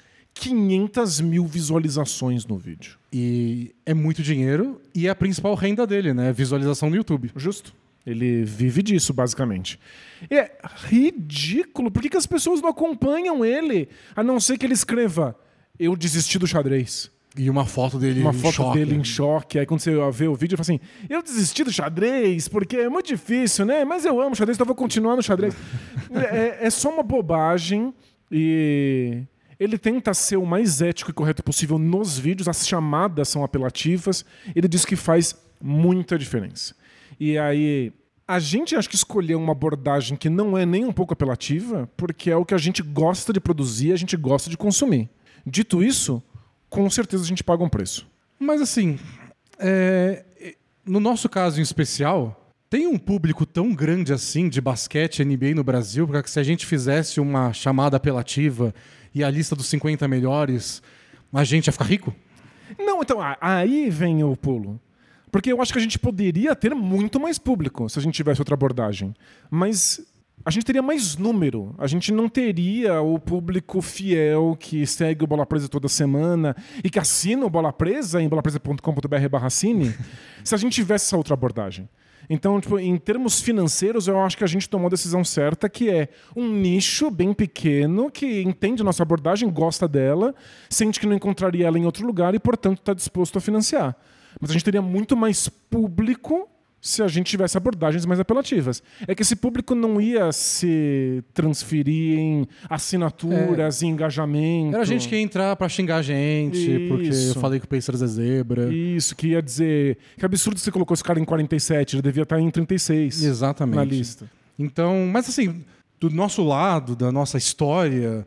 500 mil visualizações no vídeo. E é muito dinheiro e é a principal renda dele, né? Visualização no YouTube. Justo. Ele vive disso, basicamente. E é ridículo. Por que as pessoas não acompanham ele? A não ser que ele escreva: eu desisti do xadrez. E uma foto dele em choque. Aí quando você vê o vídeo, fala assim: eu desisti do xadrez porque é muito difícil, né? Mas eu amo xadrez, então eu vou continuar no xadrez. É só uma bobagem. E ele tenta ser o mais ético e correto possível nos vídeos. As chamadas são apelativas. Ele diz que faz muita diferença. E aí, A gente acho que escolheu uma abordagem que não é nem um pouco apelativa, porque é o que a gente gosta de produzir, a gente gosta de consumir. Dito isso, com certeza a gente paga um preço. Mas assim, no nosso caso em especial, tem um público tão grande assim de basquete NBA no Brasil, porque se a gente fizesse uma chamada apelativa e a lista dos 50 melhores, a gente ia ficar rico? Não, então, aí vem o pulo. Porque eu acho que a gente poderia ter muito mais público se a gente tivesse outra abordagem. Mas a gente teria mais número. A gente não teria o público fiel que segue o Bola Presa toda semana e que assina o Bola Presa em bolapresa.com.br/assine se a gente tivesse essa outra abordagem. Então, tipo, em termos financeiros, eu acho que a gente tomou a decisão certa, que é um nicho bem pequeno que entende a nossa abordagem, gosta dela, sente que não encontraria ela em outro lugar e, portanto, está disposto a financiar. Mas a gente teria muito mais público se a gente tivesse abordagens mais apelativas. É que esse público não ia se transferir em assinaturas, em engajamento. Era gente que ia entrar pra xingar a gente, porque eu falei que o Pacers é zebra. Isso, que ia dizer... Que absurdo você colocou esse cara em 47, ele devia estar em 36. Exatamente. Na lista. Então, mas assim, do nosso lado, da nossa história,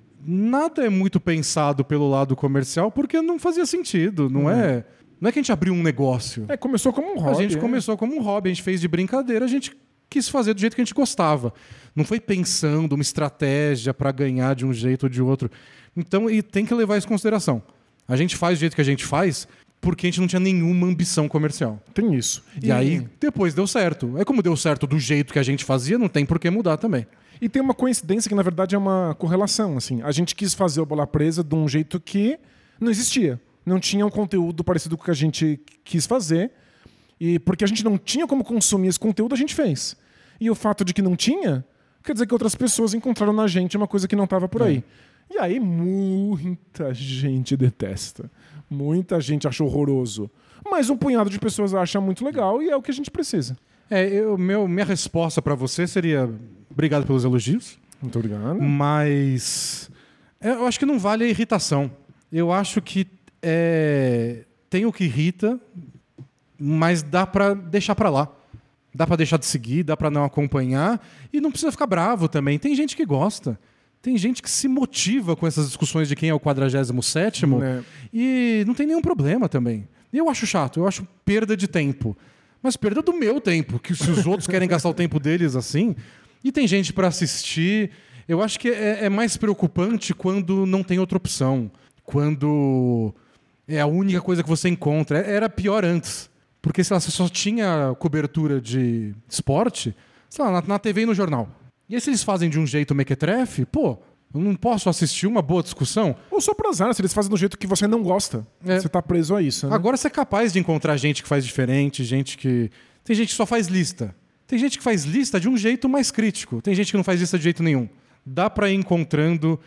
nada é muito pensado pelo lado comercial, porque não fazia sentido, não é... Não é que a gente abriu um negócio. Começou como um hobby. A gente começou como um hobby, a gente fez de brincadeira, a gente quis fazer do jeito que a gente gostava. Não foi pensando uma estratégia para ganhar de um jeito ou de outro. Então, e tem que levar isso em consideração. A gente faz do jeito que a gente faz porque a gente não tinha nenhuma ambição comercial. Tem isso. E aí, depois deu certo. É como deu certo do jeito que a gente fazia, não tem por que mudar também. E tem uma coincidência que, na verdade, é uma correlação. Assim. A gente quis fazer o Bola Presa de um jeito que não existia. Não tinha um conteúdo parecido com o que a gente quis fazer. E porque a gente não tinha como consumir esse conteúdo, a gente fez. E o fato de que não tinha, quer dizer que outras pessoas encontraram na gente uma coisa que não estava por aí. E aí muita gente detesta. Muita gente acha horroroso. Mas um punhado de pessoas acha muito legal e é o que a gente precisa. Minha resposta para você seria obrigado pelos elogios. Muito obrigado. Mas eu acho que não vale a irritação. Eu acho que tem o que irrita, mas dá pra deixar pra lá. Dá pra deixar de seguir, dá pra não acompanhar e não precisa ficar bravo também. Tem gente que gosta. Tem gente que se motiva com essas discussões de quem é o 47º e não tem nenhum problema também. Eu acho chato, eu acho perda de tempo. Mas perda do meu tempo, que se os outros querem gastar o tempo deles assim... E tem gente pra assistir. Eu acho que é mais preocupante quando não tem outra opção. Quando... é a única coisa que você encontra. Era pior antes. Porque, sei lá, você só tinha cobertura de esporte, sei lá, na TV e no jornal. E aí, se eles fazem de um jeito mequetrefe, eu não posso assistir uma boa discussão? Ou só pra azar, se eles fazem do jeito que você não gosta. Você tá preso a isso, né? Agora você é capaz de encontrar gente que faz diferente, gente que... Tem gente que só faz lista. Tem gente que faz lista de um jeito mais crítico. Tem gente que não faz lista de jeito nenhum. Dá para ir encontrando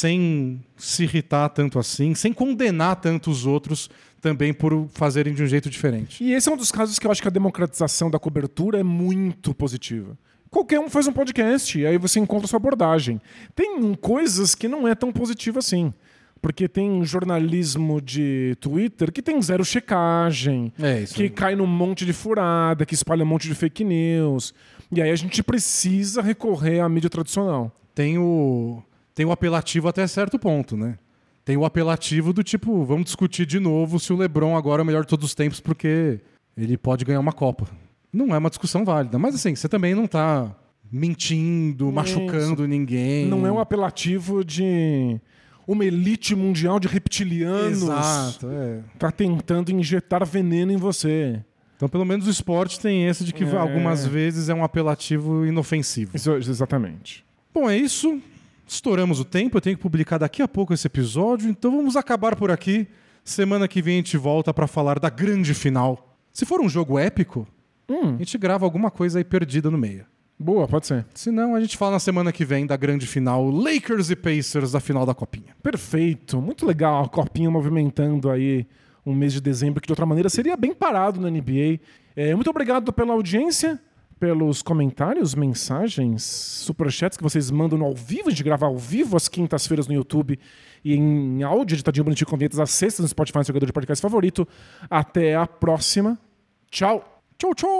sem se irritar tanto assim, sem condenar tanto os outros também por fazerem de um jeito diferente. E esse é um dos casos que eu acho que a democratização da cobertura é muito positiva. Qualquer um faz um podcast e aí você encontra a sua abordagem. Tem coisas que não é tão positiva assim. Porque tem jornalismo de Twitter que tem zero checagem, que cai num monte de furada, que espalha um monte de fake news. E aí a gente precisa recorrer à mídia tradicional. Tem o apelativo até certo ponto, né? Tem o apelativo do tipo, vamos discutir de novo se o LeBron agora é o melhor de todos os tempos porque ele pode ganhar uma Copa. Não é uma discussão válida. Mas assim, você também não tá mentindo, machucando ninguém. Não é um apelativo de uma elite mundial de reptilianos. Exato, tá tentando injetar veneno em você. Então, pelo menos o esporte tem esse de que algumas vezes é um apelativo inofensivo. Isso, exatamente. Bom, é isso. Estouramos o tempo. Eu tenho que publicar daqui a pouco esse episódio. Então vamos acabar por aqui. Semana que vem a gente volta para falar da grande final. Se for um jogo épico, a gente grava alguma coisa aí perdida no meio. Boa, pode ser. Se não, a gente fala na semana que vem da grande final, Lakers e Pacers, da final da Copinha. Perfeito. Muito legal a Copinha movimentando aí um mês de dezembro que de outra maneira seria bem parado na NBA. Muito obrigado pela audiência, pelos comentários, mensagens, superchats que vocês mandam no ao vivo. A gente grava ao vivo às quintas-feiras no YouTube e em áudio, editadinho bonitinho com vinhetas às sextas no Spotify, no seu jogador de podcast favorito. Até a próxima. Tchau. Tchau, tchau!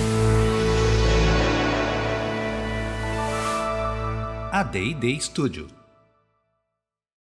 A D&D Studio.